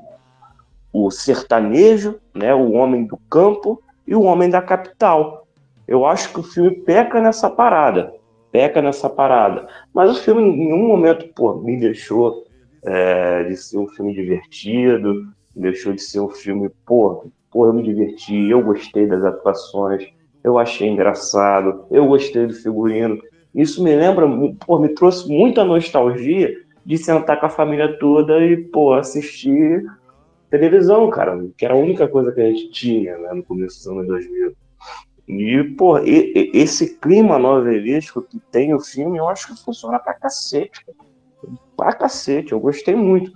S3: o sertanejo, né, o homem do campo e o homem da capital. Eu acho que o filme peca nessa parada, peca nessa parada. Mas o filme em nenhum momento, pô, me deixou é, de ser um filme divertido, deixou de ser um filme, pô, pô, eu me diverti, eu gostei das atuações, eu achei engraçado, eu gostei do figurino. Isso me lembra, pô, me trouxe muita nostalgia de sentar com a família toda e, pô, assistir televisão, cara, que era a única coisa que a gente tinha, né, no começo dos anos dois mil. E, pô, e- e- esse clima novelístico que tem o filme, eu acho que funciona pra cacete, cara. Pra cacete, eu gostei muito.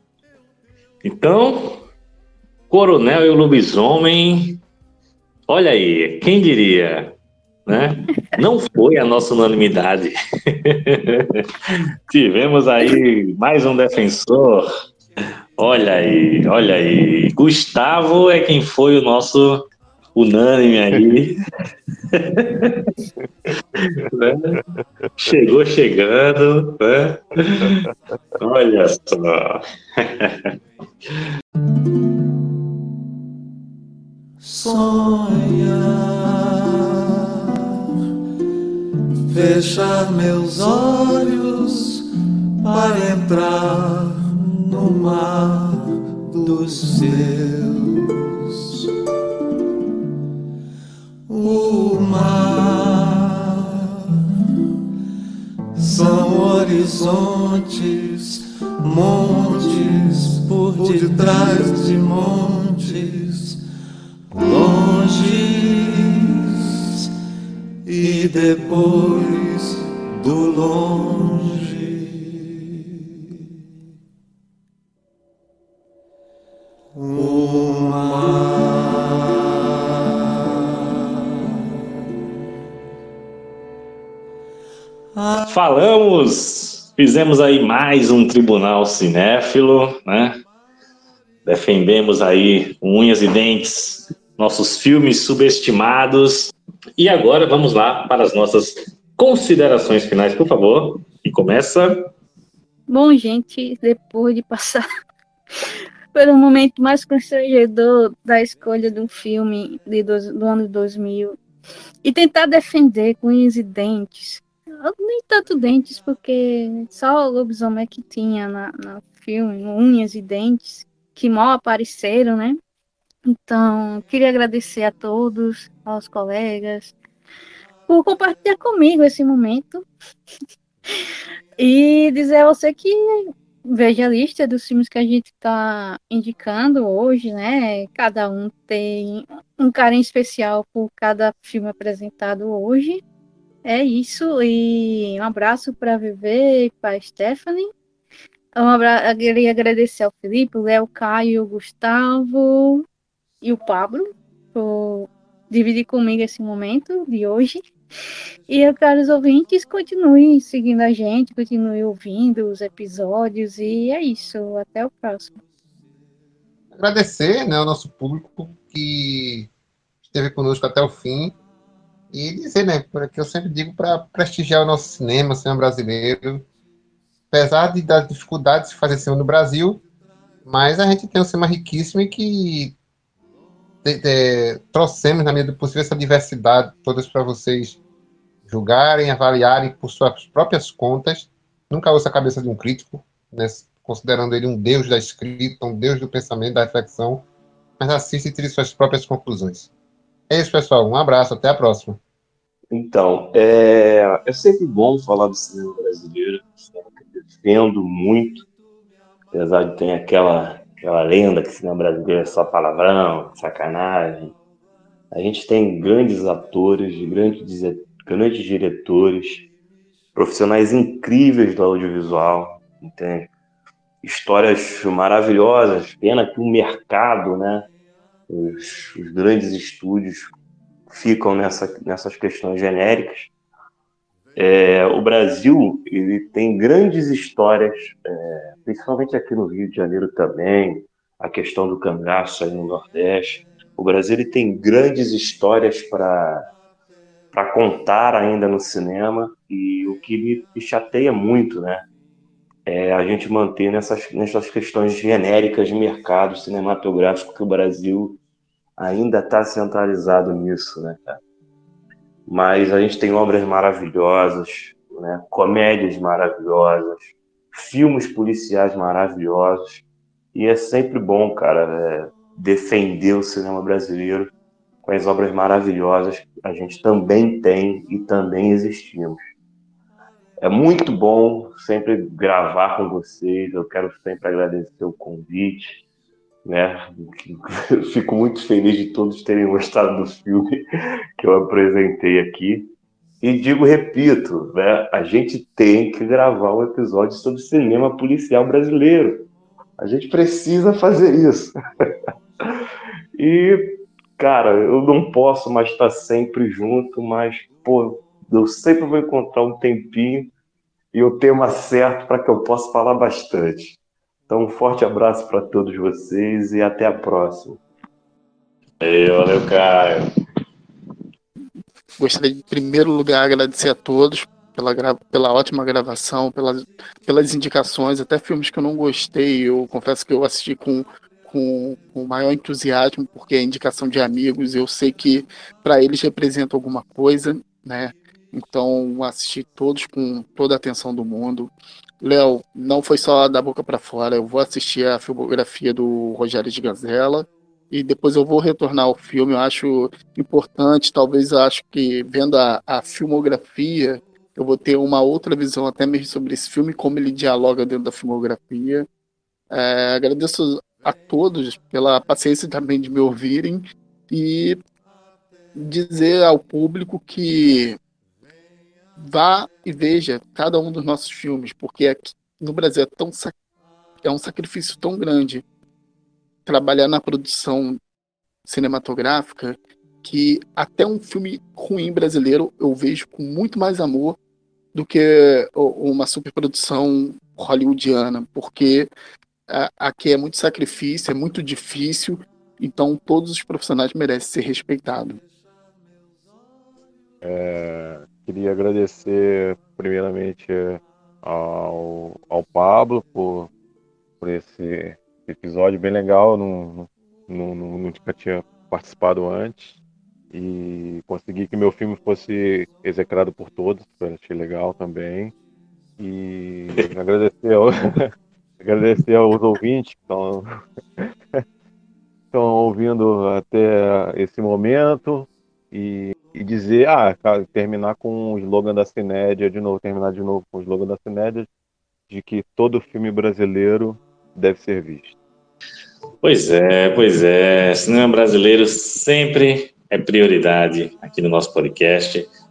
S2: Então, Coronel e o Lobisomem, olha aí, quem diria, né? Não foi a nossa unanimidade. Tivemos aí mais um defensor. Olha aí, olha aí. Gustavo é quem foi o nosso unânime aí. Né? Chegou chegando, né? Olha só.
S11: Sonhar, fechar meus olhos para entrar no mar dos seus. O mar são horizontes, montes por detrás de montes, longes e depois do longe. O mar.
S2: Falamos, fizemos aí mais um tribunal cinéfilo, né? Defendemos aí com unhas e dentes nossos filmes subestimados. E agora vamos lá para as nossas considerações finais, por favor. E começa.
S6: Bom, gente, depois de passar pelo momento mais constrangedor da escolha do filme de dois, do ano dois mil e tentar defender com unhas e dentes, nem tanto dentes, porque só o lobisomem que tinha na, no filme, unhas e dentes, que mal apareceram, né? Então, queria agradecer a todos, aos colegas, por compartilhar comigo esse momento. E dizer a você que veja a lista dos filmes que a gente está indicando hoje, né? Cada um tem um carinho especial por cada filme apresentado hoje. É isso, e um abraço para a Viver e para a Stephanie. Um abra... Eu queria agradecer ao Felipe, o Léo, Caio, o Gustavo e o Pablo por dividir comigo esse momento de hoje. E eu quero os ouvintes continuem seguindo a gente, continuem ouvindo os episódios, e é isso. Até o próximo.
S7: Agradecer, né, ao nosso público que esteve conosco até o fim. E dizer, né, porque eu sempre digo para prestigiar o nosso cinema, o cinema brasileiro. Apesar de, das dificuldades de fazer cinema no Brasil, mas a gente tem um cinema riquíssimo e que de, de, trouxemos, na medida do possível, essa diversidade todas para vocês julgarem, avaliarem por suas próprias contas. Nunca ouça a cabeça de um crítico, né, considerando ele um deus da escrita, um deus do pensamento, da reflexão, mas assista e tire suas próprias conclusões. É isso, pessoal. Um abraço. Até a próxima.
S3: Então, é, é sempre bom falar do cinema brasileiro, cinema que eu defendo muito, apesar de ter aquela, aquela lenda que o cinema brasileiro é só palavrão, sacanagem. A gente tem grandes atores, grandes, grandes diretores, profissionais incríveis do audiovisual, entende? Histórias maravilhosas, pena que o mercado, né, os, os grandes estúdios ficam nessa, nessas questões genéricas. É, o Brasil ele tem grandes histórias, é, principalmente aqui no Rio de Janeiro também, a questão do cangaço aí no Nordeste. O Brasil ele tem grandes histórias para para contar ainda no cinema, e o que me, me chateia muito, né, é a gente manter nessas, nessas questões genéricas de mercado cinematográfico, que o Brasil ainda está centralizado nisso, né, cara? Mas a gente tem obras maravilhosas, né, comédias maravilhosas, filmes policiais maravilhosos, e é sempre bom, cara, é, defender o cinema brasileiro com as obras maravilhosas que a gente também tem e também existimos. É muito bom sempre gravar com vocês, eu quero sempre agradecer o convite, né? Eu fico muito feliz de todos terem gostado do filme que eu apresentei aqui. E digo, repito, né? A gente tem que gravar um episódio sobre cinema policial brasileiro. A gente precisa fazer isso. E, cara, eu não posso mais estar sempre junto, mas, pô, eu sempre vou encontrar um tempinho e o tema certo para que eu possa falar bastante. Então, um forte abraço para todos vocês e até a próxima.
S2: Ei, valeu, Caio.
S5: Gostaria de, em primeiro lugar, agradecer a todos pela, gra... pela ótima gravação, pelas... pelas indicações, até filmes que eu não gostei. Eu confesso que eu assisti com, com, com o maior entusiasmo, porque é indicação de amigos, eu sei que para eles representa alguma coisa, né? Então, assisti todos com toda a atenção do mundo. Léo, não foi só da boca para fora, eu vou assistir a filmografia do Rogério de Gazella e depois eu vou retornar ao filme. Eu acho importante, talvez eu acho que vendo a, a filmografia, eu vou ter uma outra visão até mesmo sobre esse filme, como ele dialoga dentro da filmografia. É, agradeço a todos pela paciência também de me ouvirem e dizer ao público que vá e veja cada um dos nossos filmes, porque aqui no Brasil é, tão, é um sacrifício tão grande trabalhar na produção cinematográfica que até um filme ruim brasileiro eu vejo com muito mais amor do que uma superprodução hollywoodiana, porque aqui é muito sacrifício, é muito difícil, então todos os profissionais merecem ser respeitados.
S4: É... Queria agradecer primeiramente ao, ao Pablo por, por esse episódio bem legal, não, não, não, nunca tinha participado antes, e consegui que meu filme fosse execrado por todos, achei legal também, e agradecer, ao, agradecer aos ouvintes que estão, estão ouvindo até esse momento, e E dizer, ah, terminar com o slogan da Cinédia, de novo, terminar de novo com o slogan da Cinédia, de que todo filme brasileiro deve ser visto.
S2: Pois é, pois é. Cinema brasileiro sempre é prioridade aqui no nosso podcast.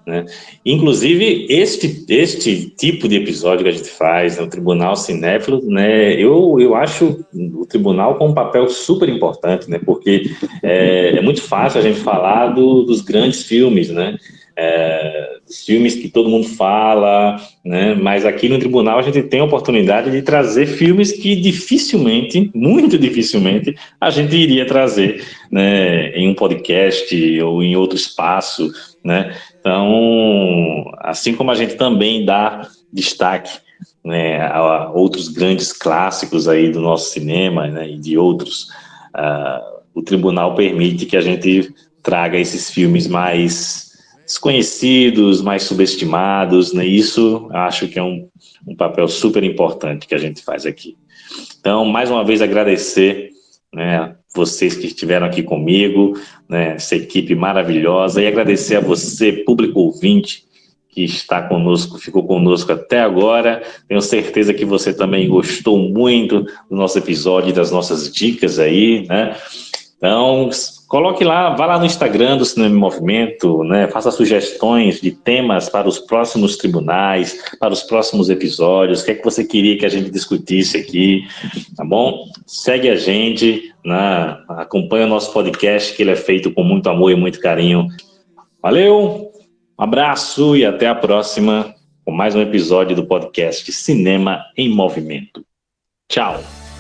S2: né? Inclusive, este, este tipo de episódio que a gente faz no Tribunal Cinéfilo, né, eu, eu acho o Tribunal com um papel super importante, né, porque é, é muito fácil a gente falar do, dos grandes filmes, né, é, dos filmes que todo mundo fala, né, mas aqui no Tribunal a gente tem a oportunidade de trazer filmes que dificilmente, muito dificilmente, a gente iria trazer, né, em um podcast ou em outro espaço, né. Então, assim como a gente também dá destaque, né, a outros grandes clássicos aí do nosso cinema, né, e de outros, uh, o Tribunal permite que a gente traga esses filmes mais desconhecidos, mais subestimados, né, isso acho que é um, um papel super importante que a gente faz aqui. Então, mais uma vez agradecer, né, vocês que estiveram aqui comigo, né, essa equipe maravilhosa, e agradecer a você, público ouvinte, que está conosco, ficou conosco até agora. Tenho certeza que você também gostou muito do nosso episódio, das nossas dicas aí, né? Então, coloque lá, vá lá no Instagram do Cinema em Movimento, né? Faça sugestões de temas para os próximos tribunais, para os próximos episódios, o que é que você queria que a gente discutisse aqui, tá bom? Segue a gente, né? Acompanha o nosso podcast, que ele é feito com muito amor e muito carinho. Valeu, um abraço e até a próxima com mais um episódio do podcast Cinema em Movimento. Tchau!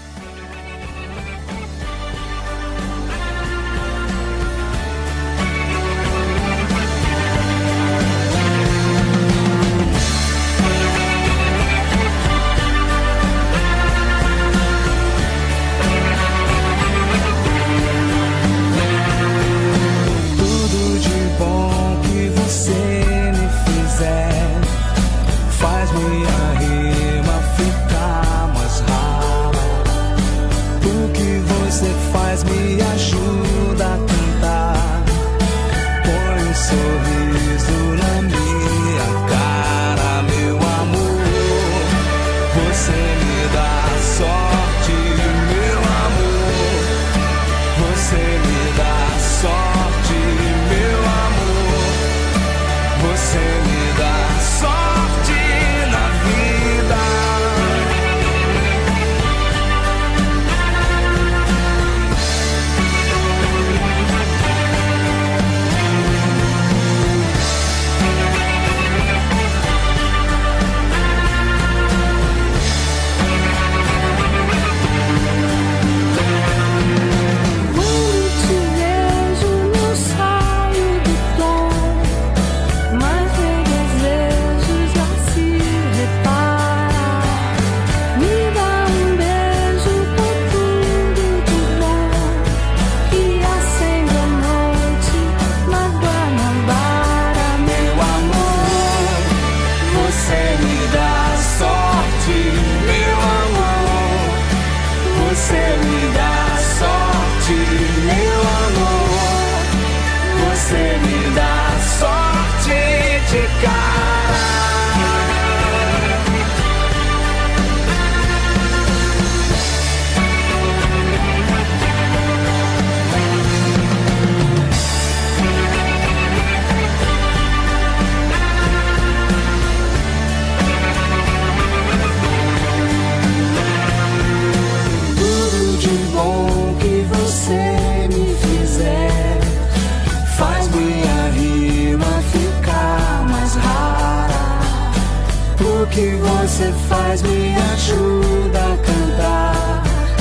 S11: que você faz me ajuda a cantar.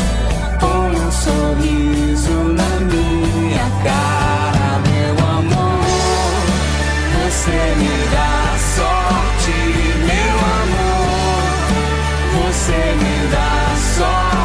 S11: Põe um sorriso na minha cara, meu amor. Você me dá sorte, meu amor. Você me dá sorte.